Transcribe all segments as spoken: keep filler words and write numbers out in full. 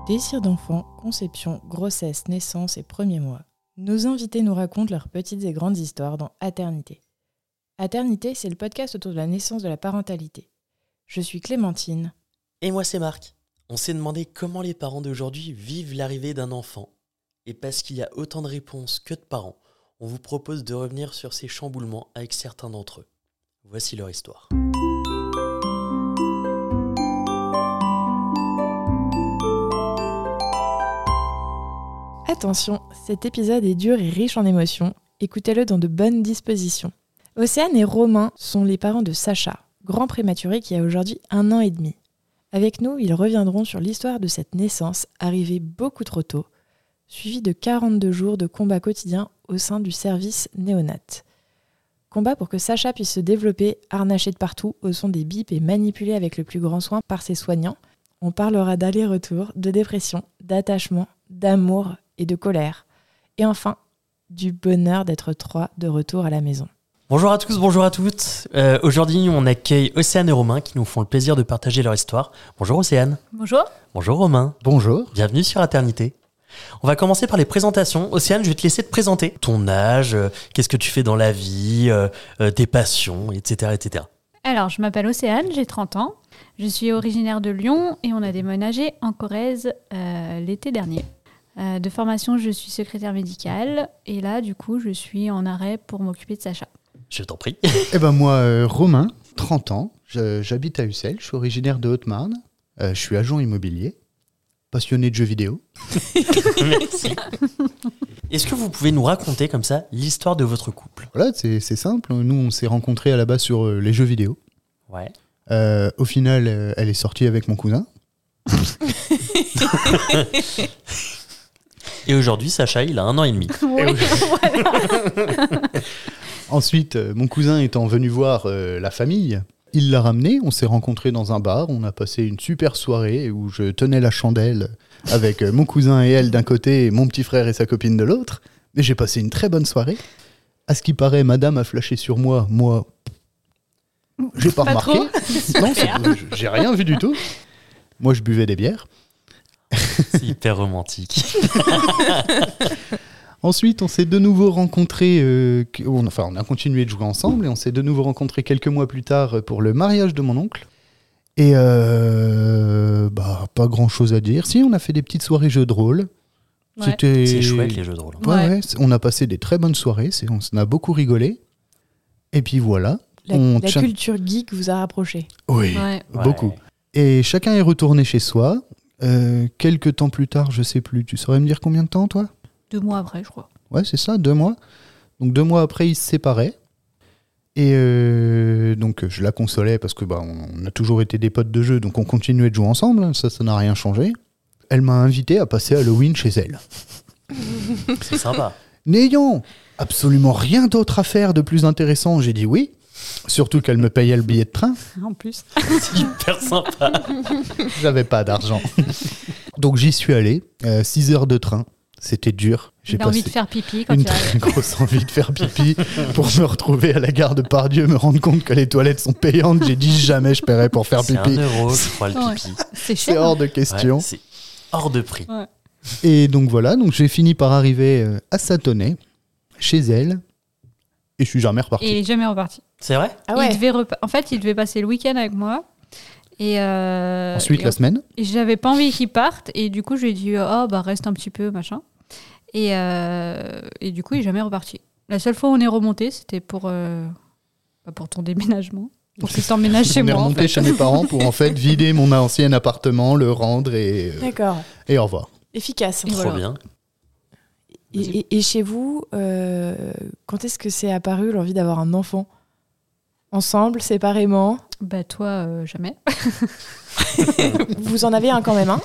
Désir d'enfant, conception, grossesse, naissance et premiers mois. Nos invités nous racontent leurs petites et grandes histoires dans Aternité. Aternité, c'est le podcast autour de la naissance de la parentalité. Je suis Clémentine. Et moi, c'est Marc. On s'est demandé comment les parents d'aujourd'hui vivent l'arrivée d'un enfant. Et parce qu'il y a autant de réponses que de parents, on vous propose de revenir sur ces chamboulements avec certains d'entre eux. Voici leur histoire. Attention, cet épisode est dur et riche en émotions. Écoutez-le dans de bonnes dispositions. Océane et Romain sont les parents de Sacha, grand prématuré qui a aujourd'hui un an et demi. Avec nous, ils reviendront sur l'histoire de cette naissance arrivée beaucoup trop tôt, suivie de quarante-deux jours de combat quotidien au sein du service néonat. Combat pour que Sacha puisse se développer, harnaché de partout, au son des bips et manipulé avec le plus grand soin par ses soignants. On parlera d'aller-retour, de dépression, d'attachement, d'amour et de colère. Et enfin, du bonheur d'être trois de retour à la maison. Bonjour à tous, bonjour à toutes. Euh, aujourd'hui, on accueille Océane et Romain qui nous font le plaisir de partager leur histoire. Bonjour Océane. Bonjour. Bonjour Romain. Bonjour. Bienvenue sur Aternité. On va commencer par les présentations. Océane, je vais te laisser te présenter. Ton âge, euh, qu'est-ce que tu fais dans la vie, euh, euh, tes passions, et cetera, et cetera. Alors, je m'appelle Océane, j'ai trente ans. Je suis originaire de Lyon et on a déménagé en Corrèze euh, l'été dernier. Euh, de formation, je suis secrétaire médicale et là, du coup, je suis en arrêt pour m'occuper de Sacha. Je t'en prie. Eh ben moi, euh, Romain, trente ans, je- j'habite à Ussel, je suis originaire de Haute-Marne, euh, je suis agent immobilier, passionné de jeux vidéo. Merci. Est-ce que vous pouvez nous raconter comme ça l'histoire de votre couple ? Voilà, c'est c'est simple, nous on s'est rencontrés à la base sur euh, les jeux vidéo. Ouais. Euh, au final, euh, elle est sortie avec mon cousin. Et aujourd'hui, Sacha, il a un an et demi. Oui, voilà. Ensuite, euh, mon cousin étant venu voir euh, la famille, il l'a ramené, on s'est rencontrés dans un bar, on a passé une super soirée où je tenais la chandelle avec euh, mon cousin et elle d'un côté et mon petit frère et sa copine de l'autre. Mais j'ai passé une très bonne soirée. À ce qui paraît, madame a flashé sur moi, moi, j'ai pas, Pas remarqué. trop. Non, c'est- j'ai rien vu du tout. Moi, je buvais des bières. C'est hyper romantique. Ensuite, on s'est de nouveau rencontrés, euh, que- on, enfin, on a continué de jouer ensemble et on s'est de nouveau rencontrés quelques mois plus tard pour le mariage de mon oncle. Et euh, bah, pas grand chose à dire. Si, on a fait des petites soirées jeux de rôle. Ouais. C'était... C'est chouette les jeux de rôle. Ouais, Ouais. ouais, c'est- on a passé des très bonnes soirées, c'est- on s'en a beaucoup rigolé. Et puis voilà. La, On la tient- culture geek vous a rapprochés. Oui, Ouais. beaucoup. Et chacun est retourné chez soi. Euh, quelques temps plus tard, je sais plus. Tu saurais me dire combien de temps, toi ? Deux mois après, je crois. Ouais, c'est ça, deux mois. Donc deux mois après, ils se séparaient. Et euh, donc je la consolais parce que bah, on a toujours été des potes de jeu, donc on continuait de jouer ensemble. hein, Ça, ça n'a rien changé. Elle m'a invité à passer Halloween chez elle. C'est sympa. N'ayant absolument rien d'autre à faire de plus intéressant, j'ai dit oui. Surtout qu'elle me payait le billet de train. En plus. C'est hyper sympa. J'avais pas d'argent. Donc j'y suis allé. euh, six heures de train. C'était dur. J'ai J'ai envie de passé faire pipi quand une tu arrives. très grosse envie de faire pipi pour me retrouver à la gare de Pardieu, me rendre compte que les toilettes sont payantes. J'ai dit jamais je paierai pour faire C'est un pipi. euro, je crois, le Ouais. pipi. C'est C'est cher. hors de Ouais, question. c'est hors de prix. Et donc voilà, donc j'ai fini par arriver euh, à Satonnet, chez elle, et je suis jamais reparti. Et il est jamais reparti. C'est vrai ? Ah Il ouais. devait repa- En fait, il devait passer le week-end avec moi. Et euh, Ensuite, et la semaine. Et j'avais pas envie qu'il parte. Et du coup, je lui ai dit, oh, bah, reste un petit peu, machin. Et, euh, et du coup, il est jamais reparti. La seule fois où on est remonté, c'était pour, euh, bah, pour ton déménagement. Pour que tu t'emménages chez On est moi. en remonté fait. chez mes parents pour en fait vider mon ancien appartement, le rendre et, euh, D'accord. et au revoir. Efficace. Et Trop voilà. bien. Et, et- et chez vous, euh, quand est-ce que c'est apparu l'envie d'avoir un enfant ? Ensemble, séparément ? Bah, toi, euh, jamais. Vous en avez un quand même, hein ?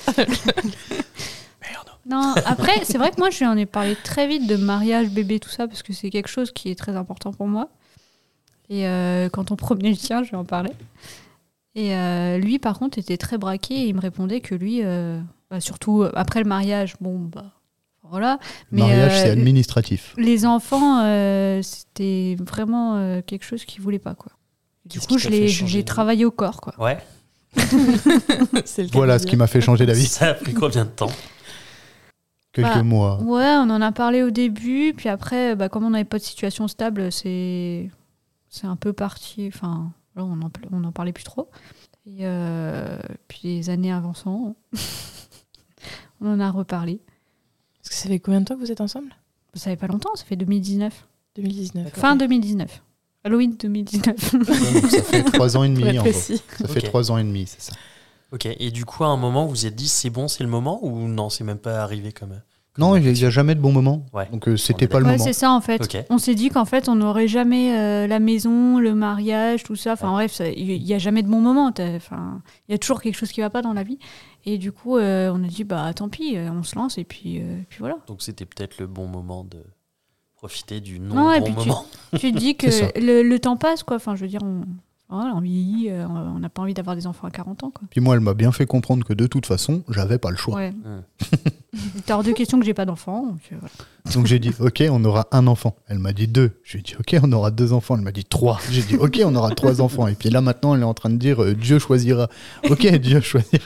Non, après, c'est vrai que moi, je lui en ai parlé très vite de mariage, bébé, tout ça, parce que c'est quelque chose qui est très important pour moi. Et euh, quand on promenait le tien, je lui en parlais. Et euh, lui, par contre, était très braqué et il me répondait que lui, euh, bah, surtout après le mariage, bon, bah, voilà. Le mariage, euh, c'est administratif. Les enfants, euh, c'était vraiment euh, quelque chose qu'il voulait pas, quoi. Du Qu'est-ce coup, qui je t'a fait l'ai, changer j'ai de- travaillé au corps, quoi. Ouais. C'est le cas Voilà de ce dire. qui m'a fait changer d'avis. Ça a pris combien de temps? Quelques Bah, mois. Ouais, on en a parlé au début, puis après, bah, comme on n'avait pas de situation stable, c'est c'est un peu parti. Enfin, là, on en on n'en parlait plus trop. Et euh, puis les années avançant, on en a reparlé. Parce que ça fait combien de temps que vous êtes ensemble? Ça fait pas longtemps, ça fait deux mille dix-neuf. deux mille dix-neuf. Fin ok. deux mille dix-neuf. Halloween deux mille dix-neuf. Donc, ça fait trois ans et Pour demi. être En gros. précis. Ça fait Ok. trois ans et demi, c'est ça. Ok, et du coup, à un moment, vous vous êtes dit c'est bon, c'est le moment ou non, c'est même pas arrivé comme. comme Non, il n'y réflexion a jamais de bon moment. Ouais. Donc euh, On c'était est pas le Ouais, moment. c'est ça en fait. Ok. On s'est dit qu'en fait, on n'aurait jamais euh, la maison, le mariage, tout ça. Enfin bref, ça- il n'y a jamais de bon moment. T'as- Enfin, il y a toujours quelque chose qui va pas dans la vie. Et du coup, euh, on a dit bah tant pis, euh, on se lance et puis, euh, puis voilà. Donc c'était peut-être le bon moment de profiter du non Non, et bon puis tu- moment. Tu te dis que C'est ça. le, le temps passe quoi. Enfin, je veux dire, on, voilà, on vieillit, euh, on n'a pas envie d'avoir des enfants à quarante ans quoi. Puis moi, elle m'a bien fait comprendre que de toute façon, j'avais pas le choix. Ouais. Hmm. T'as hors de question que j'ai pas d'enfants. Donc, euh, voilà. Donc j'ai dit, ok, on aura un enfant. Elle m'a dit deux. J'ai dit, ok, on aura deux enfants. Elle m'a dit trois. J'ai dit, ok, on aura trois enfants. Et puis là, maintenant, elle est en train de dire, euh, Dieu choisira. Ok, Dieu choisira.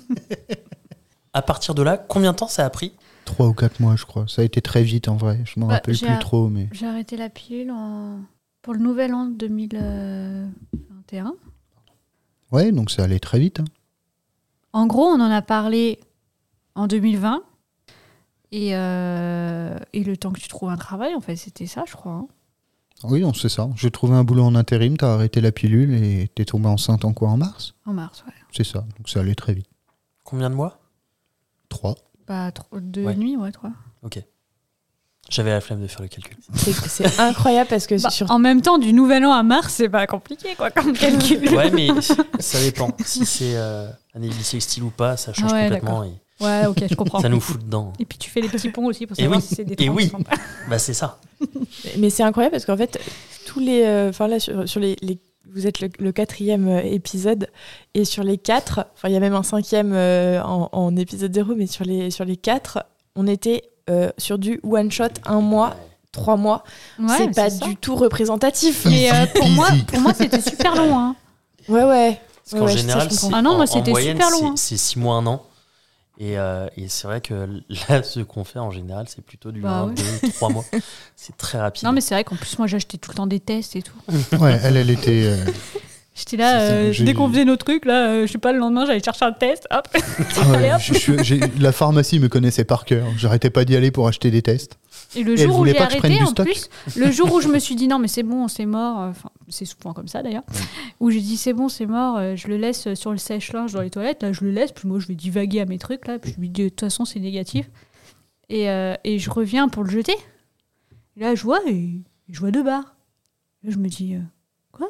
À partir de là, combien de temps ça a pris? Trois ou quatre mois, je crois. Ça a été très vite, en vrai. Je m'en Bah, rappelle j'ai plus un- trop, mais... J'ai arrêté la pilule en... pour le nouvel an deux mille vingt et un. Ouais, donc ça allait très vite. hein. En gros, on en a parlé en deux mille vingt. Et, euh, et le temps que tu trouves un travail, en fait, c'était ça, je crois. hein. Oui, on sait ça. J'ai trouvé un boulot en intérim, t'as arrêté la pilule et t'es tombée enceinte en quoi, en mars? En mars, ouais. C'est ça, donc ça allait très vite. Combien de mois? Trois. Bah, tro- deux Ouais. nuits, ouais, trois. Ok. J'avais la flemme de faire le calcul. C'est c'est incroyable parce que Bah, sur En même temps, du nouvel an à mars, c'est pas compliqué, quoi, comme calcul. Ouais, mais ça dépend. Si c'est euh, année bissextile ou pas, ça change Ah ouais, complètement. Et Ouais, ok, je comprends. ça nous fout dedans. Et puis tu fais les petits ponts aussi pour Et savoir oui, si c'est des et trente, oui. trente pas. Bah, c'est ça. Mais c'est incroyable parce qu'en fait, tous les. euh, Enfin, là, sur, sur les, les- Vous êtes le, le quatrième euh, épisode. Et sur les quatre, enfin, il y a même un cinquième euh, en, en épisode zéro, mais sur les, sur les quatre, on était euh, sur du one-shot, un mois, trois mois. Ouais, c'est mais pas ça. du tout représentatif. Et euh, pour, moi, Easy. pour moi, c'était super long. Hein. Ouais, ouais. Parce qu'en Ouais, ouais, ça, général, je comprends. c'est- Ah non, moi, en- en c'était moyenne, super long, c'est- hein. C'est six mois, un an. Et, euh, et c'est vrai que là, ce qu'on fait en général, c'est plutôt du Bah un, ouais. deux, trois mois. C'est très rapide. Non, mais c'est vrai qu'en plus, moi, j'achetais tout le temps des tests et tout. Ouais, elle, elle était... euh, J'étais là, C'est ça, euh, j'ai- dès qu'on faisait nos trucs, là, euh, je sais pas, le lendemain, j'allais chercher un test, hop. ah ouais, Allez, hop. je suis- j'ai- la pharmacie me connaissait par cœur. J'arrêtais pas d'y aller pour acheter des tests. Et le Et elle jour où voulait j'ai pas que je prenne arrêté, du en stock plus, le jour où je me suis dit non, mais c'est bon, c'est mort, euh, enfin, c'est souvent comme ça d'ailleurs, où j'ai dit c'est bon, c'est mort, euh, je le laisse sur le sèche-linge dans les toilettes, là, je le laisse, puis moi, je vais divaguer à mes trucs, là, puis je lui dis de toute façon, c'est négatif. Et, euh, et je reviens pour le jeter. Et là, je vois, et, et je vois deux barres. Et là, je me dis, euh, quoi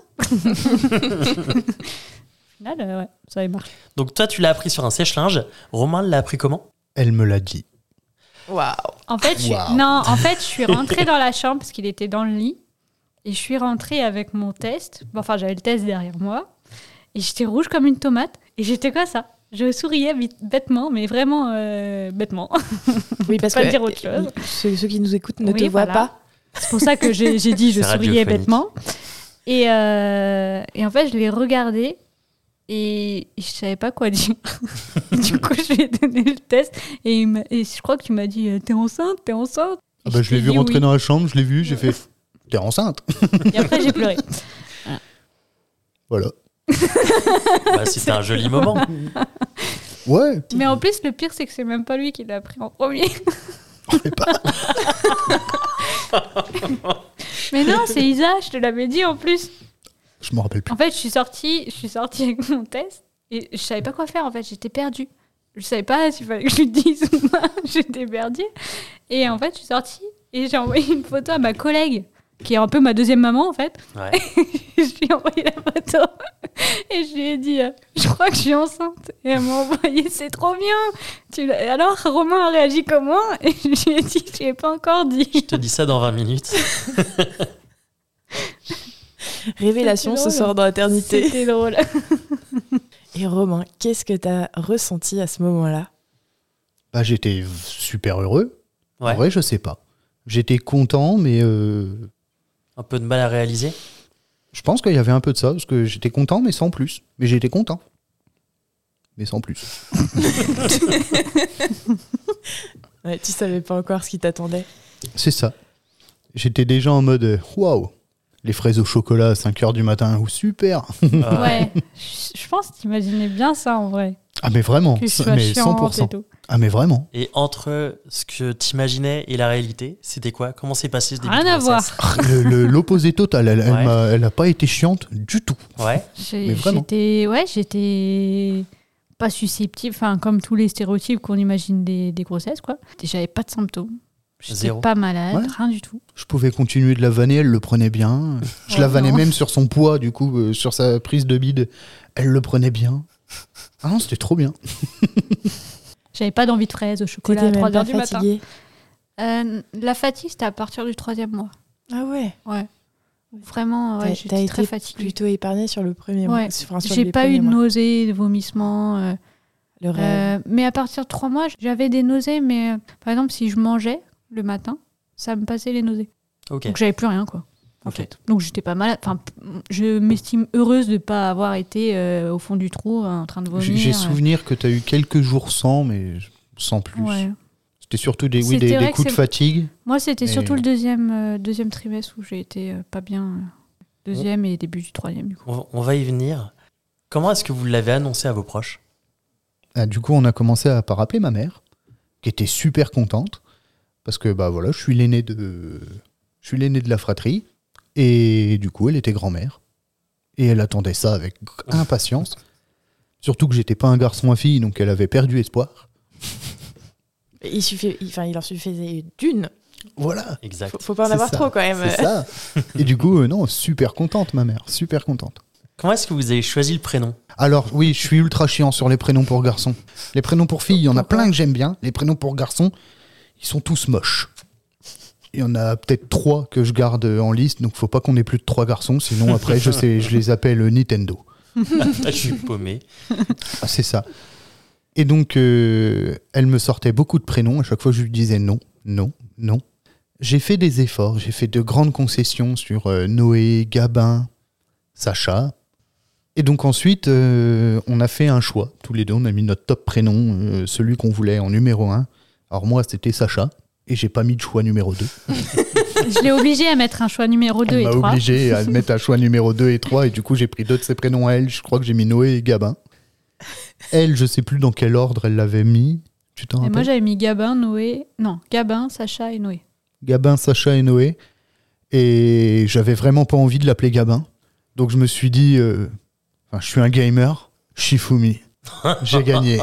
Au final, euh, ouais, ça avait marché. Donc, toi, tu l'as appris sur un sèche-linge. Romain l'a appris comment? Elle me l'a dit. Waouh. En fait, je suis... Waouh. non, en fait, je suis rentrée dans la chambre parce qu'il était dans le lit. Et je suis rentrée avec mon test. Bon, enfin, j'avais le test derrière moi. Et j'étais rouge comme une tomate. Et j'étais quoi ça? Je souriais vite- bêtement, mais vraiment euh, bêtement. Oui, parce Pas que dire autre chose. Ceux, ceux qui nous écoutent ne Oui, te voient voilà. pas. C'est pour ça que j'ai j'ai dit je C'est souriais radiophonique. bêtement. Et, euh, et en fait, je l'ai regardé. Et je savais pas quoi dire. du coup, je lui ai donné le test. Et, il m'a- et je crois que tu m'as dit euh, t'es enceinte, t'es enceinte. Ah bah, je l'ai t'ai vu dit rentrer oui. dans la chambre, je l'ai vu, j'ai fait « T'es enceinte ?» Et après, j'ai pleuré. Voilà. Bah, c'était un joli moment. Ouais, Mais en plus, le pire, c'est que c'est même pas lui qui l'a pris en premier. on fait pas. Mais non, c'est Isa, je te l'avais dit en plus. Je m'en rappelle plus. En fait, je suis sortie, je suis sortie avec mon test et je savais pas quoi faire en fait, j'étais perdue. Je savais pas s'il fallait que je lui dise ou pas, j'étais perdue. Et en fait, je suis sortie et j'ai envoyé une photo à ma collègue, qui est un peu ma deuxième maman en fait. Ouais. je lui ai envoyé la photo et je lui ai dit euh, je crois que je suis enceinte. Et elle m'a envoyé c'est trop bien. Tu l'as- Alors Romain a réagi comment? Et je lui ai dit je lui ai pas encore dit. Je te dis ça dans vingt minutes. Révélation C'était ce drôle. soir dans l'éternité. C'était drôle. Et Romain, qu'est-ce que tu as ressenti à ce moment-là? Bah, j'étais super heureux. Ouais. En vrai, je sais pas. J'étais content, mais euh, Un peu de mal à réaliser. je pense qu'il y avait un peu de ça, parce que j'étais content, mais sans plus. Mais j'étais content. mais sans plus. Ouais, tu savais pas encore ce qui t'attendait. C'est ça. J'étais déjà en mode euh, waouh, les fraises au chocolat à cinq heures du matin, ou super. Ah Ouais, je je pense que t'imaginais bien ça en vrai. Ah mais vraiment, Que je ça- sois mais cent pour chiante et cent. tout. Ah mais vraiment. Et entre ce que t'imaginais et la réalité, c'était quoi? Comment s'est passé ce début Rien de à grossesse? Le- le- L'opposé total, elle, elle Ouais. m'a- elle a pas été chiante du tout. Ouais. J'ai- Mais vraiment. J'étais, ouais, j'étais pas susceptible, enfin comme tous les stéréotypes qu'on imagine des, des grossesses, quoi. J'avais pas de symptômes. J'étais Zéro. pas malade, Ouais. rien du tout. Je pouvais continuer de la vanner, elle le prenait bien. Je Oh la vannais non. même sur son poids, du coup, euh, sur sa prise de bide, elle le prenait bien. Ah non, c'était trop bien. J'avais pas d'envie de fraises au chocolat à T'étais trois même pas heures du matin. fatiguée. Euh, la fatigue, c'était à partir du troisième mois. Ah ouais. Ouais. Vraiment, ouais, T'as- j'étais t'as très été fatiguée. plutôt épargnée sur le premier Ouais. mois. Enfin, sur J'ai les pas eu premiers de mois. nausées, de vomissements. euh, Le rêve. euh, mais à partir de trois mois, j'avais des nausées. Mais euh, par exemple, si je mangeais le matin, ça me passait les nausées. Ok. Donc j'avais plus rien, quoi. En Ok. fait. Donc j'étais pas malade. Enfin, p- je m'estime heureuse de pas avoir été euh, au fond du trou en train de vomir. J'ai j'ai euh. souvenir que tu as eu quelques jours sans, mais sans plus. Ouais. C'était surtout des, oui, C'était des, vrai des que coups de c'est- fatigue. Moi, c'était Et- surtout le deuxième, euh, deuxième trimestre où j'ai été euh, pas bien. euh, Deuxième et début du troisième, du coup. On, on va y venir. Comment est-ce que vous l'avez annoncé à vos proches? Ah, du coup, on a commencé à par appeler ma mère, qui était super contente, parce que bah voilà, je suis l'aîné de, je suis l'aîné de la fratrie, et du coup, elle était grand-mère, et elle attendait ça avec impatience. Surtout que j'étais pas un garçon à fille, donc elle avait perdu espoir. Il, suffit, il, enfin, il en suffisait d'une. Voilà. Exact. Faut, faut pas en C'est avoir ça, trop quand même. C'est ça. Et du coup, euh, non, super contente, ma mère, super contente. Comment est-ce que vous avez choisi le prénom? Alors oui, je suis ultra chiant sur les prénoms pour garçons. Les prénoms pour filles, il y en a Pourquoi plein que j'aime bien. Les prénoms pour garçons, ils sont tous moches. Il y en a peut-être trois que je garde en liste, donc faut pas qu'on ait plus de trois garçons, sinon après je sais, je les appelle Nintendo. Je suis paumé. Ah, c'est ça. Et donc euh, elle me sortait beaucoup de prénoms. À chaque fois je lui disais non, non, non. J'ai fait des efforts, j'ai fait de grandes concessions sur euh, Noé, Gabin, Sacha. Et donc ensuite, euh, on a fait un choix. Tous les deux, on a mis notre top prénom, euh, celui qu'on voulait en numéro un. Alors moi, c'était Sacha. Et j'ai pas mis de choix numéro deux. Je l'ai obligée à mettre un choix numéro deux Elle et m'a trois. obligé à mettre un choix numéro deux et trois. Et du coup, j'ai pris deux de ses prénoms à elle. Je crois que j'ai mis Noé et Gabin. Elle, je sais plus dans quel ordre elle l'avait mis. Tu t'en Et moi, rappelles? j'avais mis Gabin, Noé. Non, Gabin, Sacha et Noé. Gabin, Sacha et Noé. Et j'avais vraiment pas envie de l'appeler Gabin. Donc je me suis dit, euh, enfin, je suis un gamer, Shifumi. J'ai gagné.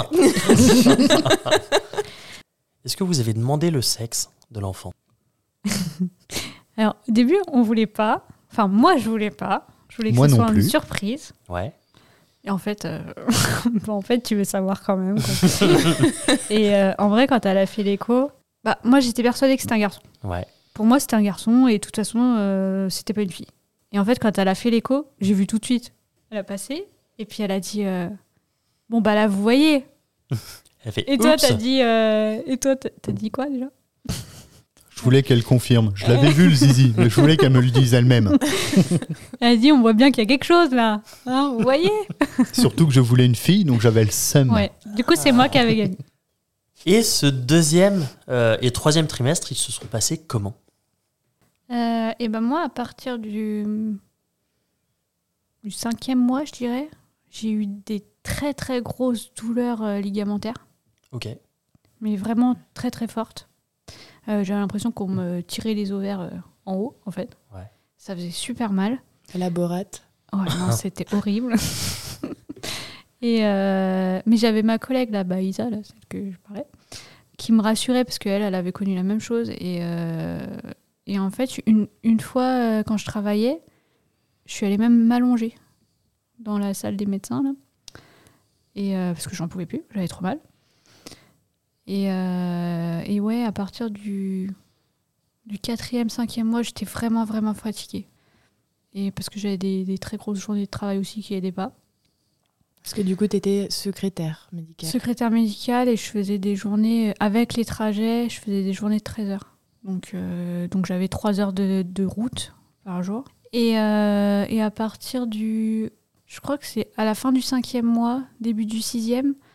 Est-ce que vous avez demandé le sexe de l'enfant? Alors, au début, on voulait pas. Enfin, moi, je voulais pas. Je voulais que Moi ce non soit une plus. surprise. Ouais. Et en fait, euh, bah, en fait, tu veux savoir quand même. quoi. Et euh, en vrai, quand elle a fait l'écho, bah, moi, j'étais persuadée que c'était un garçon. Ouais. Pour moi, c'était un garçon et de toute façon, euh, c'était pas une fille. Et en fait, quand elle a fait l'écho, j'ai vu tout de suite. Elle a passé et puis elle a dit euh, bon, bah là, vous voyez. Elle fait Et toi, oups. t'as dit, euh, et toi, t'as t'as dit quoi déjà? Je voulais qu'elle confirme. Je l'avais vu le zizi, mais je voulais qu'elle me le dise elle-même. Elle a dit on voit bien qu'il y a quelque chose là. Hein, vous voyez? Surtout que je voulais une fille, donc j'avais le seum. Ouais. Du coup, c'est moi qui avais gagné. Et ce deuxième euh, et troisième trimestre, ils se sont passés comment? Euh, et ben moi, à partir du, du cinquième mois, je dirais, j'ai eu des très très grosses douleurs euh, ligamentaires, Ok. mais vraiment très très fortes. Euh, J'avais l'impression qu'on me tirait les ovaires euh, en haut, en fait. Ouais. Ça faisait super mal. Laborate. Oh non, c'était horrible. Et euh, mais j'avais ma collègue là-bas, Isa, là, celle que je parlais, qui me rassurait parce qu'elle, elle avait connu la même chose. Et, euh, et en fait, une, une fois, euh, quand je travaillais, je suis allée même m'allonger dans la salle des médecins, là. Et, euh, parce que j'en pouvais plus, j'avais trop mal. Et, euh, et ouais, à partir du, du quatrième, cinquième mois, j'étais vraiment, vraiment fatiguée. Et parce que j'avais des, des très grosses journées de travail aussi qui n'aidaient pas. Parce que du coup, tu étais secrétaire médicale. Secrétaire médicale et je faisais des journées, avec les trajets, je faisais des journées de treize heures. Donc, euh, donc j'avais trois heures de, de route par jour. Et, euh, et à partir du... Je crois que c'est à la fin du cinquième mois, début du sixième,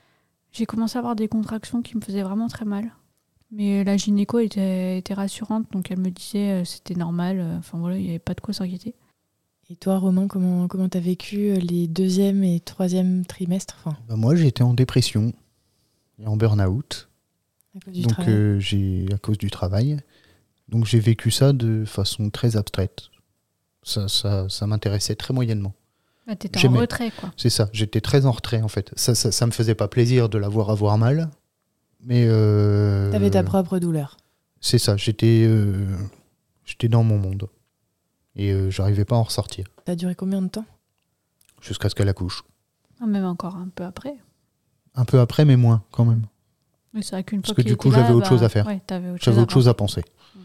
j'ai commencé à avoir des contractions qui me faisaient vraiment très mal. Mais la gynéco était, était rassurante, donc elle me disait euh, c'était normal. Enfin voilà, il n'y avait pas de quoi s'inquiéter. Et toi, Romain, comment comment t'as vécu les deuxième et troisième trimestres enfin, Bah, moi, j'étais en dépression et en burn-out. à cause du Donc, travail euh, j'ai, à cause du travail. Donc, j'ai vécu ça de façon très abstraite. Ça, ça, ça m'intéressait très moyennement. Bah, t'étais en J'aimais. retrait, quoi. C'est ça, j'étais très en retrait en fait. Ça, ça, ça me faisait pas plaisir de la voir avoir mal. Mais. Euh, T'avais ta propre douleur. C'est ça, j'étais, euh, j'étais dans mon monde. Et euh, j'arrivais pas à en ressortir. T'as duré combien de temps? Jusqu'à ce qu'elle accouche. Ah, même encore un peu après. Un peu après, mais moins quand même. Oui, c'est vrai qu'une Parce fois que qu'il du coup, était là, j'avais autre bah, chose à faire. ouais, t'avais autre J'avais chose autre chose à penser.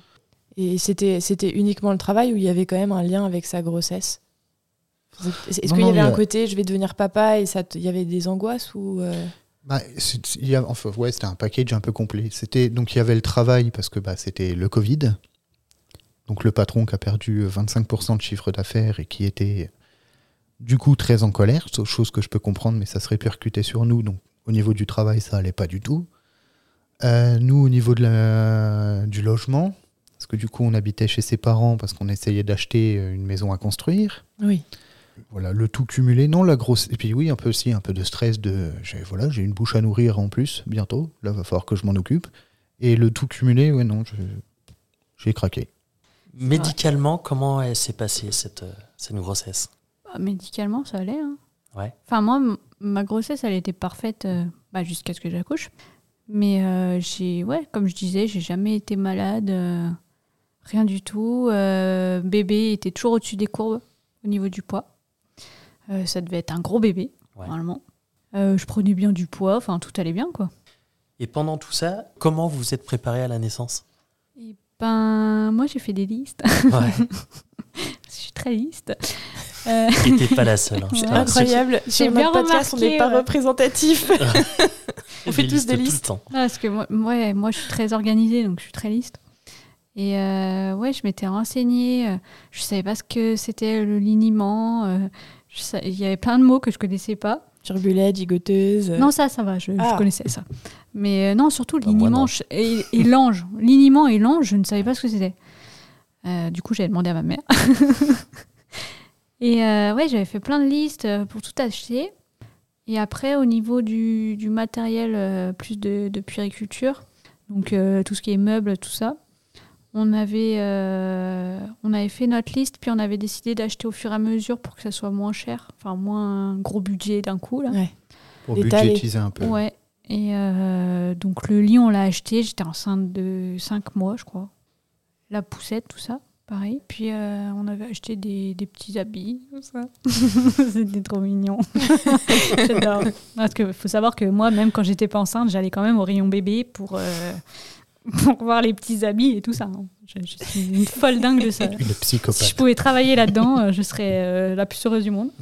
Et c'était, c'était uniquement le travail ou il y avait quand même un lien avec sa grossesse? Est-ce Non, qu'il y non, avait il y a- un côté je vais devenir papa et ça te- il y avait des angoisses ou euh, Bah, c'est- il y a, enfin, ouais, c'était un package un peu complet. C'était, donc il y avait le travail parce que bah, c'était le Covid. Donc le patron qui a perdu vingt-cinq pour cent de chiffre d'affaires et qui était du coup très en colère, chose que je peux comprendre, mais ça se répercutait sur nous. Donc au niveau du travail, ça allait pas du tout. Euh, nous, au niveau de la, du logement, parce que du coup on habitait chez ses parents parce qu'on essayait d'acheter une maison à construire. oui. Voilà, le tout cumulé, non, la grosse. Et puis oui, un peu aussi, un peu de stress de. J'ai, voilà, j'ai une bouche à nourrir en plus, bientôt. Là, va falloir que je m'en occupe. Et le tout cumulé, ouais, non, je- j'ai craqué. Médicalement, comment elle s'est passée cette, euh, cette grossesse? Bah, médicalement, ça allait. Hein. Ouais. Enfin, moi, m- ma grossesse, elle était parfaite euh, bah, jusqu'à ce que j'accouche. Mais euh, j'ai, ouais, comme je disais, j'ai jamais été malade. euh, rien du tout. Euh, bébé était toujours au-dessus des courbes au niveau du poids. Euh, ça devait être un gros bébé, Ouais. normalement. Euh, je prenais bien du poids. Enfin, tout allait bien, quoi. Et pendant tout ça, comment vous vous êtes préparé à la naissance? Et ben, moi, j'ai fait des listes. Ouais. Je suis très liste. Euh, T'étais pas la seule. hein. Ouais. Je te C'est rassure. incroyable. J'ai Sur bien notre podcast, on remarqué, n'est pas ouais. représentatif. On fait tous des tout le listes. temps. Non, parce que moi, ouais, moi, je suis très organisée, donc je suis très liste. Et euh, ouais, je m'étais renseignée. euh, Je savais pas ce que c'était le liniment. euh, je sa- Il y avait plein de mots que je connaissais pas. Turbulette, gigoteuse. Non, ça, ça va, je, je Ah. connaissais ça. Mais euh, non, surtout Bah, moi, liniment non. je- et, et l'ange. Liniment et l'ange, je ne savais pas ce que c'était. Euh, du coup, j'avais demandé à ma mère. Et euh, ouais, j'avais fait plein de listes euh, pour tout acheter. Et après, au niveau du, du matériel euh, plus de, de puériculture, donc euh, tout ce qui est meubles, tout ça, on avait, euh, on avait fait notre liste, puis on avait décidé d'acheter au fur et à mesure pour que ça soit moins cher, enfin moins un gros budget d'un coup. Là. Ouais. Pour L'étaler. budgétiser un peu. Ouais. Et euh, donc le lit, on l'a acheté, j'étais enceinte de cinq mois, je crois. La poussette, tout ça, pareil. Puis euh, on avait acheté des, des petits habits, tout ça. C'était trop mignon. J'adore. Parce qu'il faut savoir que moi, même quand j'étais pas enceinte, j'allais quand même au rayon bébé pour, euh, pour voir les petits habits et tout ça. Je, je suis une folle dingue de ça. Une Si je psychopathe. pouvais travailler là-dedans, euh, je serais euh, la plus heureuse du monde.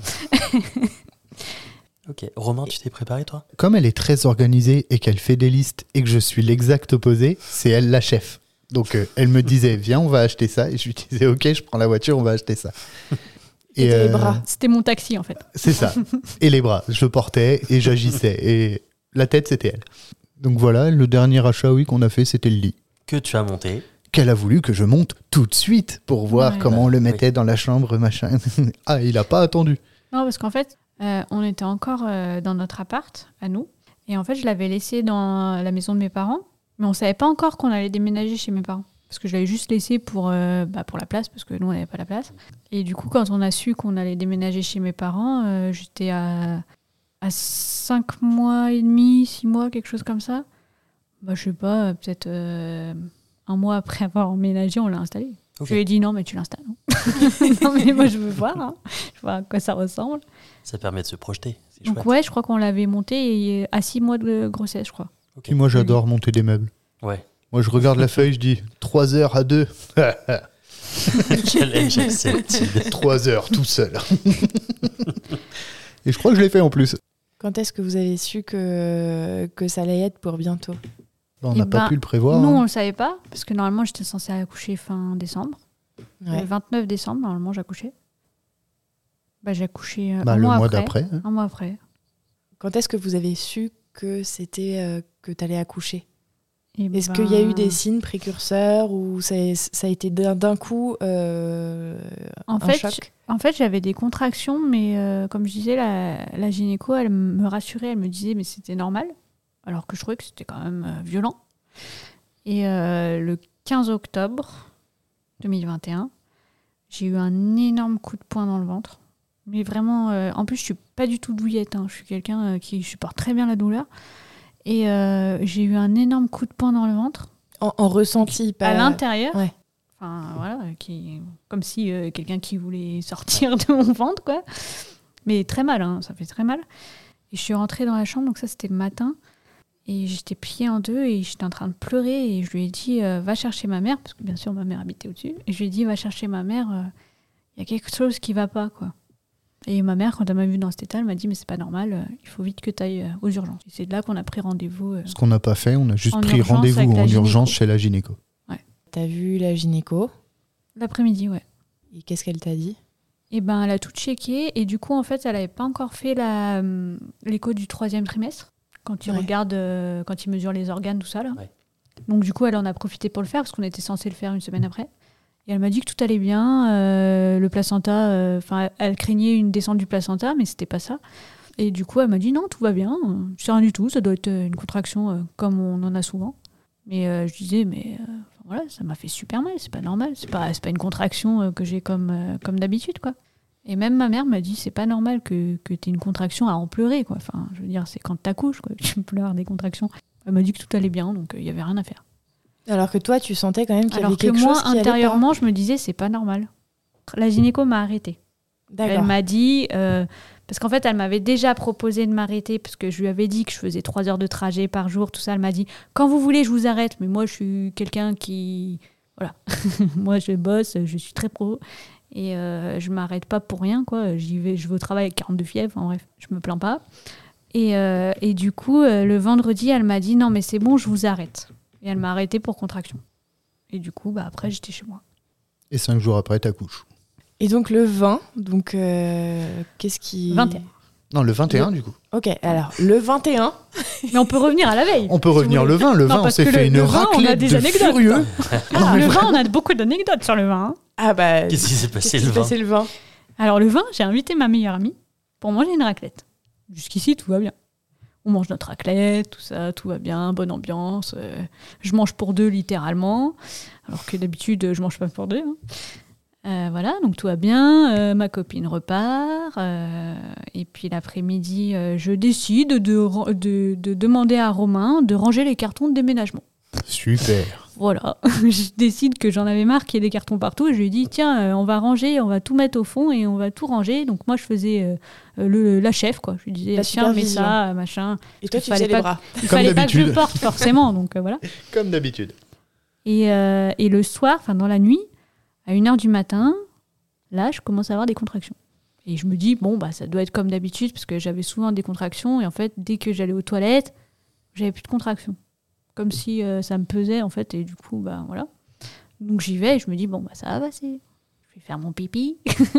Ok. Romain, tu t'es préparé, toi? Comme elle est très organisée et qu'elle fait des listes et que je suis l'exact opposé, c'est elle la chef. Donc euh, elle me disait, viens, on va acheter ça. Et je lui disais, ok, je prends la voiture, on va acheter ça. Et les bras. C'était mon taxi, en fait. C'est ça. Et les bras. Je portais et j'agissais. Et la tête, c'était elle. Donc voilà, le dernier achat, oui, qu'on a fait, c'était le lit. Que tu as monté. Qu'elle a voulu que je monte tout de suite pour voir Ouais. comment on le mettait Oui. dans la chambre, machin. Ah, il a pas attendu. Non, parce qu'en fait, euh, on était encore euh, dans notre appart, à nous. Et en fait, je l'avais laissé dans la maison de mes parents. Mais on savait pas encore qu'on allait déménager chez mes parents. Parce que je l'avais juste laissé pour, euh, bah, pour la place, parce que nous, on n'avait pas la place. Et du coup, quand on a su qu'on allait déménager chez mes parents, euh, j'étais à, à cinq mois et demi, six mois, quelque chose comme ça. Bah, je sais pas, euh, peut-être euh, un mois après avoir emménagé, on l'a installé. Ok. Je lui ai dit non, mais tu l'installes. hein. Non, mais moi, je veux voir. hein. Je vois à quoi ça ressemble. Ça permet de se projeter. C'est Donc chouette. ouais, je crois qu'on l'avait monté et- à six mois de grossesse, je crois. Ok. Puis moi, j'adore monter des meubles. Ouais. Moi, je regarde la feuille, je dis trois heures à deux. Challenge accepted. trois heures tout seul. Et je crois que je l'ai fait en plus. Quand est-ce que vous avez su que, que ça allait être pour bientôt? Bah, on Eh n'a pas ben, pu le prévoir. Nous, on hein. le savait pas, parce que normalement, j'étais censée accoucher fin décembre. Ouais. Le vingt-neuf décembre, normalement, j'accouchais. Bah, j'ai accouché euh, Bah, un le mois mois après. d'après. hein. Un mois après. Quand est-ce que vous avez su que c'était euh, que tu allais accoucher? Et Est-ce ben, qu'il y a eu des signes précurseurs ou ça, ça a été d'un, d'un coup euh, En un fait, choc? En fait, j'avais des contractions, mais euh, comme je disais, la, la gynéco, elle me rassurait, elle me disait mais c'était normal, alors que je trouvais que c'était quand même euh, violent. Et euh, le quinze octobre deux mille vingt et un, j'ai eu un énorme coup de poing dans le ventre. Mais vraiment, euh, en plus, je suis pas du tout douillette, hein. Je suis quelqu'un euh, qui supporte très bien la douleur. Et euh, j'ai eu un énorme coup de poing dans le ventre. En, en ressenti, pas... À l'intérieur. Ouais. Enfin, voilà, qui, comme si euh, quelqu'un qui voulait sortir de mon ventre, quoi. Mais très mal, hein, ça fait très mal. Et je suis rentrée dans la chambre, donc ça, c'était le matin. Et j'étais pliée en deux et j'étais en train de pleurer. Et je lui ai dit, euh, va chercher ma mère, parce que bien sûr, ma mère habitait au-dessus. Et je lui ai dit, va chercher ma mère, il euh, y a quelque chose qui va pas, quoi. Et ma mère, quand elle m'a vue dans cet état, elle m'a dit, mais c'est pas normal, euh, il faut vite que tu ailles euh, aux urgences. Et c'est là qu'on a pris rendez-vous. Euh, Ce qu'on n'a pas fait, on a juste en pris urgence rendez-vous avec la en gynéco. urgence chez la gynéco. T'as vu la gynéco L'après-midi, ouais. et qu'est-ce qu'elle t'a dit? Et ben, elle a tout checké. Et du coup, en fait, elle n'avait pas encore fait la, euh, l'écho du troisième trimestre, quand il Ouais. regarde, euh, quand il mesure les organes, tout ça, là. Ouais. Donc, du coup, elle en a profité pour le faire, parce qu'on était censé le faire une semaine après. Et elle m'a dit que tout allait bien. euh, le placenta, enfin, elle craignait une descente du placenta, mais c'était pas ça. Et du coup, elle m'a dit non, tout va bien. euh, C'est rien du tout. Ça doit être euh, une contraction euh, comme on en a souvent. Mais euh, je disais, mais euh, voilà, ça m'a fait super mal. C'est pas normal. C'est pas, c'est pas une contraction euh, que j'ai comme, euh, comme d'habitude, quoi. Et même ma mère m'a dit, c'est pas normal que, que tu aies une contraction à en pleurer, quoi. Enfin, je veux dire, c'est quand t'accouches, quoi, que tu pleures des contractions. Elle m'a dit que tout allait bien, donc il euh, y avait rien à faire. Alors que toi, tu sentais quand même qu'il y Alors avait que quelque moi, chose qui allait intérieurement, je me disais, c'est pas normal. La gynéco m'a arrêtée. pas. Elle D'accord. m'a dit, euh, parce qu'en fait, elle m'avait déjà proposé de m'arrêter, parce que je lui avais dit que je faisais trois heures de trajet par jour, tout ça. Elle m'a dit, quand vous voulez, je vous arrête. Mais moi, je suis quelqu'un qui... Voilà. Moi, je bosse, je suis très pro. Et euh, je m'arrête pas pour rien, quoi. J'y vais, je vais au travail avec quarante-deux fièvres. En bref, je me plains pas. Et, euh, et du coup, euh, le vendredi, elle m'a dit, non, mais c'est bon, je vous arrête. Et elle m'a arrêtée pour contraction. Et du coup, bah, après, j'étais chez moi. Et cinq jours après, t'accouches. Et donc le vingt, donc euh, qu'est-ce qui... vingt et un. Non, le vingt et un, du coup. Ok, alors le vingt et un, Mais on peut revenir à la veille. On peut revenir le vingt. Le Non, vingt, on parce s'est que fait le- une le vingt, on a raclette des de anecdotes. furieux. Ah, le vingt, on a beaucoup d'anecdotes sur le vingt. hein. ah bah... Qu'est-ce qui s'est qu'est-ce passé qui le s'est vingt? passé le vingt? Alors le vingt, j'ai invité ma meilleure amie pour manger une raclette. Jusqu'ici, tout va bien. On mange notre raclette, tout ça, tout va bien, bonne ambiance. euh, je mange pour deux, littéralement. Alors que d'habitude, je mange pas pour deux. hein. Euh, voilà, donc tout va bien. euh, ma copine repart. euh, et puis l'après-midi, euh, je décide de, ran- de, de demander à Romain de ranger les cartons de déménagement. Super. Voilà, je décide que j'en avais marre qu'il y ait des cartons partout et je lui ai dit tiens, euh, on va ranger, on va tout mettre au fond et on va tout ranger. Donc moi je faisais euh, euh, le, la chef, quoi. Je lui disais La tiens, mets supervision. ça, machin. Et toi, qu'il tu fallait faisais les pas- bras. Il Comme fallait pas que je d'habitude. porte forcément, donc euh, voilà. Comme d'habitude. Et, euh, et le soir, enfin dans la nuit, à une heure du matin, là je commence à avoir des contractions. Et je me dis bon bah ça doit être comme d'habitude parce que j'avais souvent des contractions et en fait dès que j'allais aux toilettes, j'avais plus de contractions. Comme si euh, ça me pesait en fait et du coup bah voilà. Donc j'y vais et je me dis bon bah ça va passer. Je vais faire mon pipi.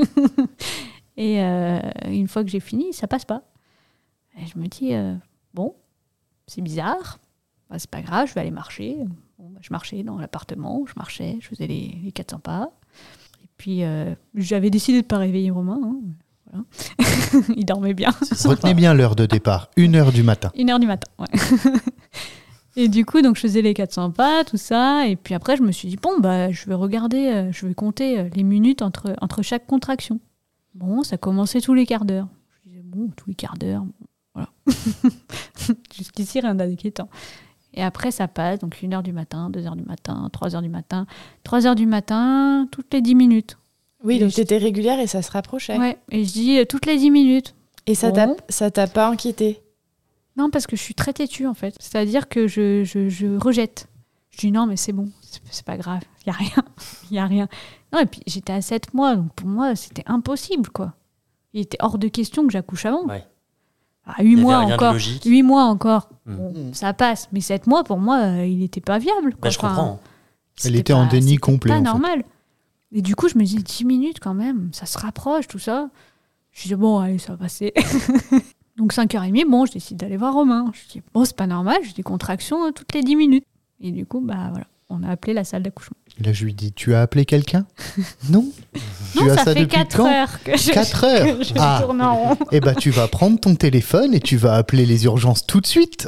et euh, une fois que j'ai fini, ça passe pas. Et je me dis euh, bon, c'est bizarre. Bah, c'est pas grave, je vais aller marcher. Bon, bah, je marchais dans l'appartement, je marchais, je faisais les, les quatre cents pas. Et puis euh, j'avais décidé de pas réveiller Romain. hein. Voilà. Il dormait bien. C'est sympa. Retenez bien l'heure de départ. Une heure du matin. Une heure du matin, ouais. Et du coup, donc, je faisais les quatre cents pas, tout ça. Et puis après, je me suis dit, bon, bah, je vais regarder, euh, je vais compter euh, les minutes entre, entre chaque contraction. Bon, ça commençait tous les quarts d'heure. Je disais, bon, tous les quarts d'heure, bon, voilà. Jusqu'ici, rien d'inquiétant. Et après, ça passe, donc une heure du matin, deux heures du matin, trois heures du matin, trois heures du matin, toutes les dix minutes. Oui, Et donc je- t'étais régulière et ça se rapprochait. Ouais, et je dis, euh, toutes les dix minutes. Et ça Bon. t'a, ça t'a pas inquiété? Non, parce que je suis très têtue, en fait. C'est-à-dire que je, je, je rejette. Je dis non, mais c'est bon, c'est, c'est pas grave, il n'y a rien, il y a rien. Non, et puis j'étais à sept mois, donc pour moi, c'était impossible, quoi. Il était hors de question que j'accouche avant. Ouais. À huit Il y avait mois rien de encore, logique. huit mois encore, Mm. bon, Mm. ça passe. Mais sept mois, pour moi, euh, il n'était pas viable. Quoi. Bah, je Enfin, comprends. Elle c'était était en pas- déni c'était complet, pas en fait. normal. Et du coup, je me dis dix minutes quand même, ça se rapproche, tout ça. Je dis bon, allez, ça va passer. Donc cinq heures trente, bon, je décide d'aller voir Romain. Je dis, bon, c'est pas normal, j'ai des contractions euh, toutes les dix minutes. Et du coup, bah voilà, on a appelé la salle d'accouchement. Et là, je lui dis, tu as appelé quelqu'un? Non. Non, Tu as ça, ça fait depuis quatre quand? heures que je, Quatre heures. que je Ah. tourne en rond. Eh ben, tu vas prendre ton téléphone et tu vas appeler les urgences tout de suite.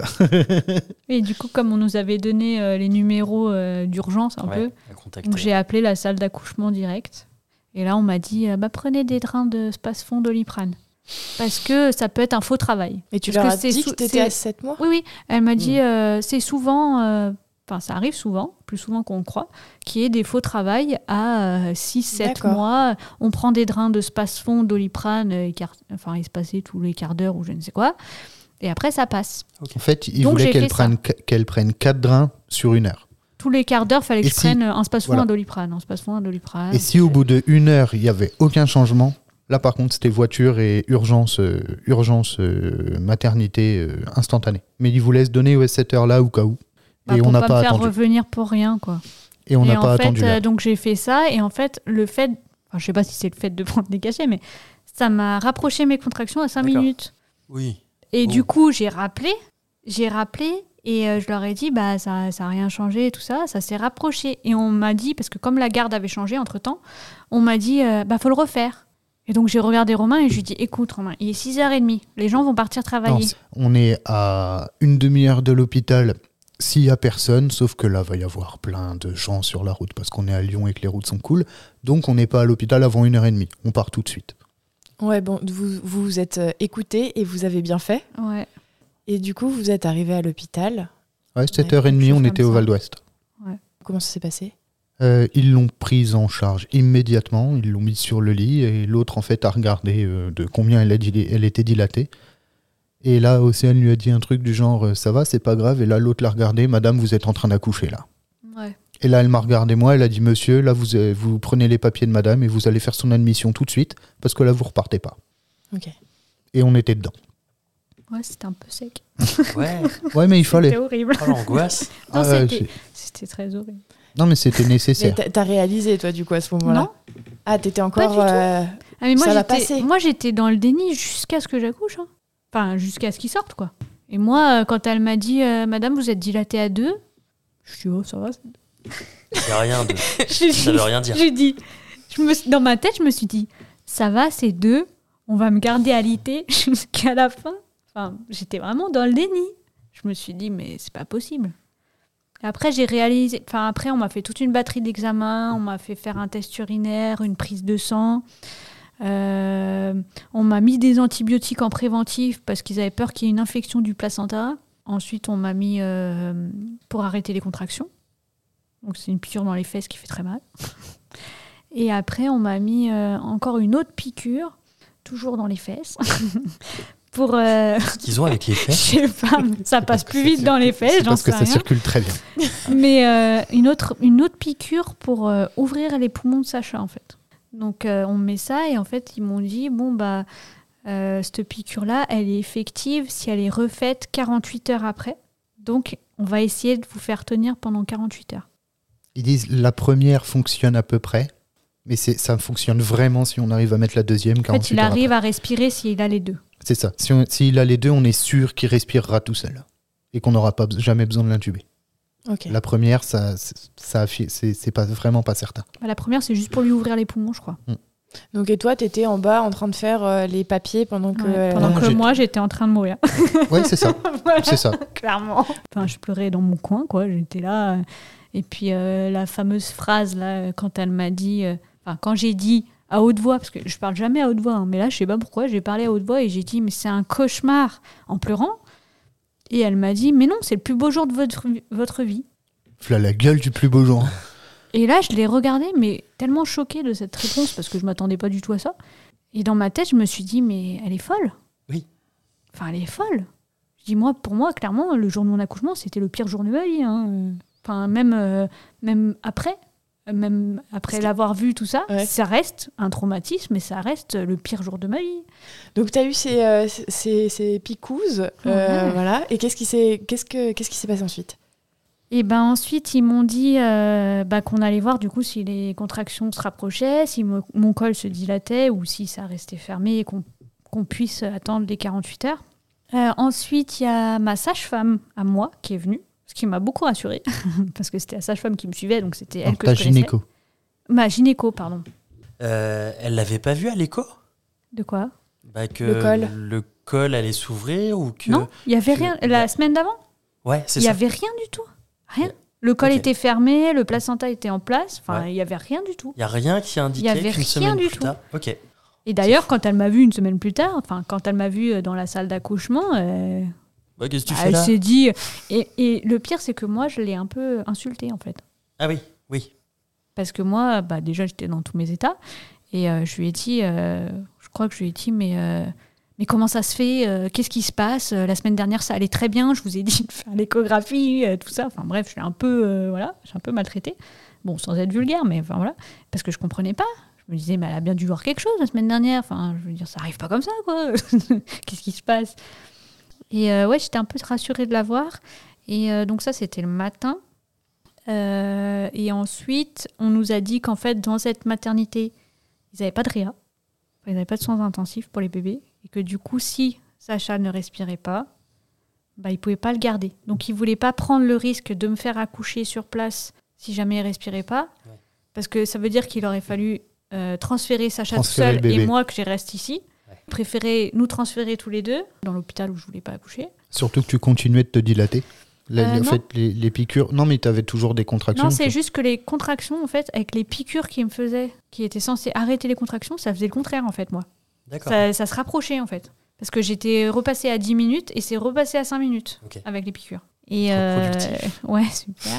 Et du coup, comme on nous avait donné euh, les numéros euh, d'urgence un Ouais, peu, à contacter. donc j'ai appelé la salle d'accouchement direct. Et là, on m'a dit, euh, bah, prenez des drains de Spasfon Doliprane. Parce que ça peut être un faux travail. Et tu Parce leur que as c'est dit sou- que t'étais c'est- à sept mois? Oui, oui. Elle m'a Hmm. dit, euh, c'est souvent, euh, enfin, ça arrive souvent, plus souvent qu'on le croit, qu'il y ait des faux travails à six sept D'accord. mois. On prend des drains de Spasfon Doliprane, euh, écart- enfin, espacés tous les quarts d'heure ou je ne sais quoi. Et après, ça passe. En fait, il Donc, voulait j'ai qu'elle fait ça. prenne, qu'elle prenne quatre drains sur une heure. Tous les quarts d'heure, il fallait que Et je si- prenne un Spasfon, voilà. un Doliprane. Un Spasfon, un Doliprane. Et si au bout de une heure, il n'y avait aucun changement, là par contre, c'était voiture et urgence, euh, urgence euh, maternité euh, instantanée. Mais il vous laisse donner ouais, cette heure-là au cas où. Bah, Et pour on n'a pas pas me faire attendu. revenir pour rien, quoi. Et on Et n'a en pas fait, attendu euh, là. donc j'ai fait ça, et en fait, le fait, enfin, je sais pas si c'est le fait de prendre des cachets, mais ça m'a rapproché mes contractions à cinq D'accord. minutes. Oui. Et Bon. du coup, j'ai rappelé, j'ai rappelé, et euh, je leur ai dit, bah ça, ça a rien changé, et tout ça, ça s'est rapproché. Et on m'a dit, parce que comme la garde avait changé entre temps, on m'a dit, euh, bah faut le refaire. Et donc j'ai regardé Romain et je lui ai dit, écoute Romain, il est six heures trente, les gens vont partir Non, travailler. c'est- on est à une demi-heure de l'hôpital s'il n'y a personne, sauf que là, va y avoir plein de gens sur la route parce qu'on est à Lyon et que les routes sont cool. Donc, on n'est pas à l'hôpital avant une heure et demie. On part tout de suite. Ouais, bon, vous vous, vous êtes euh, écoutés et vous avez bien fait. Ouais. Et du coup, vous êtes arrivé à l'hôpital. Ouais, sept Ouais, heures trente, quelque chose on comme était au ça. Val d'Ouest. Comment ça s'est passé? Euh, ils l'ont prise en charge immédiatement, ils l'ont mise sur le lit et l'autre en fait a regardé euh, de combien elle, a dil- elle était dilatée. Et là, Océane lui a dit un truc du genre euh, ça va, c'est pas grave. Et là, l'autre l'a regardé, madame, vous êtes en train d'accoucher là. Ouais. Et là, elle m'a regardé moi, elle a dit monsieur, là, vous, euh, vous prenez les papiers de madame et vous allez faire son admission tout de suite parce que là, vous repartez pas. Ok. Et on était dedans. Ouais, c'était un peu sec. Ouais. Ouais, mais il fallait. C'était horrible. Oh, l'angoisse. Non, Ah ouais, c'était, c'est- c'était très horrible. non, mais c'était Mais nécessaire. t'as t'as réalisé, toi, du coup, à ce moment-là? Non. Ah, t'étais Pas encore... du tout. euh, Ah, mais moi, Ça va j'étais, passer. moi, j'étais dans le déni jusqu'à ce que j'accouche. hein. Enfin, jusqu'à ce qu'ils sortent, quoi. Et moi, euh, quand elle m'a dit, euh, madame, vous êtes dilatée à deux, je dis, oh, ça va. C'est rien de. J'ai Ça dit- veut rien dire. J'ai dit, je me, suis- dans ma tête, je me suis dit, ça va, c'est deux, on va me garder alité jusqu'à la fin. Enfin, j'étais vraiment dans le déni. Je me suis dit, mais c'est pas possible. Et après, j'ai réalisé. Enfin, après, on m'a fait toute une batterie d'examens. On m'a fait faire un test urinaire, une prise de sang. Euh, on m'a mis des antibiotiques en préventif parce qu'ils avaient peur qu'il y ait une infection du placenta. Ensuite, on m'a mis euh, pour arrêter les contractions. Donc, c'est une piqûre dans les fesses qui fait très mal. Et après, on m'a mis euh, encore une autre piqûre, toujours dans les fesses. pour. Euh, Ce qu'ils ont avec les je fesses. sais pas, ça passe plus vite dans les fesses, C'est j'en parce que sais ça rien. circule très bien. Mais euh, une, autre, une autre piqûre pour euh, ouvrir les poumons de Sacha, en fait. Donc, euh, on met ça et en fait, ils m'ont dit, bon, bah, euh, cette piqûre-là, elle est effective si elle est refaite quarante-huit heures après. Donc, on va essayer de vous faire tenir pendant quarante-huit heures. Ils disent la première fonctionne à peu près, mais c'est, ça fonctionne vraiment si on arrive à mettre la deuxième. En fait, quarante-huit il heures arrive après. à respirer s'il a les deux. C'est ça. Si on- S'il a les deux, on est sûr qu'il respirera tout seul et qu'on n'aura pas, jamais besoin de l'intuber. Ok. La première, ça, c'est- ça, affi- c'est, c'est pas, vraiment pas certain. Bah, la première, c'est juste pour lui ouvrir les poumons, je crois. Donc, et toi, t'étais en bas en train de faire euh, les papiers pendant que... Ouais, euh, pendant Non, que j'ai- moi, j'étais en train de mourir. Ouais, c'est ça. Voilà. C'est ça. Clairement. Enfin, je pleurais dans mon coin, quoi. J'étais là. euh, Et puis, euh, la fameuse phrase, là, quand elle m'a dit... euh, Enfin, quand j'ai dit à haute voix, parce que je parle jamais à haute voix, hein, mais là, je sais pas pourquoi, j'ai parlé à haute voix et j'ai dit, mais c'est un cauchemar, en pleurant. Et elle m'a dit, mais non, c'est le plus beau jour de votre, votre vie. Voilà la gueule du plus beau jour. Et là, je l'ai regardée, mais tellement choquée de cette réponse, parce que je m'attendais pas du tout à ça. Et dans ma tête, je me suis dit, mais elle est folle. Oui. Enfin, elle est folle. Je dis, moi, pour moi, clairement, le jour de mon accouchement, c'était le pire jour de ma vie. hein. Enfin, même, euh, même après, même après l'avoir vu, tout ça, Ouais. ça reste un traumatisme, mais ça reste le pire jour de ma vie. Donc, tu as eu ces, euh, ces, ces picouzes, euh, Ouais. voilà. Et qu'est-ce qui s'est, qu'est-ce que, qu'est-ce qui s'est passé ensuite? Et ben ensuite, ils m'ont dit euh, bah, qu'on allait voir du coup si les contractions se rapprochaient, si mo- mon col se dilatait ou si ça restait fermé et qu'on, qu'on puisse attendre les quarante-huit heures. Euh, ensuite, il y a ma sage-femme à moi qui est venue, ce qui m'a beaucoup rassurée, parce que c'était la sage-femme qui me suivait, donc c'était elle Alors, que ta je connaissais. gynéco. Ma gynéco, pardon. Euh, elle l'avait pas vu à l'écho De quoi? bah, que Le col. le col allait s'ouvrir ou que... Non, il y avait que- rien. La semaine d'avant, Ouais, c'est il y ça. avait rien du tout. Rien. Le col Ok. était fermé, le placenta était en place. Enfin, Ouais. il y avait rien du tout. Il y a rien qui Il y indiquait avait qu'une rien semaine du plus tout. tard... Ok. Et d'ailleurs, quand elle m'a vue une semaine plus tard, enfin, quand elle m'a vue dans la salle d'accouchement, euh, Bah, qu'est-ce que tu bah, fais elle là s'est dit. Et, et le pire, c'est que moi, je l'ai un peu insultée en fait. Ah oui, oui. Parce que moi, bah, déjà, j'étais dans tous mes états. Et euh, je lui ai dit, euh, je crois que je lui ai dit, mais, euh, mais comment ça se fait euh, Qu'est-ce qui se passe Euh, La semaine dernière, ça allait très bien. Je vous ai dit de faire l'échographie, euh, tout ça. Enfin bref, je l'ai un peu, euh, voilà, j'ai un peu maltraitée. Bon, sans être vulgaire, mais enfin voilà. Parce que je comprenais pas. Je me disais, mais elle a bien dû voir quelque chose la semaine dernière. Enfin, je veux dire, ça arrive pas comme ça, quoi. Qu'est-ce qui se passe Et euh, ouais, j'étais un peu rassurée de la voir. Et euh, donc ça, c'était le matin. Euh, et ensuite, on nous a dit qu'en fait, dans cette maternité, ils n'avaient pas de réa. Enfin, ils n'avaient pas de soins intensifs pour les bébés. Et que du coup, si Sacha ne respirait pas, bah, ils ne pouvaient pas le garder. Donc, ils ne voulaient pas prendre le risque de me faire accoucher sur place si jamais il ne respirait pas. Ouais. Parce que ça veut dire qu'il aurait fallu euh, transférer Sacha Transférer tout le seul et bébé. moi que je reste ici. Ouais. Ils préféraient nous transférer tous les deux dans l'hôpital où je ne voulais pas accoucher. Surtout que tu continuais de te dilater. La- Euh, en non. fait, les, les piqûres. Non, mais tu avais toujours des contractions. Non, c'est toi. juste que les contractions, en fait, avec les piqûres qu'ils me faisaient, qui étaient censées arrêter les contractions, ça faisait le contraire, en fait, moi. D'accord. Ça, ça se rapprochait, en fait. Parce que j'étais repassée à dix minutes et c'est repassé à cinq minutes Ok. avec les piqûres. Et Trop euh, productif. ouais, super.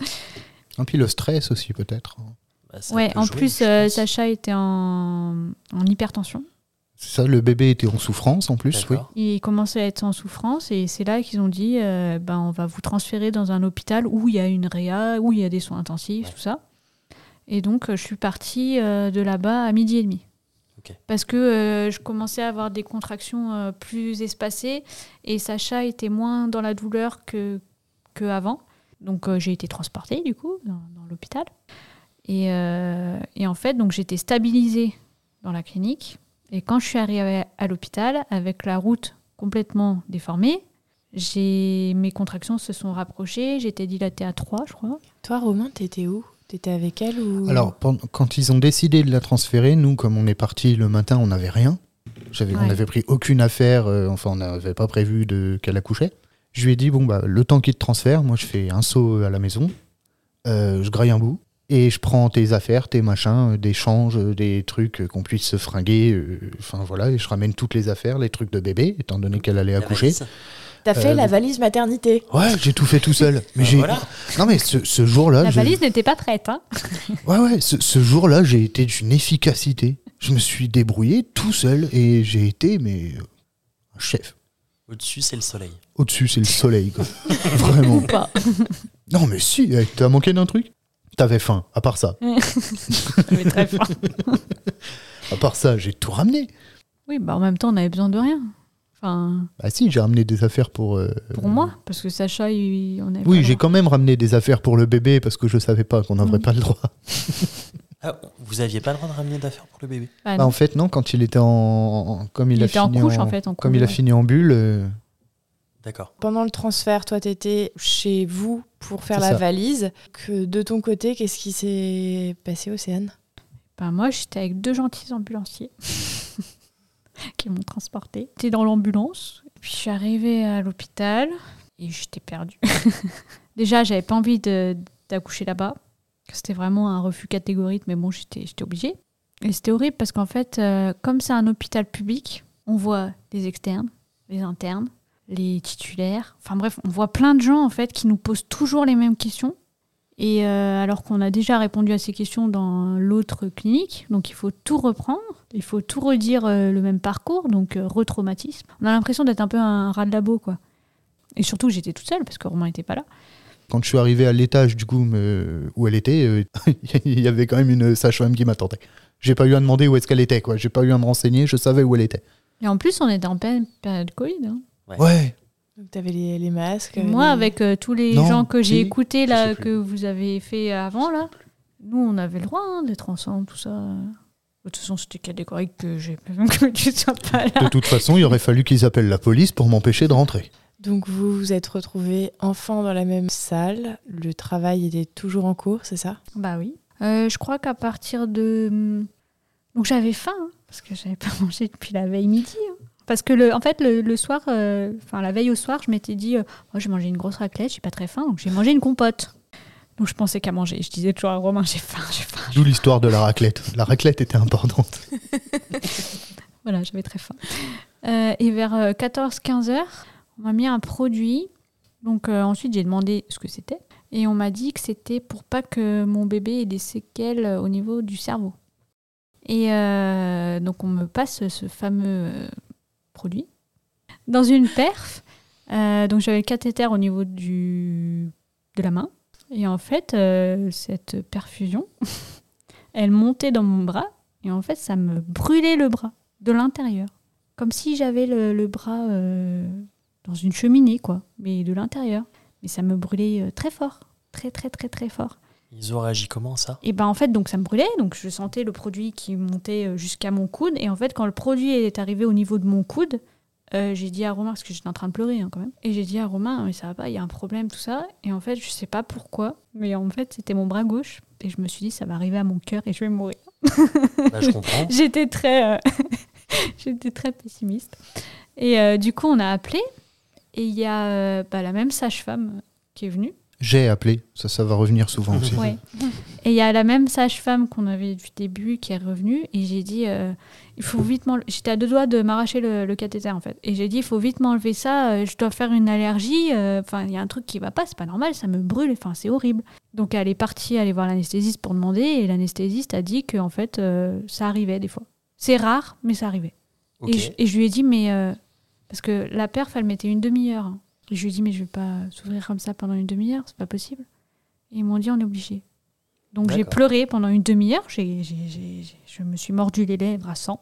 Et puis le stress aussi, peut-être. Bah, ça ouais, peut en jouer, plus, je euh, pense. Sacha était en, en hypertension. C'est ça, le bébé était en souffrance en plus, oui. D'accord. Il commençait à être en souffrance et c'est là qu'ils ont dit euh, ben, on va vous transférer dans un hôpital où il y a une réa, où il y a des soins intensifs, Ouais. tout ça. Et donc, euh, je suis partie euh, de là-bas à midi et demi. Ok. Parce que euh, je commençais à avoir des contractions euh, plus espacées et Sacha était moins dans la douleur que, que avant. Donc, euh, j'ai été transportée, du coup, dans, dans l'hôpital. Et, euh, et en fait, donc, j'étais stabilisée dans la clinique. Et quand je suis arrivée à l'hôpital, avec la route complètement déformée, j'ai... mes contractions se sont rapprochées. J'étais dilatée à trois, je crois. Toi, Romain, t'étais où T'étais avec elle ou... Alors, pen- quand ils ont décidé de la transférer, nous, comme on est parti le matin, on n'avait rien. J'avais, On Ouais. n'avait pris aucune affaire, euh, enfin, on n'avait pas prévu de, qu'elle accouchait. Je lui ai dit, bon, bah, le temps qu'il te transfère, moi, je fais un saut à la maison, euh, je graille un bout, et je prends tes affaires, tes machins, euh, des changes, euh, des trucs euh, qu'on puisse se fringuer, euh, enfin, voilà, et je ramène toutes les affaires, les trucs de bébé, étant donné qu'elle allait La accoucher. valise. T'as fait Euh, la valise maternité. Ouais, j'ai tout fait tout seul. Mais Bah j'ai... voilà. Non, mais ce, ce jour-là, La je- valise n'était pas prête. Hein. Ouais, ouais, ce, ce jour-là, j'ai été d'une efficacité. Je me suis débrouillé tout seul et j'ai été, mais, euh, un chef. Au-dessus, c'est le soleil. Au-dessus, c'est le soleil, quoi. Vraiment. Pas. Non, mais si, eh, t'as manqué d'un truc. T'avais faim, à part ça. J'avais très faim. À part ça, j'ai tout ramené. Oui, bah en même temps, on avait besoin de rien. Enfin, Bah si, j'ai ramené des affaires pour... euh, pour moi, parce que Sacha, il, on avait Oui, pas j'ai le droit. quand même ramené des affaires pour le bébé parce que je savais pas qu'on n'aurait Mhm. pas le droit. Ah, vous aviez pas le droit de ramener d'affaires pour le bébé Bah, Bah, non. en fait, non, quand il était en... en- Comme il, Il a était en fini couche, en fait, en Comme il a couche, fini en bulle... euh, D'accord. Pendant le transfert, toi, t'étais chez vous pour faire C'est la ça. valise. Que de ton côté, qu'est-ce qui s'est passé, Océane? Bah, moi, j'étais avec deux gentils ambulanciers qui m'ont transportée. J'étais dans l'ambulance. Puis je suis arrivée à l'hôpital et j'étais perdue. Déjà, j'avais pas envie de- d'accoucher là-bas. C'était vraiment un refus catégorique, mais bon, j'étais j'étais obligée. Et c'était horrible parce qu'en fait, euh, comme c'est un hôpital public, on voit les externes, les internes, les titulaires. Enfin bref, on voit plein de gens en fait qui nous posent toujours les mêmes questions. Et euh, alors qu'on a déjà répondu à ces questions dans l'autre clinique, donc il faut tout reprendre, il faut tout redire euh, le même parcours, donc euh, retraumatisme. On a l'impression d'être un peu un rat de labo, quoi. Et surtout, j'étais toute seule parce que Romain n'était pas là. Quand je suis arrivé à l'étage du coup me- où elle était, euh, il y avait quand même une sage-femme qui m'attendait. J'ai pas eu à demander où est-ce qu'elle était, quoi. J'ai pas eu à me renseigner, je savais où elle était. Et en plus, on était en pleine période Covid. Hein. Ouais. Ouais. Donc, t'avais les, les masques. Et moi, les- avec euh, tous les Non, gens que j'ai si, écoutés, je là, sais plus. que vous avez fait avant, là, nous, on avait le droit hein, d'être ensemble, tout ça. De toute façon, c'était catégorique que j'ai besoin que tu sois pas là. De toute façon, il aurait fallu qu'ils appellent la police pour m'empêcher de rentrer. Donc vous vous êtes retrouvés enfants dans la même salle. Le travail était toujours en cours, c'est ça ? Bah oui. Euh, je crois qu'à partir de... Donc j'avais faim, hein, parce que j'avais pas mangé depuis la veille midi. Hein. Parce que, le, en fait, le, le soir, enfin euh, la veille au soir, je m'étais dit, euh, oh, j'ai mangé une grosse raclette, j'ai pas très faim, donc j'ai mangé une compote. Donc je pensais qu'à manger. Je disais toujours à Romain, j'ai faim, j'ai faim. D'où l'histoire de la raclette. La raclette était importante. Voilà, j'avais très faim. Euh, et vers quatorze quinze heures, on m'a mis un produit. Donc euh, ensuite, j'ai demandé ce que c'était. Et on m'a dit que c'était pour pas que mon bébé ait des séquelles au niveau du cerveau. Et euh, donc on me passe ce fameux euh, produit dans une perf. Euh, donc j'avais le cathéter au niveau du, de la main. Et en fait, euh, cette perfusion, elle montait dans mon bras. Et en fait, ça me brûlait le bras de l'intérieur. Comme si j'avais le, le bras euh, dans une cheminée, quoi. Mais de l'intérieur. Mais ça me brûlait euh, très fort. Très, très, très, très fort. Ils ont réagi comment, ça ? Et ben en fait, donc ça me brûlait. Donc je sentais le produit qui montait jusqu'à mon coude. Et en fait, quand le produit est arrivé au niveau de mon coude, Euh, j'ai dit à Romain, parce que j'étais en train de pleurer hein, quand même, et j'ai dit à Romain, mais ça va pas, il y a un problème, tout ça. Et en fait, je sais pas pourquoi, mais en fait, c'était mon bras gauche. Et je me suis dit, ça va arriver à mon cœur et je vais mourir. Bah, je comprends. J'étais très, euh, j'étais très pessimiste. Et euh, du coup, on a appelé, et il y a euh, bah, la même sage-femme qui est venue. J'ai appelé, ça, ça va revenir souvent aussi. Ouais. Et il y a la même sage-femme qu'on avait du début qui est revenue et j'ai dit euh, il faut vite m'enlever. J'étais à deux doigts de m'arracher le, le cathéter en fait. Et j'ai dit il faut vite m'enlever ça, euh, je dois faire une allergie. Enfin, euh, il y a un truc qui va pas, c'est pas normal, ça me brûle, enfin, c'est horrible. Donc elle est partie aller voir l'anesthésiste pour demander et l'anesthésiste a dit que en fait, euh, ça arrivait des fois. C'est rare, mais ça arrivait. Okay. Et, je, et je lui ai dit mais. Euh, parce que la perf, elle mettait une demi-heure. Hein. Et je lui ai dit, mais je vais pas s'ouvrir comme ça pendant une demi-heure, c'est pas possible. Et ils m'ont dit, on est obligé. Donc D'accord. j'ai pleuré pendant une demi-heure, j'ai, j'ai, j'ai, j'ai, je me suis mordu les lèvres à sang.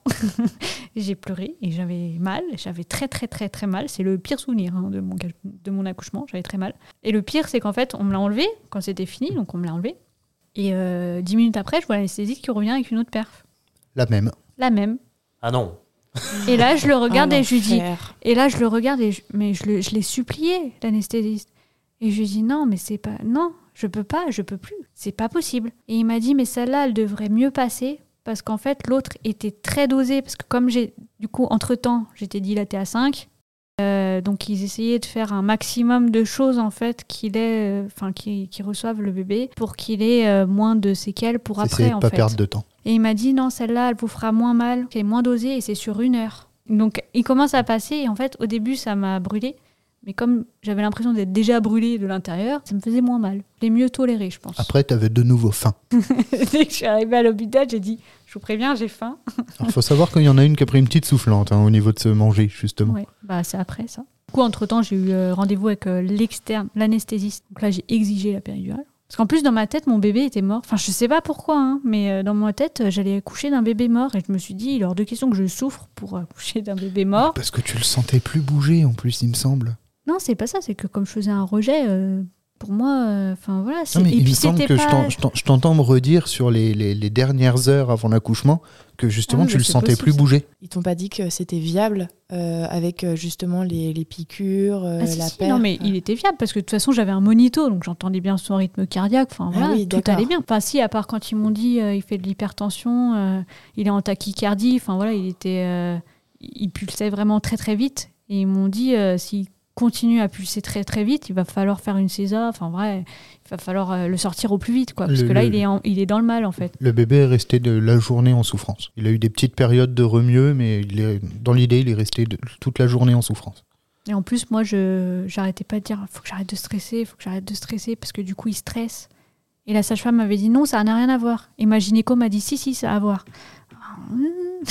J'ai pleuré et j'avais mal, j'avais très très très très mal. C'est le pire souvenir hein, de, mon, de mon accouchement, j'avais très mal. Et le pire, c'est qu'en fait, on me l'a enlevé quand c'était fini, donc on me l'a enlevé. Et euh, dix minutes après, je vois l'anesthésiste qui revient avec une autre perf. La même. La même. Ah non. Et là, je le regarde ah, et je lui dis... l'enfer. Et là, je le regarde et je, mais je, le, je l'ai supplié, l'anesthésiste. Et je lui dis non, mais c'est pas... Non, je peux pas, je peux plus. C'est pas possible. Et il m'a dit, mais celle-là, elle devrait mieux passer parce qu'en fait, l'autre était très dosée. Parce que comme j'ai... Du coup, entre-temps, j'étais dilatée à cinq. Euh, donc, ils essayaient de faire un maximum de choses, en fait, qu'il ait... Enfin, euh, qu'il, qu'il reçoive le bébé pour qu'il ait euh, moins de séquelles pour C'est après, essayer de en pas fait. perdre de temps. Et il m'a dit, non, celle-là, elle vous fera moins mal, qu'elle est moins dosée et c'est sur une heure. Donc, il commence à passer et en fait, au début, ça m'a brûlé. Mais comme j'avais l'impression d'être déjà brûlée de l'intérieur, ça me faisait moins mal. Je l'ai mieux toléré, je pense. Après, t'avais de nouveau faim. Dès que je suis arrivée à l'hôpital, j'ai dit, je vous préviens, j'ai faim. Il faut savoir qu'il y en a une qui a pris une petite soufflante hein, au niveau de se manger, justement. Ouais, bah c'est après ça. Du coup, entre-temps, j'ai eu euh, rendez-vous avec euh, l'externe, l'anesthésiste. Donc là, j'ai exigé la péridurale. Parce qu'en plus, dans ma tête, mon bébé était mort. Enfin, je sais pas pourquoi, hein, mais euh, dans ma tête, euh, j'allais accoucher d'un bébé mort. Et je me suis dit, il est hors de question que je souffre pour accoucher d'un bébé mort. Parce que tu le sentais plus bouger, en plus, il me semble. Non, c'est pas ça. C'est que comme je faisais un rejet, euh, pour moi, enfin euh, voilà. C'est... Non, mais et il puis me semble c'était que pas... je, t'en, je, t'en, je t'entends me redire sur les, les, les dernières heures avant l'accouchement que justement, Ah oui, tu bah, le c'est sentais possible, plus ça. bouger. Ils t'ont pas dit que c'était viable euh, avec euh, justement les, les piqûres, euh, Ah, si, la si, perf. non, mais il était viable parce que de toute façon, j'avais un monito, donc j'entendais bien son rythme cardiaque. Enfin, Ah voilà, oui, tout d'accord. allait bien. Enfin, si, à part quand ils m'ont dit euh, il fait de l'hypertension, euh, il est en tachycardie. Enfin, voilà, il était, euh, il pulsait vraiment très très vite. Et ils m'ont dit euh, s'il continue à pulser très très vite, il va falloir faire une césar. Enfin, vrai, il va falloir euh, le sortir au plus vite, quoi. Parce Le- que là, le- il est, en- il est dans le mal, en fait. Le bébé est resté de la journée en souffrance. Il a eu des petites périodes de remieux, mais il est, dans l'idée, il est resté de, toute la journée en souffrance. Et en plus, moi, je j'arrêtais pas de dire faut que j'arrête de stresser, faut que j'arrête de stresser, parce que du coup, il stresse. Et la sage-femme m'avait dit non, ça n'a rien à voir. Et ma gynéco m'a dit si, si, ça a à voir. Ah, hum,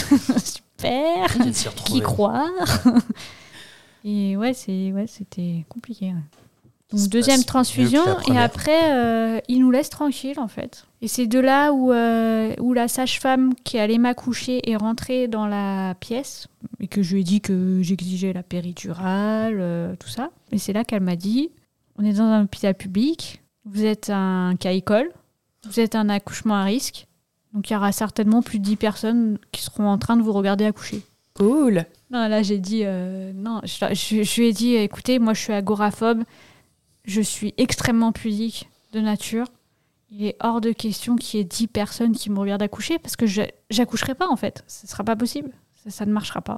super, Il vient de s'y retrouver. qui croire. Et ouais, c'est, ouais, c'était compliqué. Ouais. Ça Donc, se deuxième passe transfusion, mieux que la et première. après, euh, il nous laisse tranquille, en fait. Et c'est de là où, euh, où la sage-femme qui allait m'accoucher est rentrée dans la pièce, et que je lui ai dit que j'exigeais la péridurale, euh, tout ça. Et c'est là qu'elle m'a dit, on est dans un hôpital public, vous êtes un cas école, vous êtes un accouchement à risque, Donc il y aura certainement plus de dix personnes qui seront en train de vous regarder accoucher. Cool. Non, là j'ai dit euh, non, je, je, je lui ai dit écoutez, moi je suis agoraphobe, je suis extrêmement pudique de nature. Il est hors de question qu'il y ait dix personnes qui me regardent accoucher parce que je j'accoucherai pas en fait, ce sera pas possible, ça, ça ne marchera pas.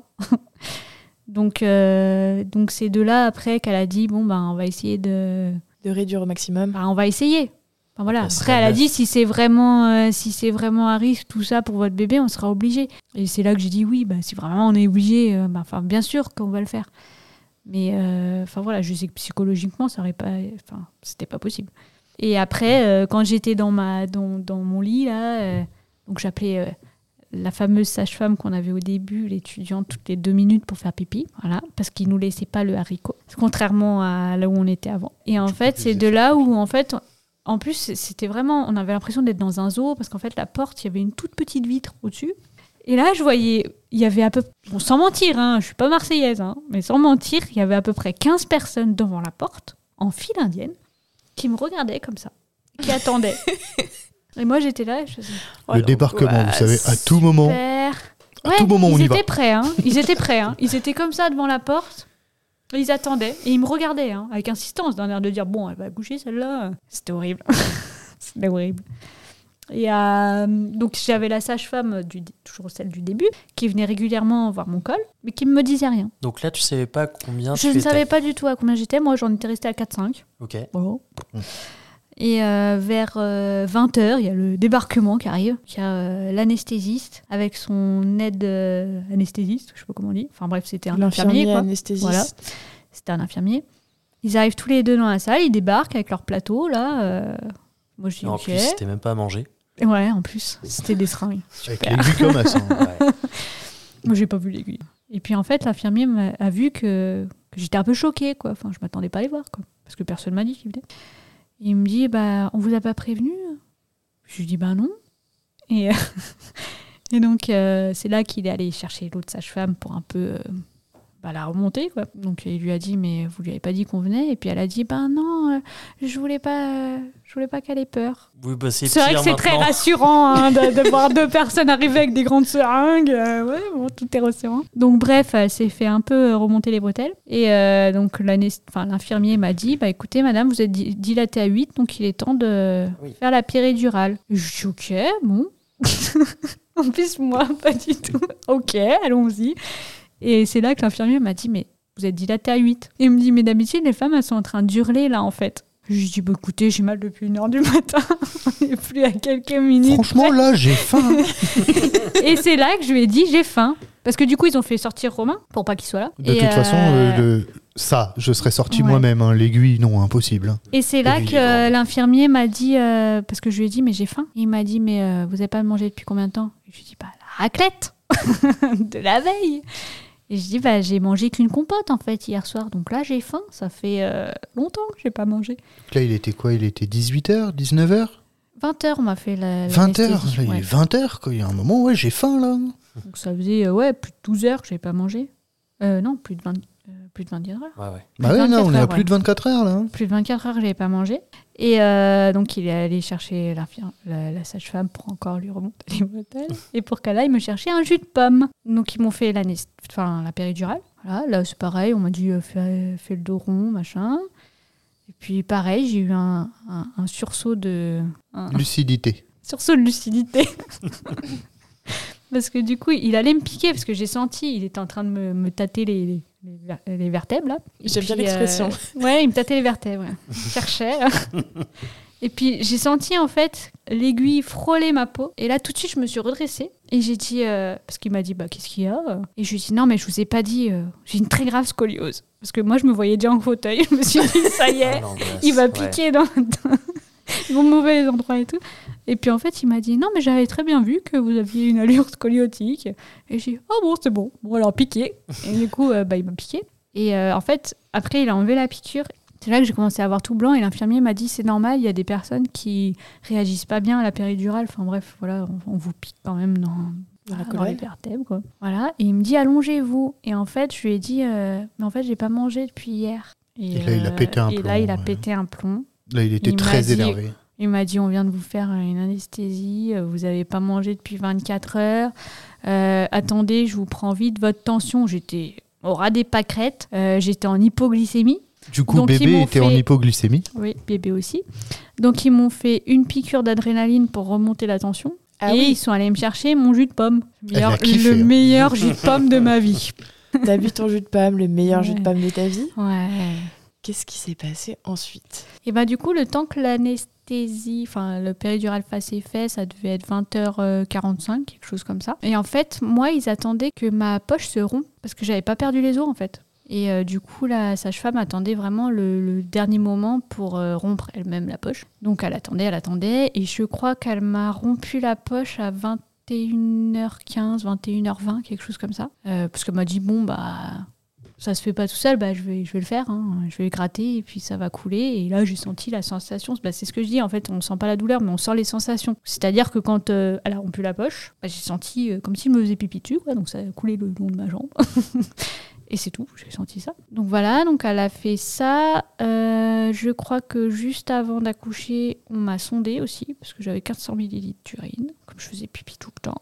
donc euh, donc c'est de là après qu'elle a dit bon ben on va essayer de de réduire au maximum. Ben, on va essayer. Enfin, voilà. Ça Après, serait elle a neuf. dit si c'est vraiment, euh, si c'est vraiment à risque, tout ça pour votre bébé, on sera obligé. Et c'est là que j'ai dit oui, bah, si vraiment on est obligé, euh, bah, enfin, bien sûr qu'on va le faire. Mais euh, enfin voilà, je sais que psychologiquement, ça aurait pas, enfin, c'était pas possible. Et après, euh, quand j'étais dans ma, dans, dans mon lit là, euh, donc j'appelais euh, la fameuse sage-femme qu'on avait au début, l'étudiante toutes les deux minutes pour faire pipi, voilà, parce qu'ils nous laissaient pas le haricot, contrairement à là où on était avant. Et en Je fait, peux c'est plus de les là où en fait. En plus, c'était vraiment... On avait l'impression d'être dans un zoo, parce qu'en fait, la porte, il y avait une toute petite vitre au-dessus. Et là, je voyais... Il y avait à peu... Bon, sans mentir, hein, je suis pas marseillaise, hein, mais sans mentir, il y avait à peu près quinze personnes devant la porte, en file indienne, qui me regardaient comme ça, qui attendaient. Et moi, j'étais là, et je faisais... Le débarquement, vous savez, à tout moment, Super. à Ouais, tout moment, on ils y va. étaient prêts, hein. Ils étaient prêts, hein. Ils étaient comme ça devant la porte. Ils attendaient et ils me regardaient hein, avec insistance, d'un air de dire bon, elle va accoucher celle-là. C'était horrible. C'était horrible. Et euh, donc j'avais la sage-femme, du, toujours celle du début, qui venait régulièrement voir mon col, mais qui ne me disait rien. Donc là, tu savais pas combien Je tu ne étais. savais pas du tout à combien j'étais. Moi, j'en étais restée à quatre cinq. Ok. Voilà. Mm. Et euh, vers euh, vingt heures, il y a le débarquement qui arrive. Il y a euh, l'anesthésiste avec son aide euh, anesthésiste, je sais pas comment on dit. Enfin bref, c'était un infirmier. L'infirmier Quoi. anesthésiste. Voilà. C'était un infirmier. Ils arrivent tous les deux dans la salle, ils débarquent avec leur plateau, là. euh, Moi, je dis Et en ok. plus, c'était même pas à manger. Ouais, en plus, c'était des seringues. Avec l'aiguille comme ça. Ouais. Moi, j'ai pas vu l'aiguille. Et puis, en fait, l'infirmier m'a- a vu que, que j'étais un peu choquée, quoi. Enfin, je m'attendais pas à les voir, quoi. Parce que personne m'a dit qu'il venait. Et il me dit, bah, on vous a pas prévenu ? Je lui dis, bah non. Et, et donc, euh, c'est là qu'il est allé chercher l'autre sage-femme pour un peu euh, bah, la remonter, quoi. Donc, il lui a dit, mais vous lui avez pas dit qu'on venait ? Et puis, elle a dit, bah non, euh, je voulais pas, euh, je voulais pas qu'elle ait peur. Oui, bah c'est C'est vrai pire que c'est très maintenant. rassurant hein, de, de voir deux personnes arriver avec des grandes seringues. Euh, ouais, bon, tout est rassurant. Donc bref, elle s'est fait un peu remonter les bretelles. Et euh, donc l'anest- enfin, l'infirmier m'a dit, bah écoutez madame, vous êtes di- dilatée à huit, donc il est temps de Oui. faire la péridurale. Et je dis ok, bon. En plus, moi, pas du tout. Ok, allons-y. Et c'est là que l'infirmier m'a dit, mais vous êtes dilatée à huit. Et il me dit, mais d'habitude, les femmes, elles sont en train d'hurler là, en fait. Je lui dis, bah écoutez, j'ai mal depuis une heure du matin. On n'est plus à quelques minutes. Franchement, près. là, j'ai faim. Et c'est là que je lui ai dit, j'ai faim. Parce que du coup, ils ont fait sortir Romain pour pas qu'il soit là. De Et, toute façon, euh, euh, le- ça, je serais sorti ouais. moi-même. hein. L'aiguille, non, impossible. hein. Et c'est là lui, il que est grand. euh, l'infirmier m'a dit, euh, parce que je lui ai dit, mais j'ai faim. Et il m'a dit, mais euh, vous n'avez pas mangé depuis combien de temps ? Et je lui ai dit, bah la raclette de la veille. Et je dis, bah j'ai mangé qu'une compote en fait hier soir. Donc là, j'ai faim. Ça fait euh, longtemps que j'ai pas mangé. Là, il était quoi ? Il était dix-huit heures, dix-neuf heures, vingt heures, on m'a fait la. vingt heures. l'anesthésie, Là, il ouais. est vingt heures. Quoi. Il y a un moment, ouais, j'ai faim là. Donc ça faisait euh, ouais, plus de douze heures que j'avais pas mangé. Euh, non, plus de vingt, euh, plus de vingt-quatre heures. Ouais, ouais. Bah ouais, là, vingt-quatre on est à heures, plus ouais. de vingt-quatre heures là. hein. Plus de vingt-quatre heures que j'avais pas mangé. Et euh, donc il est allé chercher l'infir- la, la sage-femme pour encore lui remonter les bretelles. Et pour qu'elle aille me chercher un jus de pomme. Donc ils m'ont fait l'anest- enfin, la péridurale. Voilà, là c'est pareil, on m'a dit euh, fais, fais le dos rond, machin. Et puis pareil, j'ai eu un, un, un sursaut de... Un, Lucidité. sursaut de lucidité. Parce que du coup, il allait me piquer, parce que j'ai senti, il était en train de me, me tâter les, les, les ver- les vertèbres, là. Et J'aime bien puis, l'expression. euh, ouais, il me tâtait les vertèbres. ouais. Il cherchait. là. Et puis, j'ai senti, en fait, l'aiguille frôler ma peau. Et là, tout de suite, je me suis redressée. Et j'ai dit... euh, parce qu'il m'a dit, bah, qu'est-ce qu'il y a ? Et je lui ai dit, non, mais je vous ai pas dit, euh, j'ai une très grave scoliose. Parce que moi, je me voyais déjà en fauteuil. Je me suis dit, ça y est, Ah, l'angoisse, il va ouais. piquer dans, dans, dans mauvais endroits et tout. Et puis en fait, il m'a dit non, mais j'avais très bien vu que vous aviez une allure scoliotique. Et j'ai dit oh bon, c'est bon. Bon, alors piqué. Et du coup, euh, bah, il m'a piqué. Et euh, en fait, après, il a enlevé la piqûre. C'est là que j'ai commencé à avoir tout blanc. Et l'infirmier m'a dit c'est normal, il y a des personnes qui réagissent pas bien à la péridurale. Enfin bref, voilà, on, on vous pique quand même dans, Dans la dans les colonne. vertèbres. Quoi. Voilà. Et il me dit allongez-vous. Et en fait, je lui ai dit euh, mais en fait, j'ai pas mangé depuis hier. Et là, il a pété un et plomb, là, il a ouais. pété un plomb. Là, il était Il m'a très dit- énervé. Il m'a dit, on vient de vous faire une anesthésie, vous n'avez pas mangé depuis vingt-quatre heures. Euh, attendez, je vous prends vite votre tension. J'étais au ras des pâquerettes, euh, j'étais en hypoglycémie. Du coup, Donc, bébé était fait... en hypoglycémie. Oui, bébé aussi. Donc, ils m'ont fait une piqûre d'adrénaline pour remonter la tension. Ah et oui. ils sont allés me chercher mon jus de pomme. Meilleur, a kiffé, le hein. meilleur jus de pomme de ma vie. T'as bu ton jus de pomme, le meilleur Ouais. jus de pomme de ta vie. Ouais. Qu'est-ce qui s'est passé ensuite? Et bah du coup, le temps que l'anesthésie, enfin le péridurale s'est fait, ça devait être vingt heures quarante-cinq, quelque chose comme ça. Et en fait, moi, ils attendaient que ma poche se rompe parce que j'avais pas perdu les os en fait. Et euh, du coup, la sage-femme attendait vraiment le, le dernier moment pour euh, rompre elle-même la poche. Donc elle attendait, elle attendait. Et je crois qu'elle m'a rompu la poche à vingt et une heures quinze, vingt et une heures vingt, quelque chose comme ça. Euh, parce qu'elle m'a dit, bon, bah, ça se fait pas tout seul, bah, je, vais, je vais le faire. Hein. Je vais le gratter et puis ça va couler. Et là, j'ai senti la sensation. Bah, c'est ce que je dis, en fait, on sent pas la douleur, mais on sent les sensations. C'est-à-dire que quand euh, elle a rompu la poche, bah, j'ai senti euh, comme s'il me faisait pipi dessus, quoi. Donc ça a coulé le long de ma jambe. Et c'est tout, j'ai senti ça. Donc voilà, donc elle a fait ça. Euh, je crois que juste avant d'accoucher, on m'a sondée aussi, parce que j'avais quatre cents millilitres d'urine, comme je faisais pipi tout le temps.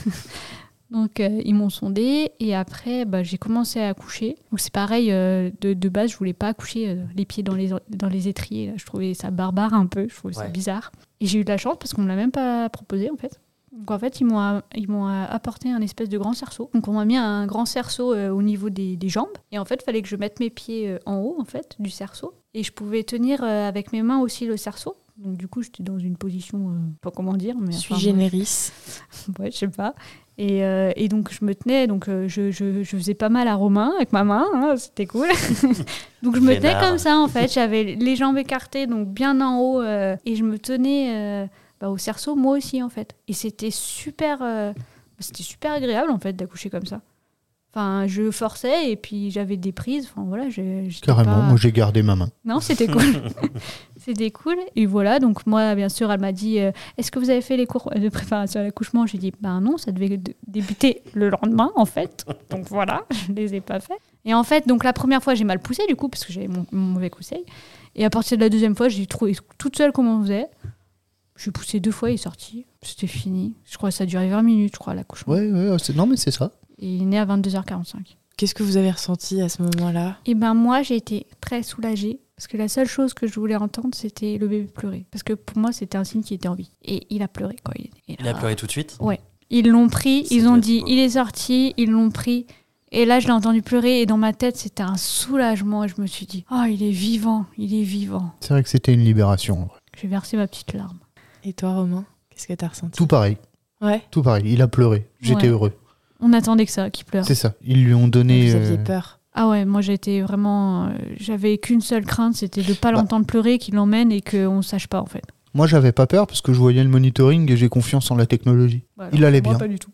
Donc euh, ils m'ont sondée, et après bah, j'ai commencé à accoucher. Donc c'est pareil, euh, de, de base, je voulais pas accoucher euh, les pieds dans les, dans les étriers. Là. Je trouvais ça barbare un peu, je trouvais Ouais. ça bizarre. Et j'ai eu de la chance, parce qu'on me l'a même pas proposé en fait. Donc en fait, ils m'ont, ils m'ont apporté un espèce de grand cerceau. Donc on m'a mis un grand cerceau euh, au niveau des, des jambes. Et en fait, il fallait que je mette mes pieds euh, en haut en fait, du cerceau. Et je pouvais tenir euh, avec mes mains aussi le cerceau. Donc du coup, j'étais dans une position, euh, pas comment dire, mais Sui enfin, generis. ouais, je sais pas. Et, euh, et donc je me tenais, donc euh, je, je, je faisais pas mal à Romain avec ma main, hein, c'était cool. Donc je me tenais Vénard. comme ça en fait. J'avais les jambes écartées, donc bien en haut, euh, et je me tenais. Euh, Bah, au cerceau, moi aussi, en fait. Et c'était super, euh, c'était super agréable, en fait, d'accoucher comme ça. Enfin, je forçais et puis j'avais des prises. Enfin, voilà, j'ai, j'étais Carrément, pas... moi j'ai gardé ma main. Non, c'était cool. C'était cool. Et voilà, donc moi, bien sûr, elle m'a dit euh, est-ce que vous avez fait les cours de préparation à l'accouchement? J'ai dit ben non, ça devait d- débuter le lendemain, en fait. Donc voilà, je les ai pas fait. Et en fait, donc la première fois, j'ai mal poussé, du coup, parce que j'avais mon, mon mauvais conseil. Et à partir de la deuxième fois, j'ai trouvé toute seule comment on faisait. Je suis poussée deux fois, il est sorti. C'était fini. Je crois que ça a duré vingt minutes, je crois, l'accouchement. Ouais, ouais, c'est... non mais c'est ça. Et il est né à vingt-deux heures quarante-cinq. Qu'est-ce que vous avez ressenti à ce moment-là? Et ben moi, j'ai été très soulagée. Parce que la seule chose que je voulais entendre, c'était le bébé pleurer. Parce que pour moi, c'était un signe qu'il était en vie. Et il a pleuré quand il est né. Il a pleuré tout de suite. Ouais. Ils l'ont pris, Ça ils doit ont être dit, beau. il est sorti, ils l'ont pris. Et là, je l'ai entendu pleurer. Et dans ma tête, c'était un soulagement. Et je me suis dit, oh, il est vivant, il est vivant. C'est vrai que c'était une libération. En vrai. J'ai versé ma petite larme. Et toi, Romain, qu'est-ce que t'as ressenti? Tout pareil, Ouais. tout pareil. Il a pleuré. J'étais Ouais. heureux. On attendait que ça, qu'il pleure. C'est ça. Ils lui ont donné. Vous aviez euh, peur. Ah ouais, moi j'étais vraiment... euh, j'avais qu'une seule crainte, c'était de ne pas Bah. l'entendre pleurer, qu'il l'emmène et qu'on ne sache pas en fait. Moi, j'avais pas peur parce que je voyais le monitoring et j'ai confiance en la technologie. Voilà. Il allait Moi, bien. pas du tout.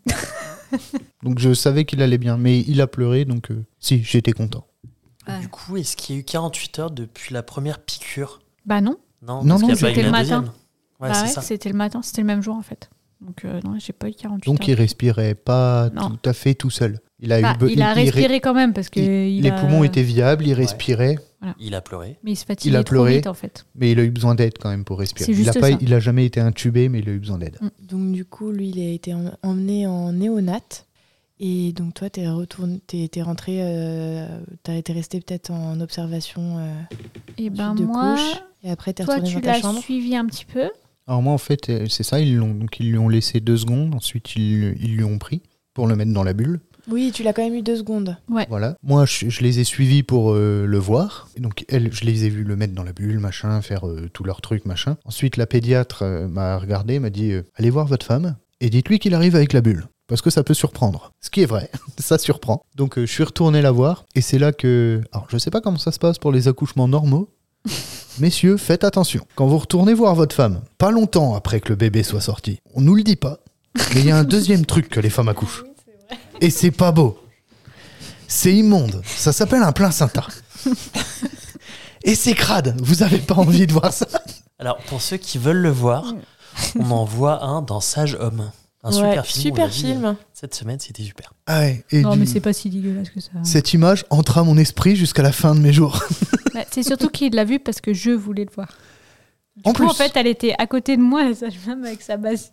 Donc je savais qu'il allait bien, mais il a pleuré, donc euh, si, j'étais content. Ouais. Du coup, est-ce qu'il y a eu quarante-huit heures depuis la première piqûre? Bah non, Non, Non, parce non, qu'il y a pas c'était eu le la matin. deuxième. Ouais, bah c'est ouais, ça. c'était le matin, c'était le même jour en fait. Donc euh, non, j'ai pas eu quarante-huit Donc heures. il respirait pas Non. tout à fait tout seul. Il a Bah, eu be- il a il- il- respiré quand même parce que... il- il les a- poumons étaient viables, il respirait, Il a pleuré. Mais il se fatiguait il a trop pleuré. vite en fait. mais il a eu besoin d'aide quand même pour respirer. C'est Il a, juste pas, ça. il a jamais été intubé, mais il a eu besoin d'aide. Donc du coup, lui, il a été em- emmené en néonat. Et donc toi, t'es retourné, t'es, t'es rentré, euh, t'as été resté peut-être en observation euh, Et ben suite de moi, couche. Et après, t'es toi retourné tu dans ta l'as chambre. suivi un petit peu. Alors moi en fait, euh, c'est ça, ils, l'ont, donc, ils lui ont laissé deux secondes, ensuite ils, ils lui ont pris pour le mettre dans la bulle. Oui, tu l'as quand même eu deux secondes. Voilà. Moi, je, je les ai suivis pour euh, le voir. Et donc, elle, je les ai vus le mettre dans la bulle, machin, faire euh, tous leurs trucs, machin. Ensuite, la pédiatre euh, m'a regardé, m'a dit euh, allez voir votre femme et dites-lui qu'il arrive avec la bulle. Parce que ça peut surprendre. Ce qui est vrai, ça surprend. Donc, euh, je suis retourné la voir. Et c'est là que... Alors, je sais pas comment ça se passe pour les accouchements normaux. Messieurs, faites attention. Quand vous retournez voir votre femme, pas longtemps après que le bébé soit sorti, on nous le dit pas, mais il y a un deuxième truc que les femmes accouchent. Et c'est pas beau. C'est immonde. Ça s'appelle un placenta. Et c'est crade. Vous avez pas envie de voir ça? Alors, pour ceux qui veulent le voir, on en voit un dans Sage Homme. Un Ouais, super film. on super l'a dit, film. euh, Cette semaine, c'était super. Ah ouais. Et Non du- mais c'est pas si dégueulasse que ça. Cette image entra mon esprit jusqu'à la fin de mes jours. Bah, c'est surtout qu'il l'a vu parce que je voulais le voir. Du En coup, plus. en fait, elle était à côté de moi, la sage-femme, avec sa bassine.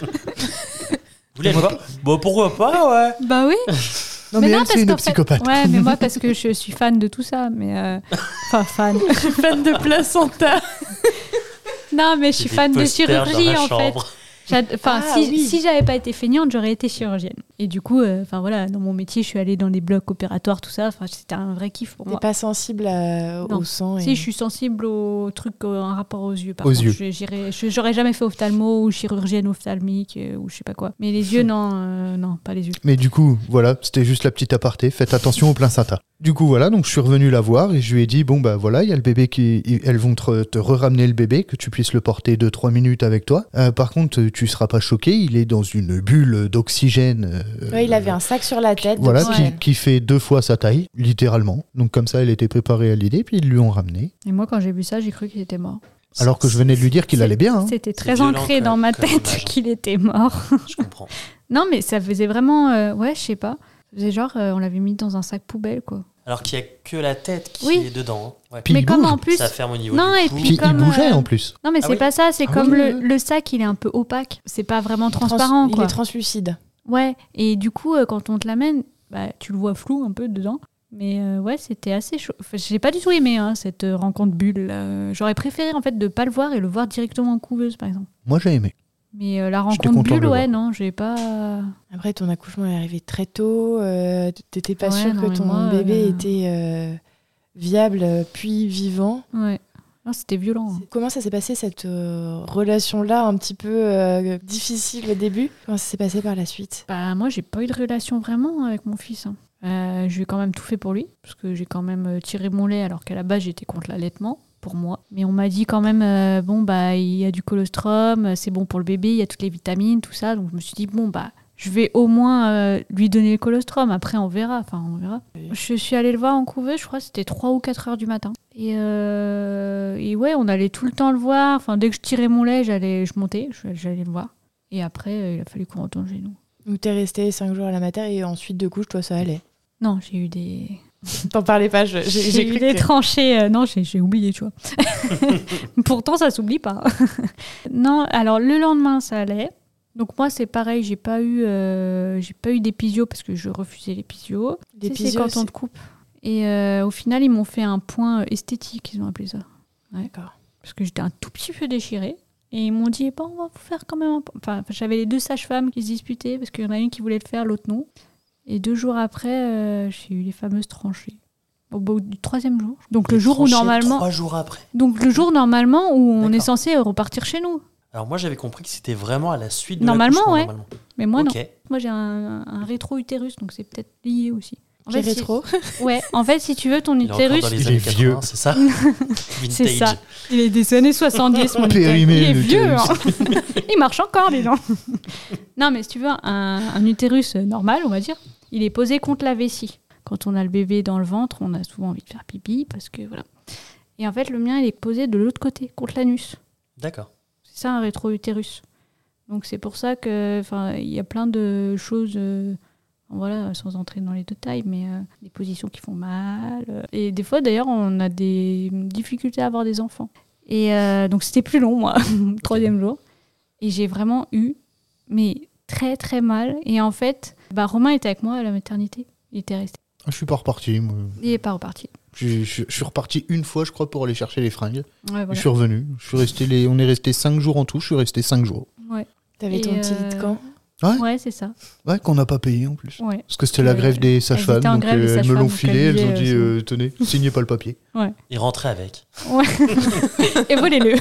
Vous voulez pas Bon, pourquoi pas, ouais. Bah oui. Non, mais, non, elle, parce c'est une qu'en fait- psychopathe. Ouais, mais moi, parce que je suis fan de tout ça. Mais euh, Enfin, fan. Je suis fan de placenta. Non, mais je suis J'ai des fan de posters dans chirurgie, ma en fait. chambre. J'ad- Enfin, Ah, si, oui. si j'avais pas été feignante, j'aurais été chirurgienne. Et du coup, euh, enfin voilà, dans mon métier, je suis allée dans des blocs opératoires, tout ça. Enfin, c'était un vrai kiff pour T'es moi. pas sensible à- Non. au sang. Et... Si, je suis sensible aux trucs euh, en rapport aux yeux. Par Aux contre, yeux. Je- j'irais- je- j'aurais jamais fait ophtalmo ou chirurgienne ophtalmique euh, ou je sais pas quoi. Mais les yeux, non, euh, non, pas les yeux. Mais du coup, voilà, c'était juste la petite aparté. Faites attention au placenta. Du coup, voilà, donc je suis revenu la voir et je lui ai dit, bon, bah voilà, il y a le bébé qui. Elles vont te, te re-ramener le bébé, que tu puisses le porter deux trois minutes avec toi. Euh, par contre, tu seras pas choqué, il est dans une bulle d'oxygène. euh, Ouais, il avait un sac sur la tête. Voilà, donc qui, ouais. qui fait deux fois sa taille, littéralement. Donc comme ça, elle était préparée à l'idée, puis ils lui ont ramené. Et moi, quand j'ai vu ça, j'ai cru qu'il était mort. Alors que je venais de lui dire qu'il C'est- allait bien. hein. C'était très violent ancré comme- dans ma comme tête image. qu'il était mort. Je comprends. Non, mais ça faisait vraiment. euh, ouais, je sais pas. Ça faisait genre, euh, on l'avait mis dans un sac poubelle, quoi. Alors qu'il n'y a que la tête qui Oui. est dedans. hein. Ouais. Puis mais il comme bouge. en plus. Ça ferme au niveau Non, du et cou. puis Puis il comme, bougeait euh, en plus. Non, mais Ah c'est oui. pas ça. C'est Ah comme oui, le, oui. le sac, il est un peu opaque. C'est pas vraiment Trans- transparent, Il quoi. est translucide. Ouais, et du coup, euh, quand on te l'amène, bah, tu le vois flou un peu dedans. Mais euh, ouais, c'était assez chaud. Enfin, j'ai pas du tout aimé hein, cette euh, rencontre bulle. là. J'aurais préféré en fait de pas le voir et le voir directement en couveuse, par exemple. Moi, j'ai aimé. Mais euh, la J'étais rencontre content de bulle, le ouais, voir. non, j'ai pas. Après, ton accouchement est arrivé très tôt. euh, T'étais pas Ouais, sûre non, que mais ton moi, bébé euh, était euh, viable euh, puis vivant. Ouais. Non, c'était violent. hein. Comment ça s'est passé cette euh, relation-là, un petit peu euh, difficile au début? Comment ça s'est passé par la suite? Bah, moi, j'ai pas eu de relation vraiment avec mon fils. Hein. Euh, j'ai quand même tout fait pour lui, parce que j'ai quand même euh, tiré mon lait, alors qu'à la base, j'étais contre l'allaitement, pour moi. Mais on m'a dit quand même, euh, bon, bah, il y a du colostrum, euh, c'est bon pour le bébé, il y a toutes les vitamines, tout ça. Donc, je me suis dit, bon, bah, je vais au moins euh, lui donner le colostrum. Après, on verra. Enfin, on verra. Oui. Je suis allée le voir en couveuse, je crois que c'était trois ou quatre heures du matin. Et, euh, et ouais, on allait tout le temps le voir. Enfin, dès que je tirais mon lait, j'allais, je montais, je- j'allais le voir. Et après, euh, il a fallu qu'on retourne chez nous. Donc t'es resté cinq jours à la mater et ensuite de couches, toi ça allait. Non, j'ai eu des... T'en parlais pas, je- j'ai J'ai j'ai eu cru des que... tranchées. euh, non, j'ai j'ai oublié, tu vois. Pourtant, ça s'oublie pas. Non, alors le lendemain, ça allait. Donc moi, c'est pareil, j'ai pas eu, euh, j'ai pas eu d'épisio parce que je refusais l'épisio. Tu sais, c'est L'épisio, quand on te coupe. Et euh, au final, ils m'ont fait un point esthétique, ils ont appelé ça. D'accord. Parce que j'étais un tout petit peu déchirée. Et ils m'ont dit, bon, on va vous faire quand même un... point. Enfin, j'avais les deux sages-femmes qui se disputaient parce qu'il y en a une qui voulait le faire, l'autre non. Et deux jours après, euh, j'ai eu les fameuses tranchées. Au bout du troisième jour. Donc le jour où Tranché normalement... Trois jours après. Donc le jour normalement où on D'accord. est censé repartir chez nous. Alors moi j'avais compris que c'était vraiment à la suite de Normalement, l'accouchement, ouais. normalement. Mais moi non. Ok. Moi j'ai un, un rétro-utérus, donc c'est peut-être lié aussi. En Qui fait, si- rétro. Ouais, en fait, si tu veux, ton Il est encore utérus, dans les Il années est vieux. quatre-vingts, c'est ça c'est Vintage. ça. Il est des années soixante-dix, mon utérus. Périmé, Il est le vieux. utérus. hein. Il marche encore, les gens. Non, mais si tu veux, un, un utérus normal, on va dire, il est posé contre la vessie. Quand on a le bébé dans le ventre, on a souvent envie de faire pipi, parce que voilà. Et en fait, le mien, il est posé de l'autre côté, contre l'anus. D'accord. C'est ça un rétro-utérus. Donc c'est pour ça que, enfin, il y a plein de choses, euh, voilà, sans entrer dans les détails, mais euh, des positions qui font mal. euh, et des fois, d'ailleurs, on a des difficultés à avoir des enfants. Et euh, donc c'était plus long, moi, le troisième jour. Et j'ai vraiment eu, mais très très mal. Et en fait, bah, Romain était avec moi à la maternité. Il était resté. Je suis pas reparti. Moi. Il n'est pas reparti. Je, je- je suis reparti une fois, je crois, pour aller chercher les fringues. Ouais, voilà. Je suis revenu. Je suis resté les... On est resté cinq jours en tout. Je suis resté cinq jours. Ouais, T'avais Et ton petit lit de euh, camp. ouais c'est ça. Ouais, qu'on n'a pas payé en plus. Ouais. Parce que c'était la Euh, grève des sages-femmes. étaient en Donc grève, les euh, elles me sages-femmes, l'ont donc filé. elles Elles ont disaient, dit euh, euh, tenez, signez pas le papier. Il rentrait avec. Ouais. Et volez-le.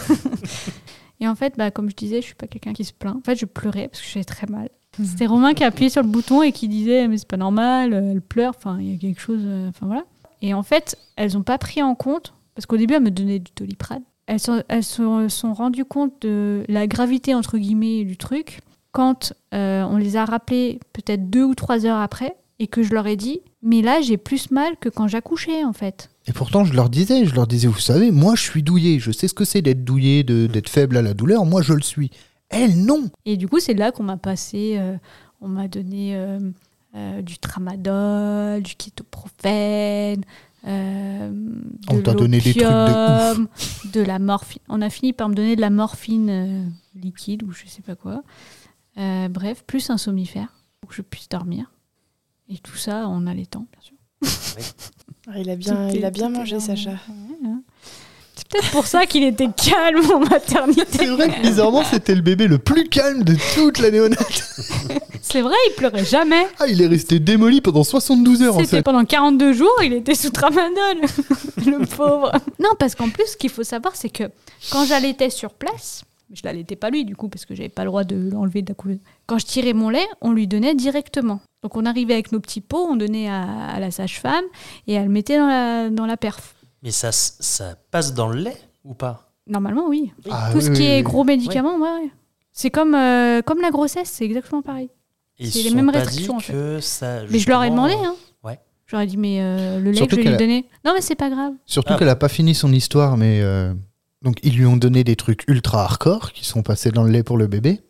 Et en fait, bah, comme je disais, je suis pas quelqu'un qui se plaint. En fait, je pleurais parce que j'avais très mal. C'était Romain qui a appuyé sur le bouton et qui disait mais c'est pas normal, euh, elle pleure, enfin il y a quelque chose, euh, enfin voilà. Et en fait, elles ont pas pris en compte parce qu'au début elles me donnaient du Doliprane. Elles sont, elles se sont rendues compte de la gravité entre guillemets du truc quand euh, on les a rappelées peut-être deux ou trois heures après et que je leur ai dit mais là j'ai plus mal que quand j'accouchais en fait. Et pourtant, je leur disais, je leur disais, vous savez, moi, je suis douillé. Je sais ce que c'est d'être douillé, de- d'être faible à la douleur. Moi, je le suis. Elle, non. Et du coup, c'est là qu'on m'a passé, euh, on m'a donné euh, euh, du tramadol, du kétoprophène, euh, On de t'a donné des trucs de l'opium, de la morphine. On a fini par me donner de la morphine euh, liquide ou je sais pas quoi. Euh, bref, plus un somnifère pour que je puisse dormir. Et tout ça en allaitant, bien sûr. Ah, il a bien, il a bien mangé, Sacha. Ouais, hein. C'est peut-être pour ça qu'il était calme en maternité. C'est vrai que bizarrement, c'était le bébé le plus calme de toute la néonate. C'est vrai, il pleurait jamais. Ah, il est resté démoli pendant soixante-douze heures en C'était fait. pendant quarante-deux jours, il était sous tramadol, le pauvre. Non, parce qu'en plus, ce qu'il faut savoir, c'est que quand j'allaitais sur place, je l'allaitais pas lui du coup, parce que j'avais pas le droit de l'enlever de la couveuse. Quand je tirais mon lait, on lui donnait directement. Donc on arrivait avec nos petits pots, on donnait à, à la sage-femme et elle le mettait dans la, dans la perf. Mais ça, ça passe dans le lait ou pas? Normalement, oui. Ah, Tout oui, ce qui oui, est oui. gros médicaments, ouais, ouais. C'est comme, euh, comme la grossesse, c'est exactement pareil. Et C'est ils les se mêmes sont pas restrictions, dit en fait. que ça, Mais je leur ai justement, demandé, hein. Ouais. Je leur ai dit, mais euh, le lait Surtout que je vais lui qu'elle a- donner. Non, mais c'est pas grave. Surtout Ah. qu'elle a pas fini son histoire, mais euh, donc ils lui ont donné des trucs ultra hardcore qui sont passés dans le lait pour le bébé.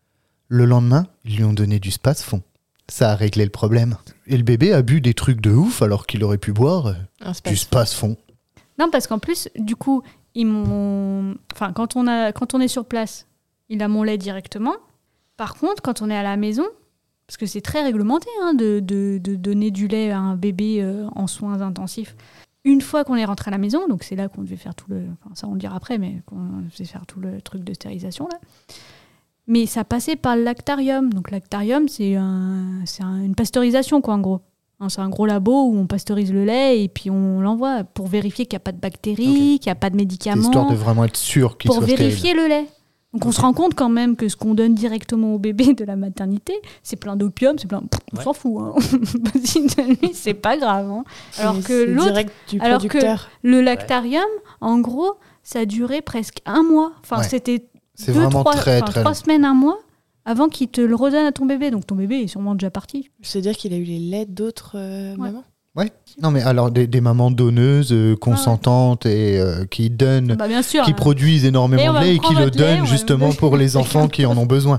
Le lendemain, ils lui ont donné du Spasfon. Ça a réglé le problème. Et le bébé a bu des trucs de ouf alors qu'il aurait pu boire euh, Un du Spasfon. Non, parce qu'en plus, du coup, ils m'ont. Enfin, quand on, a... quand on est sur place, il a mon lait directement. Par contre, quand on est à la maison, parce que c'est très réglementé hein, de, de, de donner du lait à un bébé euh, en soins intensifs. Une fois qu'on est rentré à la maison, donc c'est là qu'on devait faire tout le. Enfin, ça, on le dira après, mais qu'on devait faire tout le truc de stérilisation, là. Mais ça passait par le lactarium. Donc, lactarium, c'est, un... c'est un... une pasteurisation, quoi, en gros. Hein, c'est un gros labo où on pasteurise le lait et puis on l'envoie pour vérifier qu'il n'y a pas de bactéries, qu'il n'y a pas de C'est médicaments. histoire de vraiment être sûr qu'il Pour soit stérile. vérifier le lait. Donc on se rend compte quand même que ce qu'on donne directement au bébé de la maternité, c'est plein d'opium, c'est plein. Pff, on Ouais. s'en fout. Hein. Vas-y, donne-lui, c'est pas grave. Hein. Alors Mais que c'est l'autre, direct du alors que- producteur. le lactarium, en gros, ça a duré presque un mois. Enfin, Ouais. c'était C'est deux, vraiment trois, très enfin, très trois long. semaines, un mois avant qu'il te le redonne à ton bébé. Donc ton bébé est sûrement déjà parti. C'est-à-dire qu'il a eu les laits d'autres euh, Ouais. mamans. Non mais alors des, des mamans donneuses, euh, consentantes et euh, qui donnent, Bah bien sûr. qui hein. produisent Et on énormément va de lait et prendre qui le votre lait, on donnent va justement vous- pour les enfants qui en ont besoin.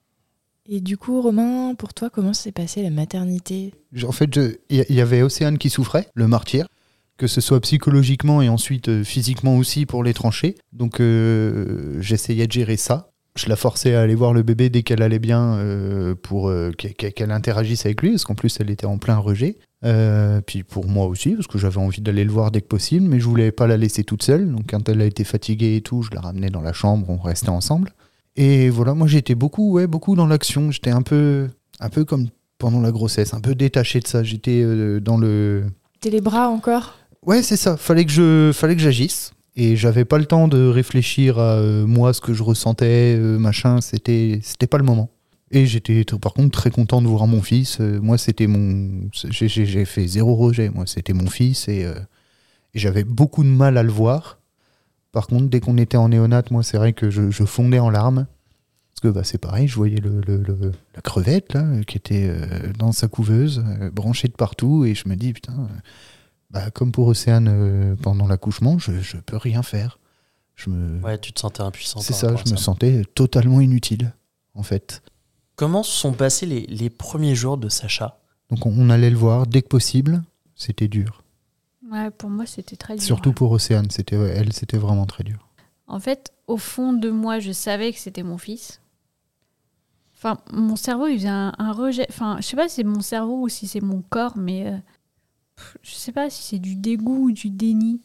Et du coup, Romain, pour toi, comment s'est passée la maternité? En fait, je- il y, y avait Océane qui souffrait, le martyr, que ce soit psychologiquement et ensuite euh, physiquement aussi pour les trancher. Donc euh, j'essayais de gérer ça. Je la forçais à aller voir le bébé dès qu'elle allait bien euh, pour euh, qu'elle qu'elle interagisse avec lui, parce qu'en plus elle était en plein rejet. Euh, puis pour moi aussi, parce que j'avais envie d'aller le voir dès que possible, mais je voulais pas la laisser toute seule. Donc quand elle a été fatiguée et tout, je la ramenais dans la chambre, on restait ensemble. Et voilà, moi j'étais beaucoup, ouais, beaucoup dans l'action. J'étais un peu, un peu comme pendant la grossesse, un peu détaché de ça. J'étais euh, dans le... T'es les bras encore? Ouais, c'est ça. Fallait que je, fallait que j'agisse. Et j'avais pas le temps de réfléchir à euh, moi, ce que je ressentais, euh, machin. C'était, c'était pas le moment. Et j'étais t- par contre très content de voir mon fils. Euh, moi, c'était mon, j'ai, j'ai- j'ai fait zéro rejet. Moi, c'était mon fils et, euh, et j'avais beaucoup de mal à le voir. Par contre, dès qu'on était en néonate, moi, c'est vrai que je, je fondais en larmes. Parce que bah, c'est pareil, je voyais le, le- le- la crevette là, euh, qui était euh, dans sa couveuse, euh, branchée de partout, et je me dis, putain, euh, bah, comme pour Océane euh, pendant l'accouchement, je, je peux rien faire. Je me... Ouais, tu te sentais impuissant. c'est par ça, rapport je à me sentais totalement inutile, en fait. Comment se sont passés les, les premiers jours de Sacha? Donc on, on allait le voir dès que possible, c'était dur. Ouais, pour moi, c'était très dur. Surtout pour Océane, c'était, ouais, elle, c'était vraiment très dur. En fait, au fond de moi, je savais que c'était mon fils. Enfin, mon cerveau, il faisait un, un rejet. Enfin, je sais pas si c'est mon cerveau ou si c'est mon corps, mais euh, pff, je sais pas si c'est du dégoût ou du déni.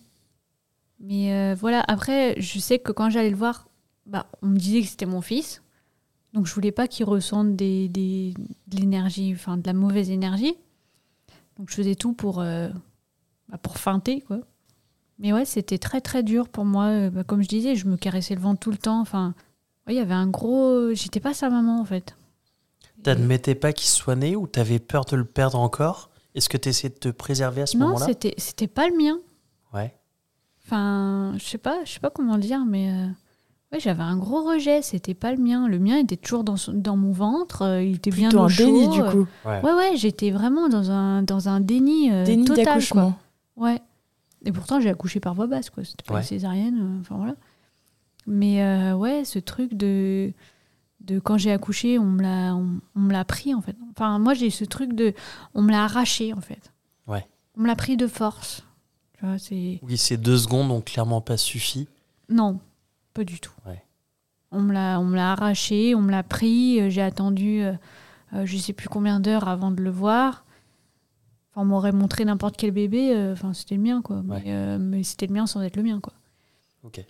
Mais euh, voilà, après, je sais que quand j'allais le voir, bah, on me disait que c'était mon fils. Donc, je voulais pas qu'il ressente des, des, de l'énergie, enfin, de la mauvaise énergie. Donc, je faisais tout pour, euh, bah, pour feinter, quoi. Mais ouais, c'était très très dur pour moi. Euh, bah, comme je disais, je me caressais le ventre tout le temps. Enfin, ouais, il y avait un gros. J'étais pas sa maman en fait. T'admettais pas qu'il soit né ou t'avais peur de le perdre encore? Est-ce que t'essayais de te préserver à ce Non, moment-là? c'était c'était pas le mien. Ouais. Enfin, je sais pas, je sais pas comment le dire, mais euh, ouais, j'avais un gros rejet. C'était pas le mien. Le mien était toujours dans son- dans mon ventre. euh, il était bien Plutôt au un chaud. déni, du euh. coup. Ouais. Ouais, ouais, j'étais vraiment dans un dans un déni, euh, Déni total, d'accouchement. quoi. Ouais. Et pourtant, j'ai accouché par voie basse, quoi. C'était pas Ouais. une césarienne. euh, Enfin voilà. Mais euh, ouais, ce truc de de quand j'ai accouché, on me l'a on, on me l'a pris en fait. Enfin moi j'ai ce truc de on me l'a arraché en fait. Ouais. On me l'a pris de force. Tu vois, c'est... Oui, ces deux secondes n'ont clairement pas suffi. Non, pas du tout. Ouais. On me l'a, on me l'a arraché, on me l'a pris. euh, J'ai attendu euh, euh, je sais plus combien d'heures avant de le voir. Enfin, on m'aurait montré n'importe quel bébé. euh, Enfin, c'était le mien, quoi. Ouais. Mais, euh, mais c'était le mien sans être le mien, quoi. Ok.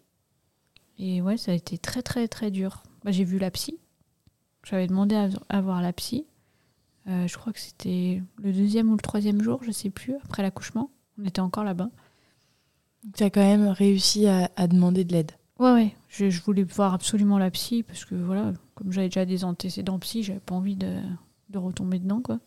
Et ouais, ça a été très, très, très dur. Bah, j'ai vu la psy. J'avais demandé à, à voir la psy. Euh, je crois que c'était le deuxième ou le troisième jour, je sais plus, après l'accouchement. On était encore là-bas. Tu as quand même réussi à, à demander de l'aide. Ouais, ouais. Je, je voulais voir absolument la psy parce que, voilà, comme j'avais déjà des antécédents psy, j'avais pas envie de, de retomber dedans, quoi.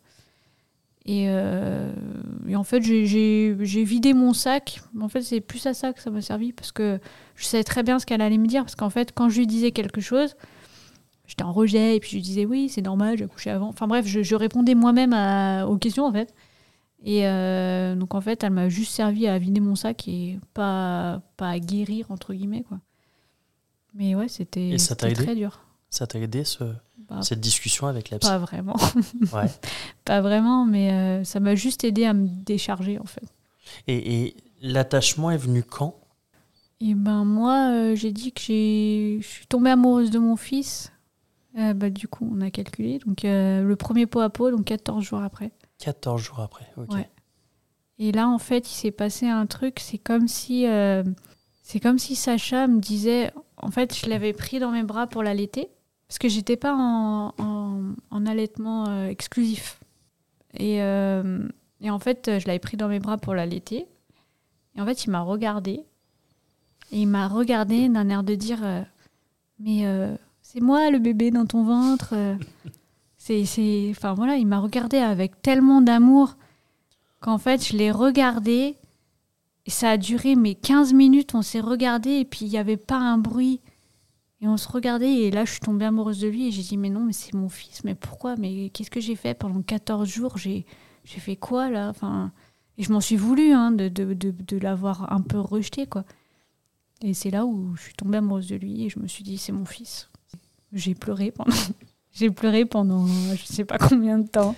Et, euh, et en fait, j'ai, j'ai, j'ai vidé mon sac. En fait, c'est plus à ça que ça m'a servi parce que je savais très bien ce qu'elle allait me dire. Parce qu'en fait, quand je lui disais quelque chose, j'étais en rejet et puis je lui disais oui, c'est normal, j'ai accouché avant. Enfin bref, je, je répondais moi-même à, aux questions, en fait. Et euh, donc, en fait, elle m'a juste servi à vider mon sac et pas, pas à guérir, entre guillemets, quoi. Mais ouais, c'était, Et ça t'a c'était aidé très dur. Ça t'a aidé, ce, Bah, cette discussion avec la psy? pas vraiment. Ouais. Pas vraiment, mais euh, ça m'a juste aidé à me décharger, en fait. Et, et l'attachement est venu quand? Et ben moi, euh, j'ai dit que j'ai... je suis tombée amoureuse de mon fils. Euh, bah, du coup, on a calculé. Donc, euh, le premier pot à pot, donc quatorze jours après. quatorze jours après, ok. Ouais. Et là, en fait, il s'est passé un truc. C'est comme si, euh, c'est comme si Sacha me disait... En fait, je l'avais pris dans mes bras pour l'allaiter. Parce que j'étais pas en, en, en allaitement euh, exclusif. Et, euh, et en fait, je l'avais pris dans mes bras pour l'allaiter. Et en fait, il m'a regardée. Et il m'a regardée d'un air de dire euh, mais euh, c'est moi le bébé dans ton ventre. euh. c'est, c'est... Enfin voilà, il m'a regardée avec tellement d'amour qu'en fait, je l'ai regardé. Et ça a duré mais quinze minutes. On s'est regardé et puis il n'y avait pas un bruit. Et on se regardait et là, je suis tombée amoureuse de lui. Et j'ai dit mais non, mais c'est mon fils. Mais pourquoi? Mais qu'est-ce que j'ai fait pendant quatorze jours? J'ai, j'ai fait quoi là? Enfin, et je m'en suis voulu hein, de, de, de, de l'avoir un peu rejeté, quoi. Et c'est là où je suis tombée amoureuse de lui et je me suis dit, c'est mon fils. J'ai pleuré pendant, j'ai pleuré pendant je sais pas combien de temps.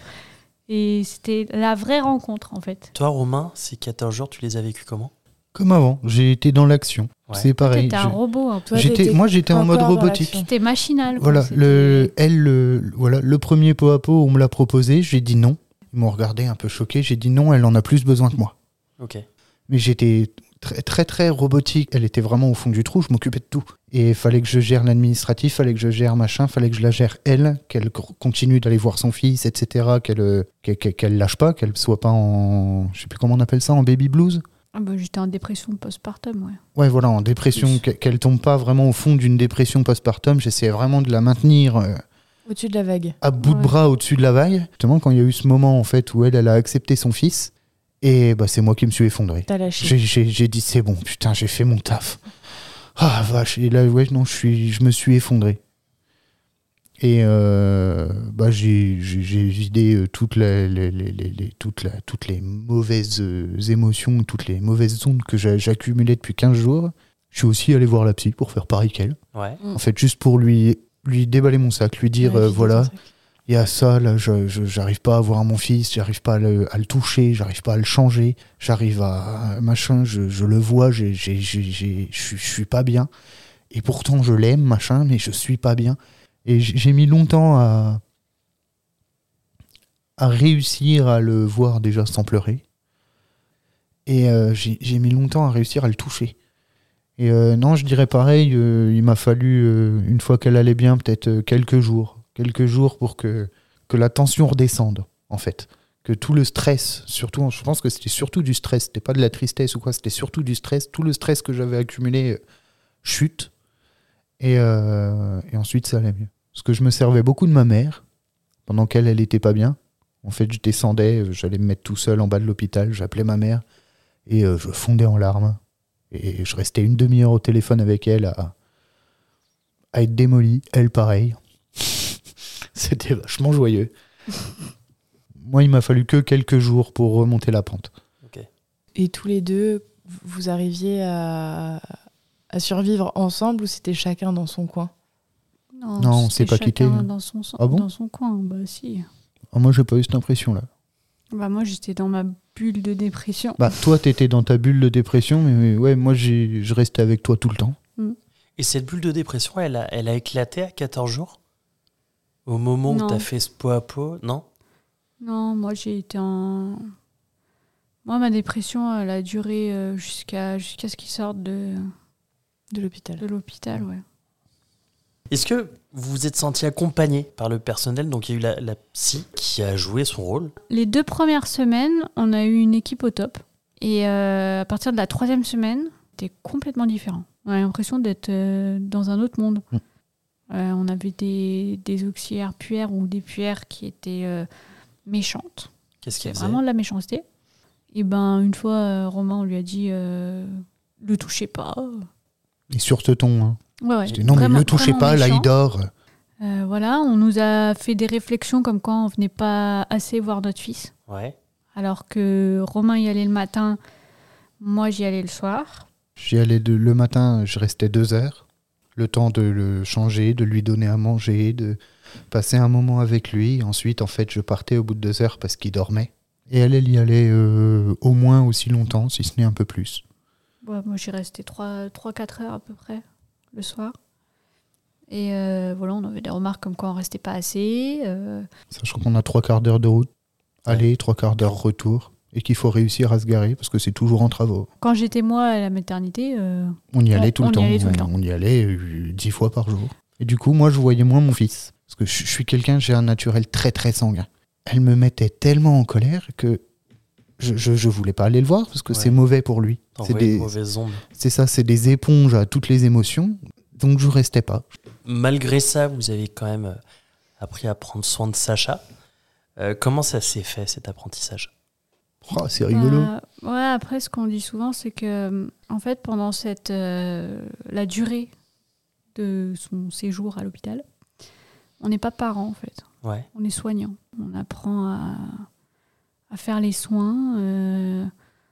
Et c'était la vraie rencontre, en fait. Toi, Romain, ces quatorze jours, tu les as vécus comment? Comme avant, j'ai été dans l'action. Ouais. C'est pareil. T'étais un je- robot, un peu. Toi, J'étais, t'étais moi, j'étais en mode encore dans robotique. l'action. C'était machinal, quoi. Voilà, C'était- le, elle, le, voilà, le premier pot à pot, on me l'a proposé, j'ai dit non. Ils m'ont regardé un peu choqué, j'ai dit non, elle en a plus besoin que moi. Ok. Mais j'étais très, très, très robotique. Elle était vraiment au fond du trou, je m'occupais de tout. Et il fallait que je gère l'administratif, fallait que je gère machin, fallait que je la gère elle, qu'elle co- continue d'aller voir son fils, et cetera. Qu'elle, euh, qu'elle, qu'elle, qu'elle lâche pas, qu'elle soit pas en, je sais plus comment on appelle ça, en baby blues. Ah bah, j'étais en dépression postpartum, ouais. Ouais, voilà, en dépression, Oui. qu'elle, qu'elle tombe pas vraiment au fond d'une dépression postpartum. J'essayais vraiment de la maintenir euh, Au-dessus de la vague. Ah, à bout de Ouais. bras au-dessus de la vague. Justement, quand il y a eu ce moment en fait où elle, elle a accepté son fils, et bah c'est moi qui me suis effondré. T'as lâché. J'ai, j'ai, j'ai dit c'est bon, putain, j'ai fait mon taf. Ah vache, et là ouais non, je suis, je me suis effondré. Et euh, bah j'ai, j'ai, j'ai vidé euh, toutes les, les, les, les, les- toutes, la- toutes les mauvaises euh, émotions, toutes les mauvaises ondes que j'ai, j'accumulais depuis quinze jours. Je suis aussi allé voir la psy pour faire pareil qu'elle. Ouais. En fait, juste pour lui, lui déballer mon sac, lui dire Ouais, euh, vider voilà. ton sac. Il y a ça, là, je, je- j'arrive pas à voir mon fils, j'arrive pas à le, à le toucher, j'arrive pas à le changer, j'arrive à machin, je, je le vois, j'ai, j'ai, j'ai, j'ai- je suis- je suis pas bien. Et pourtant, je l'aime, machin, mais je suis pas bien. Et j'ai j'ai mis longtemps à, à réussir à le voir déjà sans pleurer. Et euh, j'ai, j'ai mis longtemps à réussir à le toucher. Et euh, non, je dirais pareil, euh, il m'a fallu, euh, une fois qu'elle allait bien, peut-être euh, quelques jours. Quelques jours pour que, que la tension redescende, en fait. Que tout le stress, surtout, je pense que c'était surtout du stress, c'était pas de la tristesse ou quoi, c'était surtout du stress. Tout le stress que j'avais accumulé euh, chute. Et, euh, et ensuite, ça allait mieux. Parce que je me servais beaucoup de ma mère, pendant qu'elle, elle était pas bien. En fait, je descendais, euh, j'allais me mettre tout seul en bas de l'hôpital, j'appelais ma mère, et euh, je fondais en larmes. Et je restais une demi-heure au téléphone avec elle à, à être démolie. Elle, pareil. C'était vachement joyeux. Moi, il m'a fallu que quelques jours pour remonter la pente. Et tous les deux, vous arriviez à, à survivre ensemble ou c'était chacun dans son coin? Non, on s'est c'était pas quitté. chacun dans son, Ah bon dans son coin, bah si. Ah, moi, j'ai pas eu cette impression-là. Bah, moi, j'étais dans ma bulle de dépression. Bah, toi, t'étais dans ta bulle de dépression, mais ouais, moi, j'ai, je restais avec toi tout le temps. Et cette bulle de dépression, elle a, elle a éclaté à quatorze jours? Au moment Non. où t'as fait ce pot à pot, non? Non, moi, j'ai été en... Moi, ma dépression, elle a duré euh, jusqu'à, jusqu'à ce qu'il sorte de, De l'hôpital. de l'hôpital, ouais. Est-ce que vous vous êtes senti accompagné par le personnel? Donc il y a eu la, la psy qui a joué son rôle. Les deux premières semaines, on a eu une équipe au top. Et euh, à partir de la troisième semaine, c'était complètement différent. On a l'impression d'être euh, dans un autre monde. Mmh. Euh, on avait des, des auxiliaires puères ou des puères qui étaient euh, méchantes. Qu'est-ce C'est qu'elle faisait? vraiment de la méchanceté. Et ben une fois, euh, Romain, on lui a dit euh, le touchez pas. Et sur ce ton, hein. Ouais, ouais, C'était, non, mais vraiment- ne le touchez vraiment pas, là, méchant. il dort. Euh, voilà, on nous a fait des réflexions comme quoi on venait pas assez voir notre fils. Ouais. Alors que Romain y allait le matin, moi j'y allais le soir. J'y allais de, le matin, je restais deux heures. Le temps de le changer, de lui donner à manger, de passer un moment avec lui. Ensuite, en fait, je partais au bout de deux heures parce qu'il dormait. Et elle, elle y allait euh, au moins aussi longtemps, si ce n'est un peu plus. Ouais, moi j'y restais trois quatre heures à peu près le soir. Et euh, voilà, on avait des remarques comme quoi on restait pas assez. euh, Sachant qu'on a trois quarts d'heure de route, aller, trois quarts d'heure retour, et qu'il faut réussir à se garer parce que c'est toujours en travaux. Quand j'étais moi à la maternité, euh, On y allait On- tout on le y temps. allait tout le on, temps. on y allait euh, dix fois par jour. Et du coup, moi, je voyais moins mon fils. Parce que je, je suis quelqu'un, j'ai un naturel très très sanguin. Elle me mettait tellement en colère que je, je, je voulais pas aller le voir parce que Ouais. c'est mauvais pour lui. C'est, T'envoyais des, une mauvaise onde. c'est ça, c'est des éponges à toutes les émotions. Donc je restais pas. Malgré ça, vous avez quand même euh, appris à prendre soin de Sacha. Euh, comment ça s'est fait, cet apprentissage? Oh, c'est rigolo. bah, ouais, après ce qu'on dit souvent, c'est que en fait pendant cette euh, la durée de son séjour à l'hôpital, on n'est pas parent en fait. Ouais. On est soignant. On apprend à, à faire les soins. euh,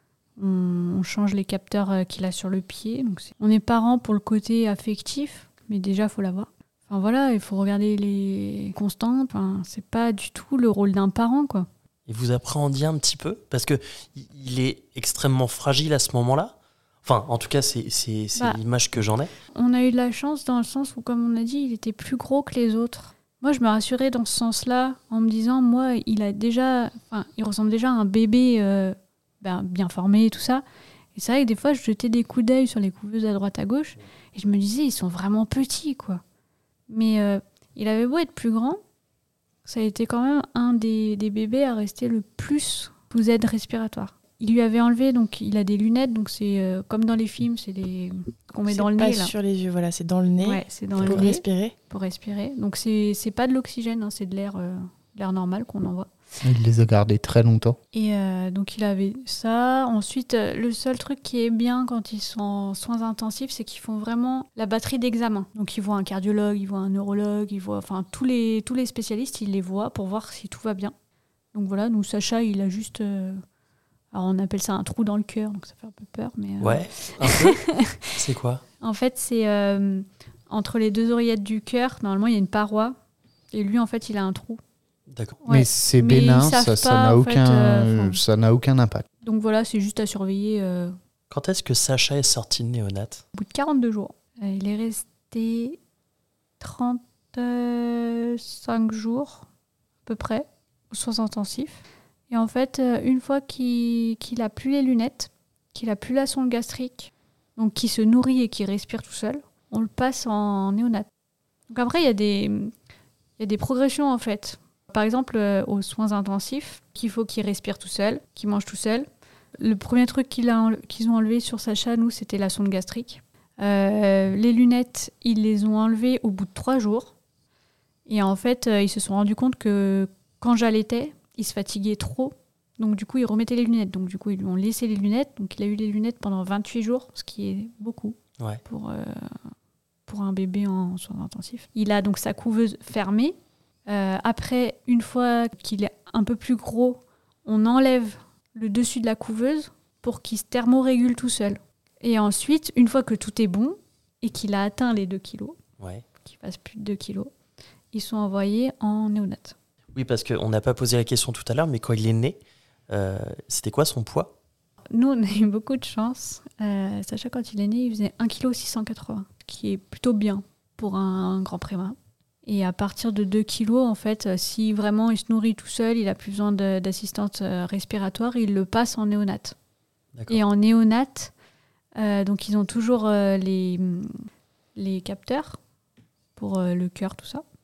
on, on change les capteurs euh, qu'il a sur le pied. Donc c'est- on est parent pour le côté affectif, mais déjà, il faut l'avoir. Enfin voilà, il faut regarder les constantes. Enfin, c'est pas du tout le rôle d'un parent, quoi. Et vous appréhendiez un petit peu? Parce que il- il est extrêmement fragile à ce moment-là. Enfin, en tout cas, c'est, c'est, c'est Bah. l'image que j'en ai. On a eu de la chance dans le sens où, comme on a dit, il était plus gros que les autres. Moi, je me rassurais dans ce sens-là en me disant, moi, il a déjà, enfin, il ressemble déjà à un bébé euh, ben, bien formé et tout ça. Et c'est vrai que des fois, je jetais des coups d'œil sur les couveuses à droite à gauche et je me disais, ils sont vraiment petits, quoi. Mais euh, il avait beau être plus grand, ça a été quand même un des, des bébés à rester le plus sous aide respiratoire. Il lui avait enlevé, donc il a des lunettes, donc c'est euh, comme dans les films, c'est les qu'on met C'est dans le pas nez là. sur les yeux, voilà, c'est dans le nez Ouais, c'est dans pour le nez respirer. pour respirer. Donc c'est c'est pas de l'oxygène, hein, c'est de l'air euh, l'air normal qu'on envoie. Il les a gardés très longtemps. Et euh, donc il avait ça. Ensuite, euh, le seul truc qui est bien quand ils sont en soins intensifs, c'est qu'ils font vraiment la batterie d'examen. Donc ils voient un cardiologue, ils voient un neurologue, ils voient, enfin tous les tous les spécialistes, ils les voient pour voir si tout va bien. Donc voilà, nous Sacha, il a juste, euh, alors on appelle ça un trou dans le cœur, donc ça fait un peu peur, mais euh, Ouais, un peu. C'est quoi? en fait c'est euh, entre les deux oreillettes du cœur. Normalement, il y a une paroi, et lui en fait, il a un trou. D'accord. Ouais. Mais c'est Mais bénin, ils savent ça, ça pas, n'a en aucun, fait, euh, enfin. ça n'a aucun impact. Donc voilà, c'est juste à surveiller euh, Quand est-ce que Sacha est sorti de néonat? au bout de quarante-deux jours. Euh, il est resté trente-cinq jours, à peu près, aux soins intensifs. Et en fait, euh, une fois qu'il qu'il a plus les lunettes, qu'il a plus la sonde gastrique, donc qu'il se nourrit et qu'il respire tout seul, on le passe en néonat. Donc après, il y a des, il y a des progressions en fait. Par exemple, euh, aux soins intensifs, qu'il faut qu'il respire tout seul, qu'il mange tout seul. Le premier truc qu'il a enle- qu'ils ont enlevé sur Sacha, nous, c'était la sonde gastrique. Euh, les lunettes, ils les ont enlevées au bout de trois jours. Et en fait, euh, ils se sont rendus compte que quand j'allaitais, il se fatiguait trop. Donc du coup, ils remettaient les lunettes. Donc du coup, ils lui ont laissé les lunettes. Donc il a eu les lunettes pendant vingt-huit jours, ce qui est beaucoup Ouais. pour, euh, pour un bébé en soins intensifs. Il a donc sa couveuse fermée. Euh, après, une fois qu'il est un peu plus gros, on enlève le dessus de la couveuse pour qu'il se thermorégule tout seul. Et ensuite, une fois que tout est bon et qu'il a atteint les deux kilos, Ouais. qu'il fasse plus de deux kilos, ils sont envoyés en néonat. Oui, parce qu'on n'a pas posé la question tout à l'heure, mais quand il est né, Euh, c'était quoi son poids ? Nous, on a eu beaucoup de chance. Euh, Sacha, quand il est né, il faisait un virgule six cent quatre-vingts kilos, ce qui est plutôt bien pour un, un grand prémat. Et à partir de deux kilos, en fait, si vraiment il se nourrit tout seul, il n'a plus besoin de, d'assistance respiratoire, il le passe en néonate. D'accord. Et en néonate, euh, donc ils ont toujours euh, les, les capteurs pour euh, le cœur, tout ça.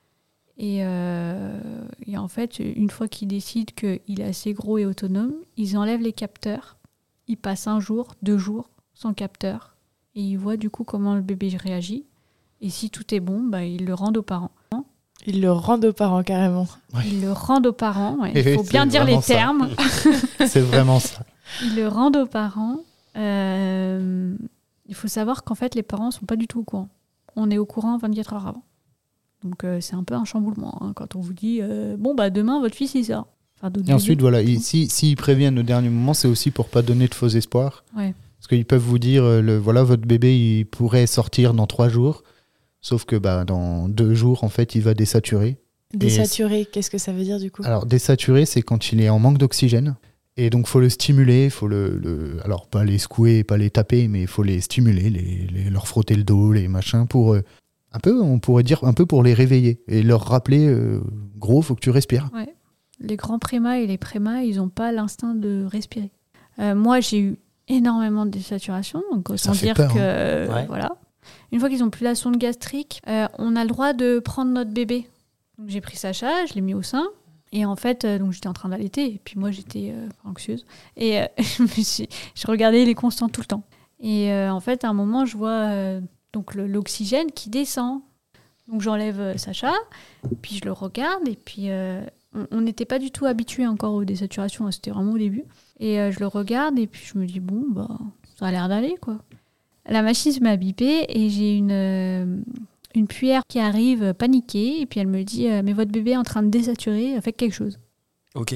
Et, euh, et en fait, une fois qu'ils décident qu'il est assez gros et autonome, ils enlèvent les capteurs. Ils passent un jour, deux jours sans capteur. Et ils voient du coup comment le bébé réagit. Et si tout est bon, bah, ils le rendent aux parents. Ils le rendent aux parents, carrément. Ouais. Ils le rendent aux parents. Ouais. Et Il faut c'est bien dire les vraiment ça. termes. C'est vraiment ça. Ils le rendent aux parents. Euh, il faut savoir qu'en fait, les parents ne sont pas du tout au courant. On est au courant vingt-quatre heures avant. Donc, euh, c'est un peu un chamboulement hein, quand on vous dit euh, bon, bah, demain, votre fils, il sort. Enfin, d'autres Et ensuite, bébés. voilà, ils- si, s'ils préviennent au dernier moment, c'est aussi pour pas donner de faux espoirs. Ouais. Parce qu'ils peuvent vous dire, euh, le, voilà, votre bébé, il pourrait sortir dans trois jours. Sauf que bah, dans deux jours, en fait, il va désaturer. Désaturé, qu'est-ce que ça veut dire du coup ? Alors, désaturer, c'est quand il est en manque d'oxygène. Et donc, il faut le stimuler. Il faut le, le- alors, pas les secouer, pas les taper, mais il faut les stimuler, les, les- leur frotter le dos, les machins, pour... euh, un peu, on pourrait dire, un peu pour les réveiller. Et leur rappeler, euh, gros, faut que tu respires. Ouais. Les grands prémas et les prémas, ils n'ont pas l'instinct de respirer. Euh, moi, j'ai eu énormément de désaturation, donc autant Ça fait dire peur, que hein. euh, Ouais. voilà. Une fois qu'ils n'ont plus la sonde gastrique, euh, on a le droit de prendre notre bébé. Donc, j'ai pris Sacha, je l'ai mis au sein, et en fait, euh, donc j'étais en train d'allaiter, et puis moi j'étais euh, anxieuse, et euh, je, me suis- je regardais les constants tout le temps. Et euh, en fait, à un moment, je vois euh, donc le- l'oxygène qui descend. Donc j'enlève euh, Sacha, puis je le regarde, et puis euh, on- on n'était pas du tout habitué encore aux désaturations, hein, c'était vraiment au début. Et euh, je le regarde, et puis je me dis, bon, bah, ça a l'air d'aller, quoi. La machine se met à biper, et j'ai une, euh, une puère qui arrive euh, paniquée, et puis elle me dit, euh, mais votre bébé est en train de désaturer, euh, faites quelque chose. Ok.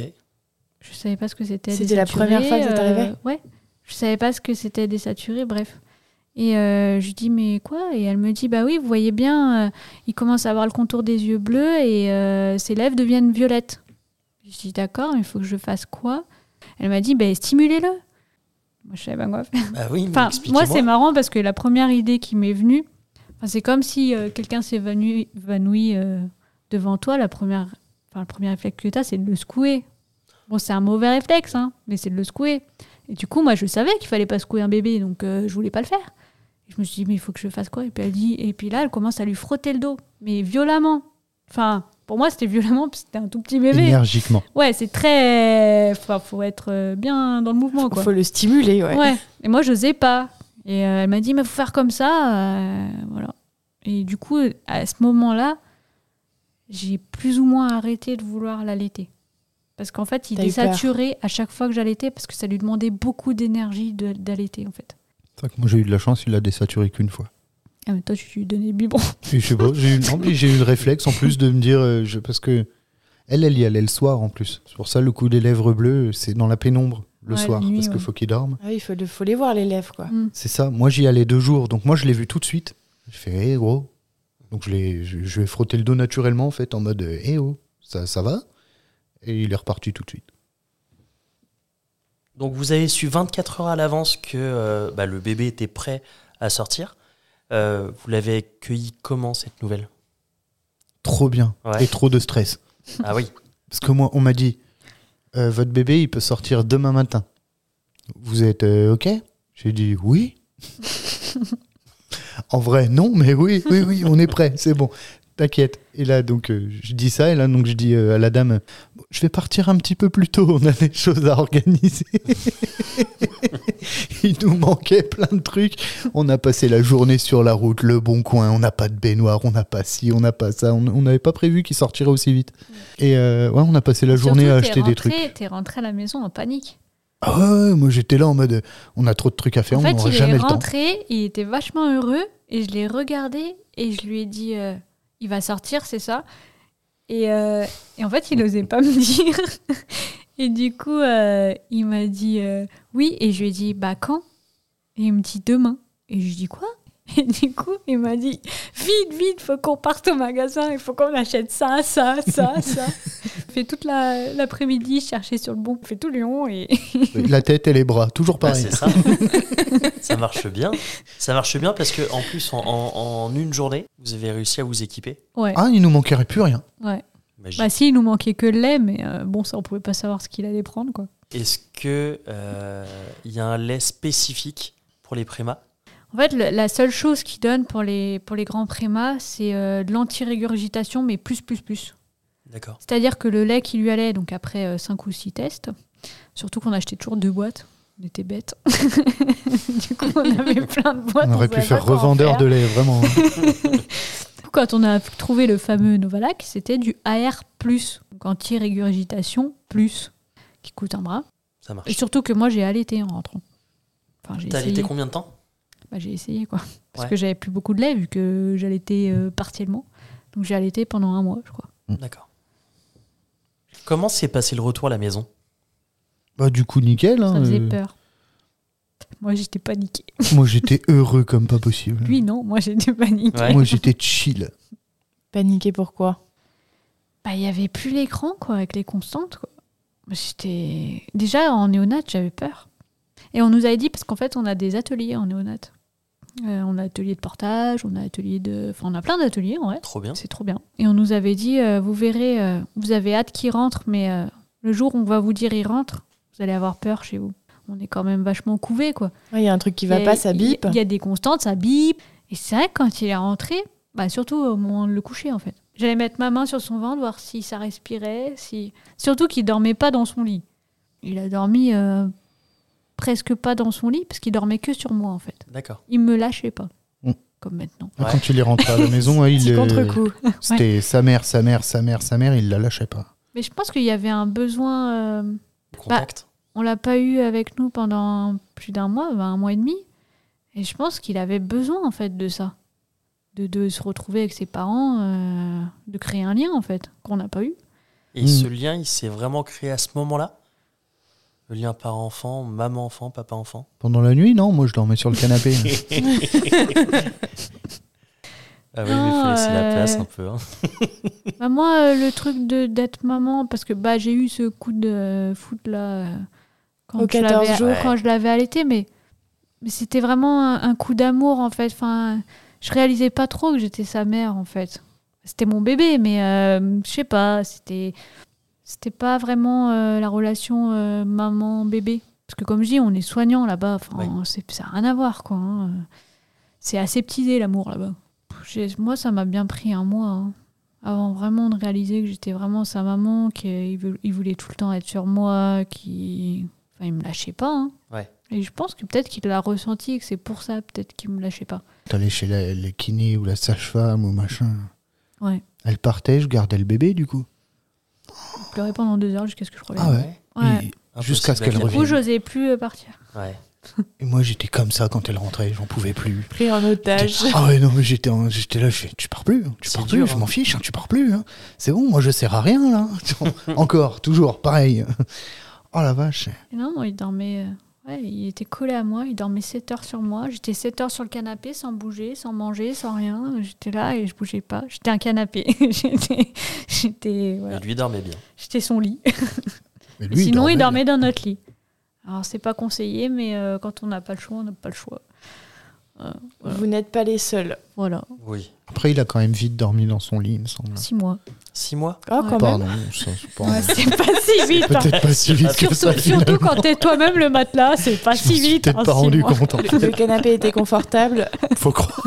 Je savais pas ce que c'était. C'était la désaturé, première fois que ça t'arrivait euh, Ouais. Je savais pas ce que c'était désaturé, bref. Et euh, je lui dis, mais quoi ? Et elle me dit, bah oui, vous voyez bien, euh, il commence à avoir le contour des yeux bleus et euh, ses lèvres deviennent violettes. Je dis, d'accord, mais il faut que je fasse quoi ? Elle m'a dit, bah stimulez-le. Moi, je savais pas quoi faire. Ah oui, mais Enfin, expliquez-moi. moi, c'est marrant parce que la première idée qui m'est venue, enfin, c'est comme si euh, quelqu'un s'évanouit évanoui, euh, devant toi. La première, enfin, le premier réflexe que tu as, c'est de le secouer. Bon, c'est un mauvais réflexe, hein, mais c'est de le secouer. Et du coup, moi, je savais qu'il fallait pas secouer un bébé, donc euh, je voulais pas le faire. Et je me suis dit, mais il faut que je fasse quoi ? Et puis elle dit, et puis là, elle commence à lui frotter le dos, mais violemment. Enfin, pour moi, c'était violemment, parce que c'était un tout petit bébé. Énergiquement. Ouais, c'est très. Enfin, faut être euh, bien dans le mouvement, quoi. Faut le stimuler, ouais. Ouais. Et moi, je n'osais pas. Et euh, elle m'a dit, mais faut faire comme ça. euh, voilà. Et du coup, à ce moment-là, j'ai plus ou moins arrêté de vouloir l'allaiter. Parce qu'en fait, il T'as eu désaturait à chaque fois que j'allaitais parce que ça lui demandait beaucoup d'énergie de- d'allaiter, en fait. C'est vrai que moi, j'ai eu de la chance, il l'a désaturé qu'une fois. Ah, mais toi, tu lui donnais le biberon. Et je sais pas, j'ai eu, non, mais j'ai eu le réflexe en plus de me dire, euh, je- parce que elle, elle y allait le soir en plus. C'est pour ça le coup des lèvres bleues, c'est dans la pénombre le Ouais, soir, la nuit, parce qu'il ouais. faut qu'il dorme. Ah oui, il faut, le- faut les voir, les lèvres, quoi. Mm. C'est ça, moi j'y allais deux jours, donc moi je l'ai vu tout de suite. Je fais, hé gros. Donc je, l'ai, je, je lui ai frotté le dos naturellement en fait, en mode, hé oh, ça, ça va ? Et il est reparti tout de suite. Donc vous avez su vingt-quatre heures à l'avance que euh, bah, le bébé était prêt à sortir. Euh, vous l'avez accueilli comment, cette nouvelle ? Trop bien, Ouais. et trop de stress. Ah oui. Parce que moi, on m'a dit, euh, votre bébé, il peut sortir demain matin. Vous êtes euh, OK ? J'ai dit oui. En vrai, non, mais oui, oui, oui, on est prêt, c'est bon. T'inquiète. Et là, donc, euh, je dis ça, et là, donc, je dis euh, à la dame, je vais partir un petit peu plus tôt, on a des choses à organiser. Il nous manquait plein de trucs. On a passé la journée sur la route, le bon coin, on n'a pas de baignoire, on n'a pas ci, on n'a pas ça. On on n'avait pas prévu qu'il sortirait aussi vite. Et euh, ouais, on a passé la journée Surtout, à t'es acheter des rentré- trucs. T'es rentré à la maison en panique. Ah ouais, moi j'étais là en mode, on a trop de trucs à faire, En on fait, n'aura il jamais est le temps. rentré, il était vachement heureux, et je l'ai regardé, et je lui ai dit, euh, il va sortir, c'est ça ? et, euh, et en fait, il n'osait pas me dire. Et du coup, euh, il m'a dit euh, oui, et je lui ai dit, bah quand ? Et il me dit demain. Et je lui ai dit quoi ? Et du coup, il m'a dit, vite, vite, faut qu'on parte au magasin, il faut qu'on achète ça, ça, ça, ça. fait toute la, l'après-midi chercher sur le bon, fait tout Lyon et La tête et les bras, toujours Bah, pareil. c'est ça. Ça marche bien. Ça marche bien parce que en plus, en, en- en une journée, vous avez réussi à vous équiper. ouais, Ah, il nous manquerait plus rien. ouais. Magique. Bah si, il nous manquait que le lait, mais euh, bon, ça on pouvait pas savoir ce qu'il allait prendre quoi. Est-ce que euh, il y a un lait spécifique pour les prémas? En fait, le- la seule chose qu'ils donnent pour les pour les grands prémas, c'est euh, de l'anti-régurgitation, mais plus plus plus. D'accord. C'est-à-dire que le lait qui lui allait, donc après cinq ou six tests, surtout qu'on achetait toujours deux boîtes, on était bêtes. Du coup, on avait plein de boîtes. On aurait pu savait faire pas quoi en revendeur faire. de lait, vraiment. Du coup, quand on a trouvé le fameux Novalac, c'était du A R plus, donc anti-régurgitation plus, qui coûte un bras. Ça marche. Et surtout que moi, j'ai allaité en rentrant. Enfin, j'ai T'as essayé. allaité combien de temps? Bah, j'ai essayé, quoi. Parce Ouais. que j'avais plus beaucoup de lait, vu que j'allaitais euh, partiellement. Donc j'ai allaité pendant un mois, je crois. D'accord. Comment s'est passé le retour à la maison? Bah, du coup, nickel. hein, Ça faisait euh, peur. Moi, j'étais paniquée. Moi, j'étais heureux comme pas possible. Lui, non, moi, j'étais paniquée. Ouais. Moi, j'étais chill. Paniqué pourquoi? Bah, il y avait plus l'écran, quoi, avec les constantes, quoi. Moi, J'étais... Déjà, en néonat, j'avais peur. Et on nous avait dit, parce qu'en fait, on a des ateliers en néonat. Euh, on a atelier de portage, on a atelier de... Enfin, on a plein d'ateliers, en vrai. Trop bien. C'est trop bien. Et on nous avait dit, euh, vous verrez, euh, vous avez hâte qu'il rentre, mais euh, le jour où on va vous dire il rentre, vous allez avoir peur chez vous. On est quand même vachement couvés, quoi. Il y a un truc qui va Il y a- pas, ça bip. Il y a des constantes, ça bip. Et c'est vrai que quand il est rentré, bah surtout au moment de le coucher, en fait. J'allais mettre ma main sur son ventre, voir si ça respirait. Si... Surtout qu'il dormait pas dans son lit. Il a dormi euh, presque pas dans son lit, parce qu'il dormait que sur moi, en fait. D'accord. Il me lâchait pas, Mm. comme maintenant. Ouais. Quand il est rentré à la maison, ouais, il, Petit euh, contre-coup. c'était sa mère, sa mère, sa mère, sa mère, il la lâchait pas. Mais je pense qu'il y avait un besoin... euh, Contact. On l'a pas eu avec nous pendant plus d'un mois, ben, un mois et demi. Et je pense qu'il avait besoin, en fait, de ça. De, de se retrouver avec ses parents, euh, de créer un lien, en fait, qu'on n'a pas eu. Et Mm. ce lien, il s'est vraiment créé à ce moment-là? Le lien parent-enfant, maman-enfant, papa-enfant? Pendant la nuit, non, moi je dormais sur le canapé. Ah oui, mais il Non, faut laisser la euh, place un peu. hein. Bah, moi, euh, le truc de, d'être maman, parce que bah, j'ai eu ce coup de euh, foot là, euh, quand, Au je quatorze l'avais- jours. Ouais. quand je l'avais allaité, mais, mais c'était vraiment un, un coup d'amour, en fait. Enfin, je réalisais pas trop que j'étais sa mère, en fait. C'était mon bébé, mais euh, je sais pas, c'était, c'était pas vraiment euh, la relation euh, maman-bébé. Parce que comme je dis, on est soignant là-bas, enfin, Oui. c'est, ça n'a rien à voir, quoi. hein. C'est aseptisé, l'amour, là-bas. J'ai- Moi, ça m'a bien pris un mois, hein, avant vraiment de réaliser que j'étais vraiment sa maman, qu'il vou- il voulait tout le temps être sur moi, qu'il enfin, il me lâchait pas. hein. Ouais. Et je pense que peut-être qu'il l'a ressenti et que c'est pour ça peut-être qu'il me lâchait pas. T'allais chez la, les kinés ou la sage-femme ou machin. Ouais. Elle partait, je gardais le bébé du coup. Je pleurais pendant deux heures jusqu'à ce que je revienne. Ah ouais. Ouais. Et, Impossible jusqu'à ce à qu'elle Du calmer. coup, revienne. j'osais plus euh, partir. Ouais. Et moi j'étais comme ça quand elle rentrait, j'en pouvais plus. Pris en otage. Ah ouais, non, mais j'étais, en- j'étais là, je fais, tu pars plus, tu C'est pars dur, plus, je hein. m'en fiche, hein, tu pars plus. hein. C'est bon, moi je sers à rien là. Encore, toujours, pareil. Oh la vache. Et non, moi, il dormait. euh, Ouais, il était collé à moi, il dormait sept heures sur moi. J'étais sept heures sur le canapé sans bouger, sans manger, sans rien. J'étais là et je bougeais pas. J'étais un canapé. j'étais, j'étais, voilà. Et lui dormait bien. J'étais son lit. Mais Et Sinon, il bien. dormait dans notre lit. Alors, c'est pas conseillé, mais euh, quand on n'a pas le choix, on n'a pas le choix. Euh, voilà. Vous n'êtes pas les seuls. Voilà. Oui. Après, il a quand même vite dormi dans son lit, il me semble. Six mois. Six mois? Oh, quand Pardon, même. ça, c'est pas- Ouais, c'est pas si vite. hein. peut-être pas si vite que Surtout, ça. surtout finalement. quand t'es toi-même le matelas, c'est pas Je m'en si suis vite. peut-être hein, pas six rendu mois. compte. en Le, fait. le canapé était confortable. Faut croire.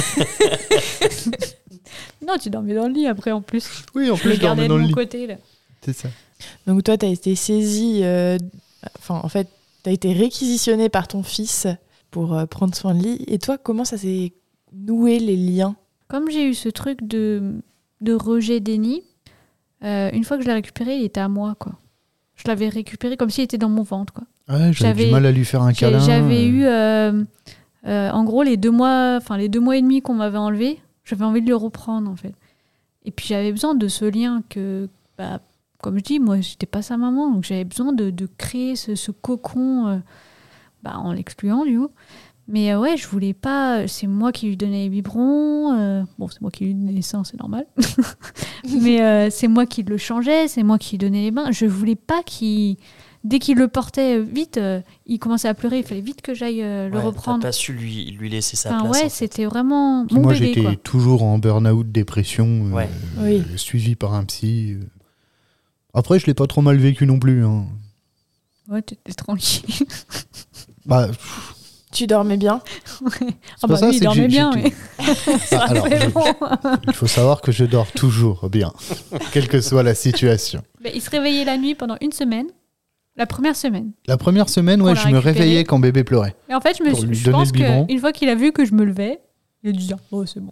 Non, tu dormais dans le lit après en plus. Oui, en Je plus, le je dormais gardais de dans le mon lit. côté. Là. C'est ça. Donc toi, tu as été saisi, euh, enfin en fait, tu as été réquisitionné par ton fils pour euh, prendre soin de lui. Et toi, comment ça s'est noué les liens? Comme j'ai eu ce truc de, de rejet-déni, euh, une fois que je l'ai récupéré, il était à moi. Quoi. Je l'avais récupéré comme s'il était dans mon ventre. Quoi. Ouais, j'avais J'avais- du mal à lui faire un J'ai- câlin. J'avais euh. eu, euh, euh, en gros, les deux mois, enfin les deux mois et demi qu'on m'avait enlevé, j'avais envie de le reprendre en fait. Et puis j'avais besoin de ce lien que, bah, comme je dis, moi, j'étais pas sa maman, donc j'avais besoin de, de créer ce, ce cocon, euh, bah, en l'excluant du coup. Mais euh, ouais, je voulais pas. C'est moi qui lui donnais les biberons. euh, Bon, c'est moi qui lui donnais les seins, c'est normal. Mais euh, c'est moi qui le changeais, c'est moi qui lui donnais les bains. Je voulais pas qu'il. Dès qu'il le portait vite, euh, il commençait à pleurer. Il fallait vite que j'aille euh, le Ouais, reprendre. T'as pas su lui, lui laisser sa Enfin, place. ouais, en fait. c'était vraiment Puis mon moi, bébé, j'étais quoi. toujours en burn-out, dépression, euh, Ouais. Oui. euh, suivi par un psy. euh. Après, je l'ai pas trop mal vécu non plus. Hein. Ouais, t'étais tranquille. Bah, Tu dormais bien? Ouais. c'est Ah pas bah ça, oui, il c'est que dormait j'ai- bien, j'étais- mais bah, alors, mais je- bon. il faut savoir que je dors toujours bien, quelle que soit la situation. Mais il se réveillait la nuit pendant une semaine. La première semaine. La première semaine, Qu'on ouais, l'a je me récupéré. réveillais quand bébé pleurait. Et en fait, je, me Pour suis, lui je donner pense le biberon. qu'une fois qu'il a vu que je me levais, il a dit « Oh, c'est bon.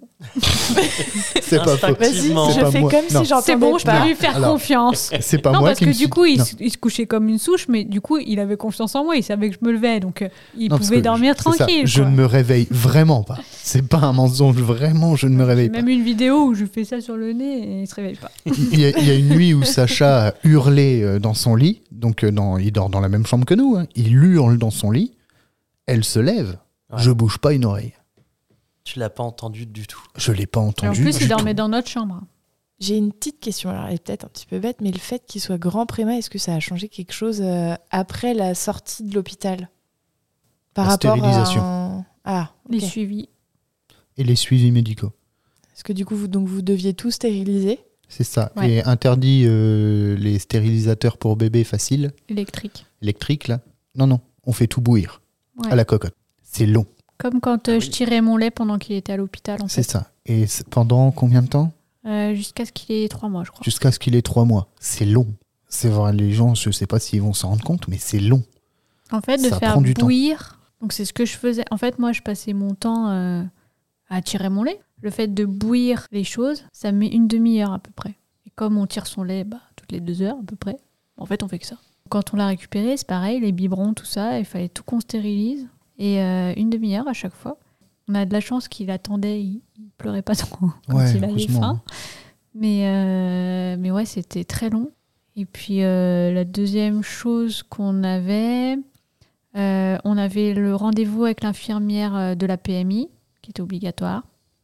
C'est pas faux. Vas-y, Effectivement. C'est je pas fais moi. comme si Non. j'entendais C'est bon, je peux pas. lui faire Alors, confiance. » C'est pas Non, moi parce qui que me du suis- coup, il, Non. se- il se couchait comme une souche, mais du coup, il avait confiance en moi. Il savait que je me levais, donc euh, il Non, parce pouvait que dormir c'est ça, tranquille. Je quoi. ne me réveille vraiment pas. C'est pas un mensonge, vraiment, je ne me réveille J'ai pas. même une vidéo où je fais ça sur le nez et il se réveille pas. Il y, a, il y a une nuit où Sacha a hurlé euh, dans son lit, donc euh, dans, il dort dans la même chambre que nous. Hein. Il hurle dans son lit, elle se lève, Ouais. je bouge pas une oreille. Tu l'as pas entendu du tout. Je l'ai pas Et en entendu. plus, du il dormait tout. dans notre chambre. J'ai une petite question, alors elle est peut-être un petit peu bête, mais le fait qu'il soit grand préma, est-ce que ça a changé quelque chose euh, après la sortie de l'hôpital? Par La rapport stérilisation. à un- Ah, Les ok. suivis. Et les suivis médicaux. Est-ce que du coup, vous, donc, vous deviez tout stériliser? C'est ça. Ouais. Et interdit euh, les stérilisateurs pour bébés faciles, électriques. électriques, là. Non, non, on fait tout bouillir Ouais. à la cocotte. C'est long, Comme quand euh, Ah je oui. tirais mon lait pendant qu'il était à l'hôpital, en c'est fait. ça. Et c'est pendant combien de temps? Euh, Jusqu'à ce qu'il ait trois mois, je crois. Jusqu'à ce qu'il ait trois mois. C'est long. C'est vrai, les gens, je sais pas s'ils vont s'en rendre compte, mais c'est long. En fait, de Ça faire prend du temps. bouillir. Donc, c'est ce que je faisais. En fait, moi, je passais mon temps euh, à tirer mon lait. Le fait de bouillir les choses, ça met une demi-heure à peu près. Et comme on tire son lait bah, toutes les deux heures à peu près, en fait, on fait que ça. Quand on l'a récupéré, c'est pareil, les biberons, tout ça, il fallait tout qu'on stérilise. Et euh, une demi-heure à chaque fois. On a de la chance qu'il attendait, il, il pleurait pas trop quand Ouais, il avait heureusement. faim. Mais, euh, mais ouais, c'était très long. Et puis euh, la deuxième chose qu'on avait, euh, on avait le rendez-vous avec l'infirmière euh, de la P M I, qui était obligatoire.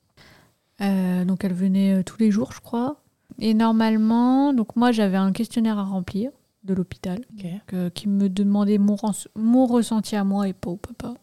Euh, donc elle venait euh, tous les jours, je crois. Et normalement, donc moi j'avais un questionnaire à remplir de l'hôpital, Ok. donc, euh, qui me demandait mon, ren- mon ressenti à moi et pas au papa.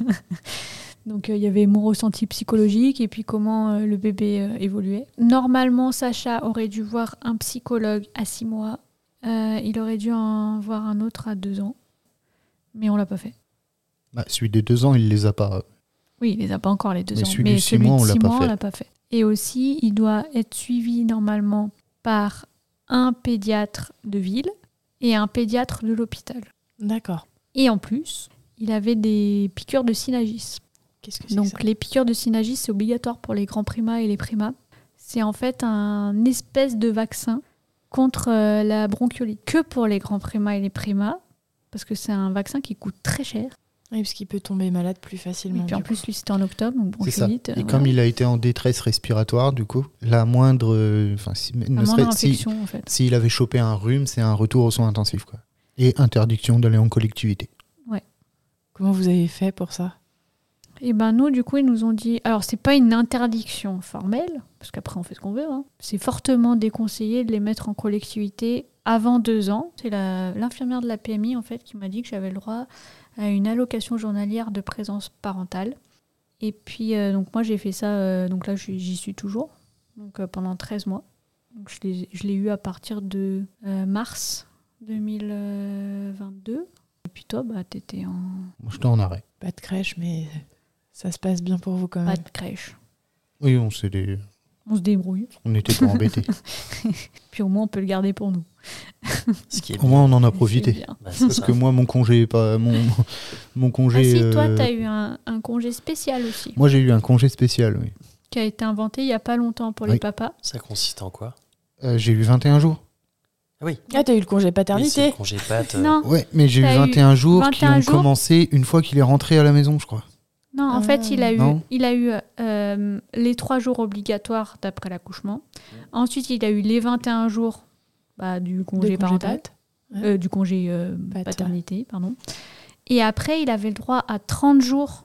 Donc euh, il y avait mon ressenti psychologique et puis comment euh, le bébé euh, évoluait. Normalement, Sacha aurait dû voir un psychologue à six mois. Euh, il aurait dû en voir un autre à deux ans. Mais on l'a pas fait. Bah, celui des deux ans, il les a pas. Oui, il les a pas encore les deux Mais ans. celui mais du six celui mois, de on l'a six pas mois, on fait. l'a pas fait. Et aussi, il doit être suivi normalement par un pédiatre de ville et un pédiatre de l'hôpital. D'accord. Et en plus, il avait des piqûres de Synagis. Qu'est-ce que c'est que Donc ça? les piqûres de Synagis, c'est obligatoire pour les grands primas et les primas. C'est en fait un espèce de vaccin contre euh, la bronchiolite. Que pour les grands primas et les primas, parce que c'est un vaccin qui coûte très cher. Oui, parce qu'il peut tomber malade plus Et facilement. puis en du plus, lui, c'était en octobre, donc C'est ça. bronchiolite. Et euh, comme voilà. il a été en détresse respiratoire, du coup, la moindre. euh, Enfin, si, ne La moindre serait- si- infection, en fait. s'il avait chopé un rhume, c'est un retour aux soins intensifs, quoi. Et interdiction d'aller en collectivité. coup. Comment vous avez fait pour ça? Et ben nous, du coup, ils nous ont dit... Alors, c'est pas une interdiction formelle, parce qu'après, on fait ce qu'on veut. Hein. C'est fortement déconseillé de les mettre en collectivité avant deux ans. C'est la- l'infirmière de la P M I, en fait, qui m'a dit que j'avais le droit à une allocation journalière de présence parentale. Et puis, euh, donc moi, j'ai fait ça... euh, donc là, j'y j'y suis toujours. Donc, euh, pendant treize mois. Donc, je l'ai je l'ai eu à partir de euh, mars deux mille vingt-deux. Et puis toi, bah, t'étais en... Moi, j'étais en arrêt. Pas de crèche, mais ça se passe bien pour vous quand pas même. de crèche. Oui, on, s'est des... On se débrouille. on était pas embêtés. Puis au moins, on peut le garder pour nous. Ce qui est Au bien. moins, on en a C'est profité. bien. Bah, c'est Parce ça. que moi, mon congé est pas. Mon, mon Ah congé. si, toi, euh, t'as eu un, un congé spécial aussi, Moi, j'ai eu un congé spécial, oui. qui a été inventé il y a pas longtemps pour les Oui. papas. Ça consiste en quoi? Euh, j'ai eu vingt et un jours. Ah oui. Ah, t'as eu le congé Oui, c'est paternité? le congé pâte. euh, Non, Ouais, mais j'ai eu T'as eu vingt et un jours qui vingt et un ont jours commencé une fois qu'il est rentré à la maison, je crois. non, en Ah. fait, il a eu, Non. il a eu euh, les trois jours obligatoires d'après l'accouchement. Ensuite, il a eu les vingt et un jours bah, du De congé parental, pat. Ouais. euh, du congé euh, Pat, paternité, pardon. Et après, il avait le droit à trente jours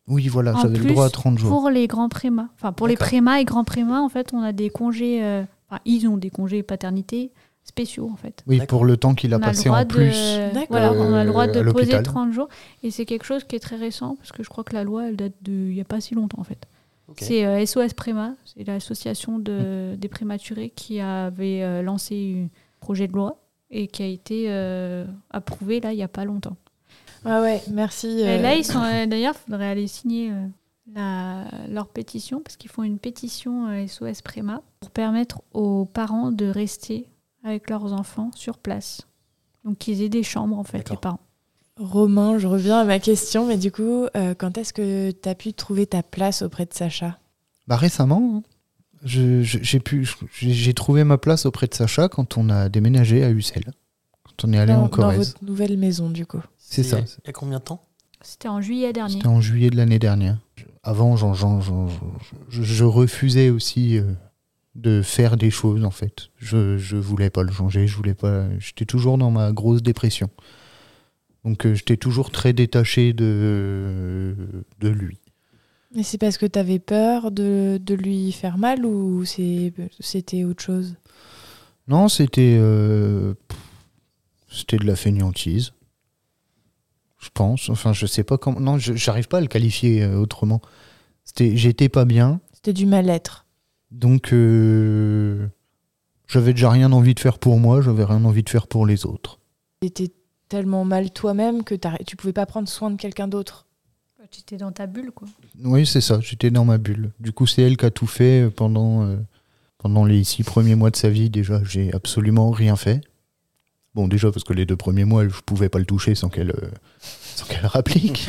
Oui, voilà, En j'avais plus, le droit à trente jours. Pour les grands prémas. Enfin, pour les D'accord. prémas et grands prémas, en fait, on a des congés. euh, Enfin, ils ont des congés paternité spéciaux, en fait. Oui, D'accord. pour le temps qu'il a On a le passé droit en plus. de... D'accord. Voilà, on a le droit Euh, de à poser l'hôpital. trente jours. Et c'est quelque chose qui est très récent, parce que je crois que la loi, elle date de il n'y a pas si longtemps, en fait. Ok. C'est euh, S O S Préma, c'est l'association de, des prématurés qui avait euh, lancé un projet de loi et qui a été euh, approuvé, là, il n'y a pas longtemps. Ah ouais, merci. Et euh, là, ils sont, euh, d'ailleurs, il faudrait aller signer euh, la, leur pétition, parce qu'ils font une pétition euh, S O S Préma pour permettre aux parents de rester avec leurs enfants sur place. Donc qu'ils aient des chambres, en fait, D'accord. les parents. Romain, je reviens à ma question, mais du coup, euh, quand est-ce que tu as pu trouver ta place auprès de Sacha ? Bah récemment, hein. je, je- j'ai pu, j'ai, j'ai trouvé ma place auprès de Sacha quand on a déménagé à Ussel. Quand on est allé dans, en dans Corrèze. votre nouvelle maison, du coup. C'est Il y ça. a- Il y a combien de temps? C'était en juillet dernier. C'était en juillet de l'année dernière. Avant, j'en- j'en- j'en- je, je refusais aussi euh, de faire des choses, en fait. Je, je voulais pas le changer, je voulais pas. J'étais toujours dans ma grosse dépression. Donc, euh, j'étais toujours très détaché de, de lui. Et c'est parce que tu avais peur de, de lui faire mal ou c'est, c'était autre chose ? Non, c'était. euh, pff, c'était de la fainéantise. Je pense. Enfin, je sais pas comment. Non, je, j'arrive pas à le qualifier euh, autrement. C'était, j'étais pas bien. C'était du mal-être. Donc, euh, j'avais déjà rien envie de faire pour moi, j'avais rien envie de faire pour les autres. T'étais tellement mal toi-même que t'arri- tu pouvais pas prendre soin de quelqu'un d'autre. Tu étais dans ta bulle, quoi. Oui, c'est ça, j'étais dans ma bulle. Du coup, c'est elle qui a tout fait pendant, euh, pendant les six premiers mois de sa vie. Déjà, j'ai absolument rien fait. Bon, déjà, parce que les deux premiers mois, je pouvais pas le toucher sans qu'elle, euh, sans qu'elle rapplique.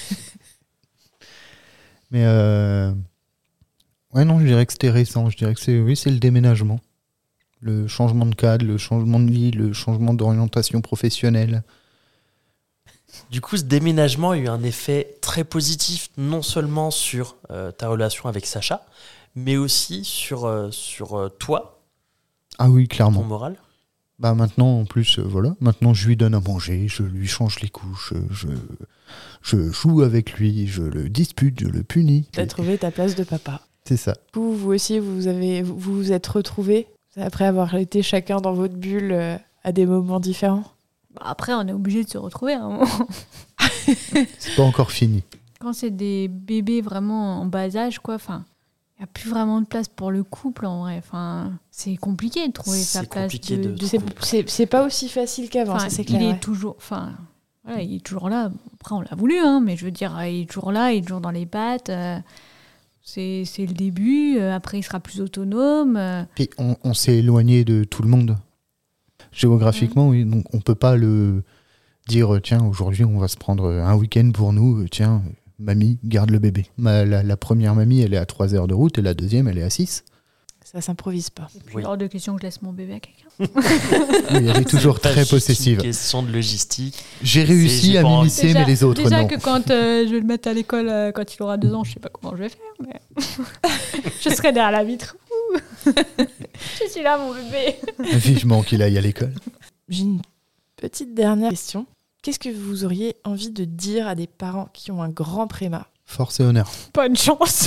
Mais, euh, ouais, non, je dirais que c'était récent. Je dirais que c'est, oui, c'est le déménagement. Le changement de cadre, le changement de vie, le changement d'orientation professionnelle. Du coup, ce déménagement a eu un effet très positif, non seulement sur euh, ta relation avec Sacha, mais aussi sur, euh, sur euh, toi, Ah oui, ton clairement. moral. Bah maintenant, en plus, euh, voilà. Maintenant, je lui donne à manger, je lui change les couches, euh, je, je joue avec lui, je le dispute, je le punis. T'as trouvé ta place de papa. C'est ça. Du coup, vous aussi, vous avez, vous vous êtes retrouvés après avoir été chacun dans votre bulle euh, à des moments différents. Bah, après, on est obligé de se retrouver à un moment. C'est pas encore fini. Quand c'est des bébés vraiment en bas âge, quoi, enfin, il n'y a plus vraiment de place pour le couple, en vrai. Enfin, c'est compliqué de trouver sa C'est place compliqué de, de de C'est, couple. c'est, c'est pas aussi facile qu'avant, Enfin, ça c'est il clair. est ouais. toujours, enfin, voilà, il est toujours là. Bon, après, on l'a voulu, hein, mais je veux dire, il est toujours là, il est toujours dans les pattes. euh, c'est, c'est le début. euh, après, il sera plus autonome. euh, Puis on, on s'est éloigné de tout le monde. Géographiquement, oui. Donc on peut pas le dire, euh, tiens, aujourd'hui, on va se prendre un week-end pour nous. euh, Tiens, euh, mamie, garde le bébé. Ma- la, la première mamie, elle est à trois heures de route et la deuxième, elle est à six. Ça s'improvise pas. Et puis, Oui. hors de question que je laisse mon bébé à quelqu'un. Oui, elle est toujours C'est pas très juste possessive. une question de logistique. J'ai C'est- réussi j'ai à pas envie. m'immiscer, Déjà- mais les autres, Déjà non. que quand euh, je vais le mettre à l'école euh, quand il aura deux ans, je sais pas comment je vais faire, mais je serai derrière la vitre. Ouh. Je suis là, mon bébé. Vivement qu'il aille à l'école. J'ai une petite dernière question. Qu'est-ce que vous auriez envie de dire à des parents qui ont un grand préma ? Force et honneur. Pas de chance.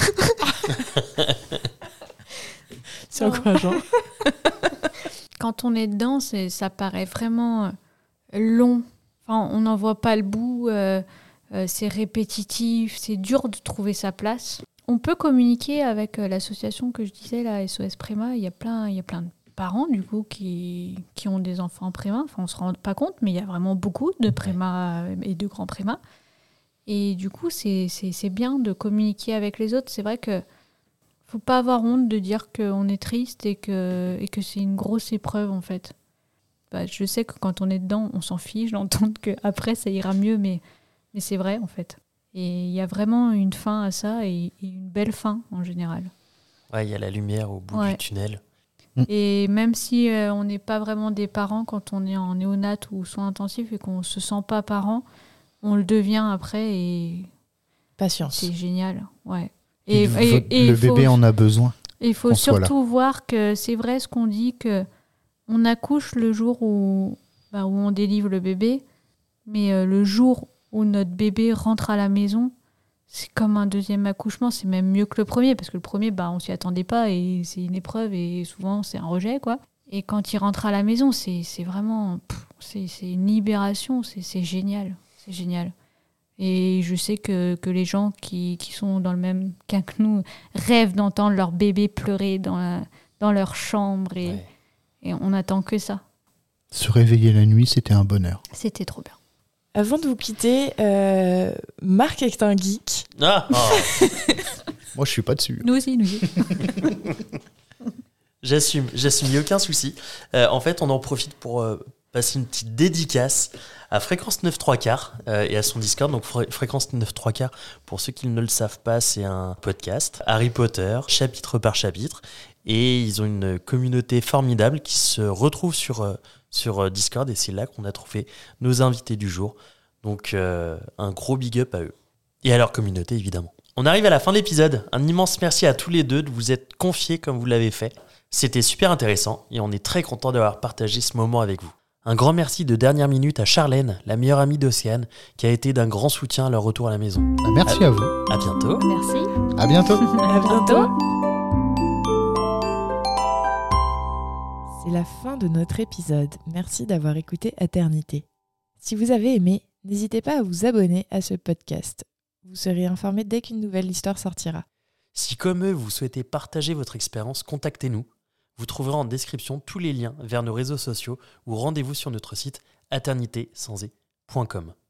C'est encourageant. Quand on est dedans, c'est, ça paraît vraiment long. Enfin, on n'en voit pas le bout. euh, euh, c'est répétitif. C'est dur de trouver sa place. On peut communiquer avec euh, l'association que je disais, la S O S Préma. Il y a plein, il y a plein de parents, du coup, qui, qui ont des enfants préma. Enfin, on ne se rend pas compte, mais il y a vraiment beaucoup de préma et de grands préma. Et du coup, c'est, c'est, c'est bien de communiquer avec les autres. C'est vrai que faut pas avoir honte de dire qu'on est triste et que, et que c'est une grosse épreuve, en fait. Bah, je sais que quand on est dedans, on s'en fiche d'entendre qu'après, ça ira mieux, mais, mais c'est vrai, en fait. Et il y a vraiment une fin à ça et, et une belle fin, en général. Ouais, il y a la lumière au bout Ouais. du tunnel. Et même si euh, on n'est pas vraiment des parents quand on est en néonat ou soins intensifs et qu'on se sent pas parent, on le devient après et Patience. c'est génial. Ouais. Et, Votre- et- et le il faut- bébé en a besoin. Et il faut qu'on soit là. surtout voir que c'est vrai ce qu'on dit, que on accouche le jour où, bah, où on délivre le bébé, mais euh, le jour où notre bébé rentre à la maison, c'est comme un deuxième accouchement, c'est même mieux que le premier, parce que le premier, bah, on s'y attendait pas et c'est une épreuve et souvent c'est un rejet, quoi. Et quand il rentre à la maison, c'est, c'est vraiment, pff, c'est, c'est une libération, c'est, c'est génial, c'est génial. Et je sais que, que les gens qui, qui sont dans le même cas que nous rêvent d'entendre leur bébé pleurer dans, la, dans leur chambre et, Ouais. et on n'attend que ça. Se réveiller la nuit, c'était un bonheur. C'était trop bien. Avant de vous quitter, euh, Marc est un geek. Ah, oh. Moi, je suis pas dessus. Nous aussi, nous aussi. J'assume, j'assume, il n'y a aucun souci. Euh, en fait, on en profite pour euh, passer une petite dédicace à Fréquence neuf trois quarts euh, et à son Discord. Donc, Fré- Fréquence neuf trois quarts, pour ceux qui ne le savent pas, c'est un podcast Harry Potter, chapitre par chapitre. Et ils ont une communauté formidable qui se retrouve sur, euh, sur Discord. Et c'est là qu'on a trouvé nos invités du jour. Donc, euh, un gros big up à eux. Et à leur communauté, évidemment. On arrive à la fin de l'épisode. Un immense merci à tous les deux de vous être confiés comme vous l'avez fait. C'était super intéressant et on est très content d'avoir partagé ce moment avec vous. Un grand merci de dernière minute à Charlène, la meilleure amie d'Océane, qui a été d'un grand soutien à leur retour à la maison. Bah, merci à vous. À bientôt. Merci. À bientôt. À bientôt. C'est la fin de notre épisode. Merci d'avoir écouté Aternité. Si vous avez aimé, n'hésitez pas à vous abonner à ce podcast. Vous serez informé dès qu'une nouvelle histoire sortira. Si comme eux, vous souhaitez partager votre expérience, contactez-nous. Vous trouverez en description tous les liens vers nos réseaux sociaux ou rendez-vous sur notre site aternité sans e point com.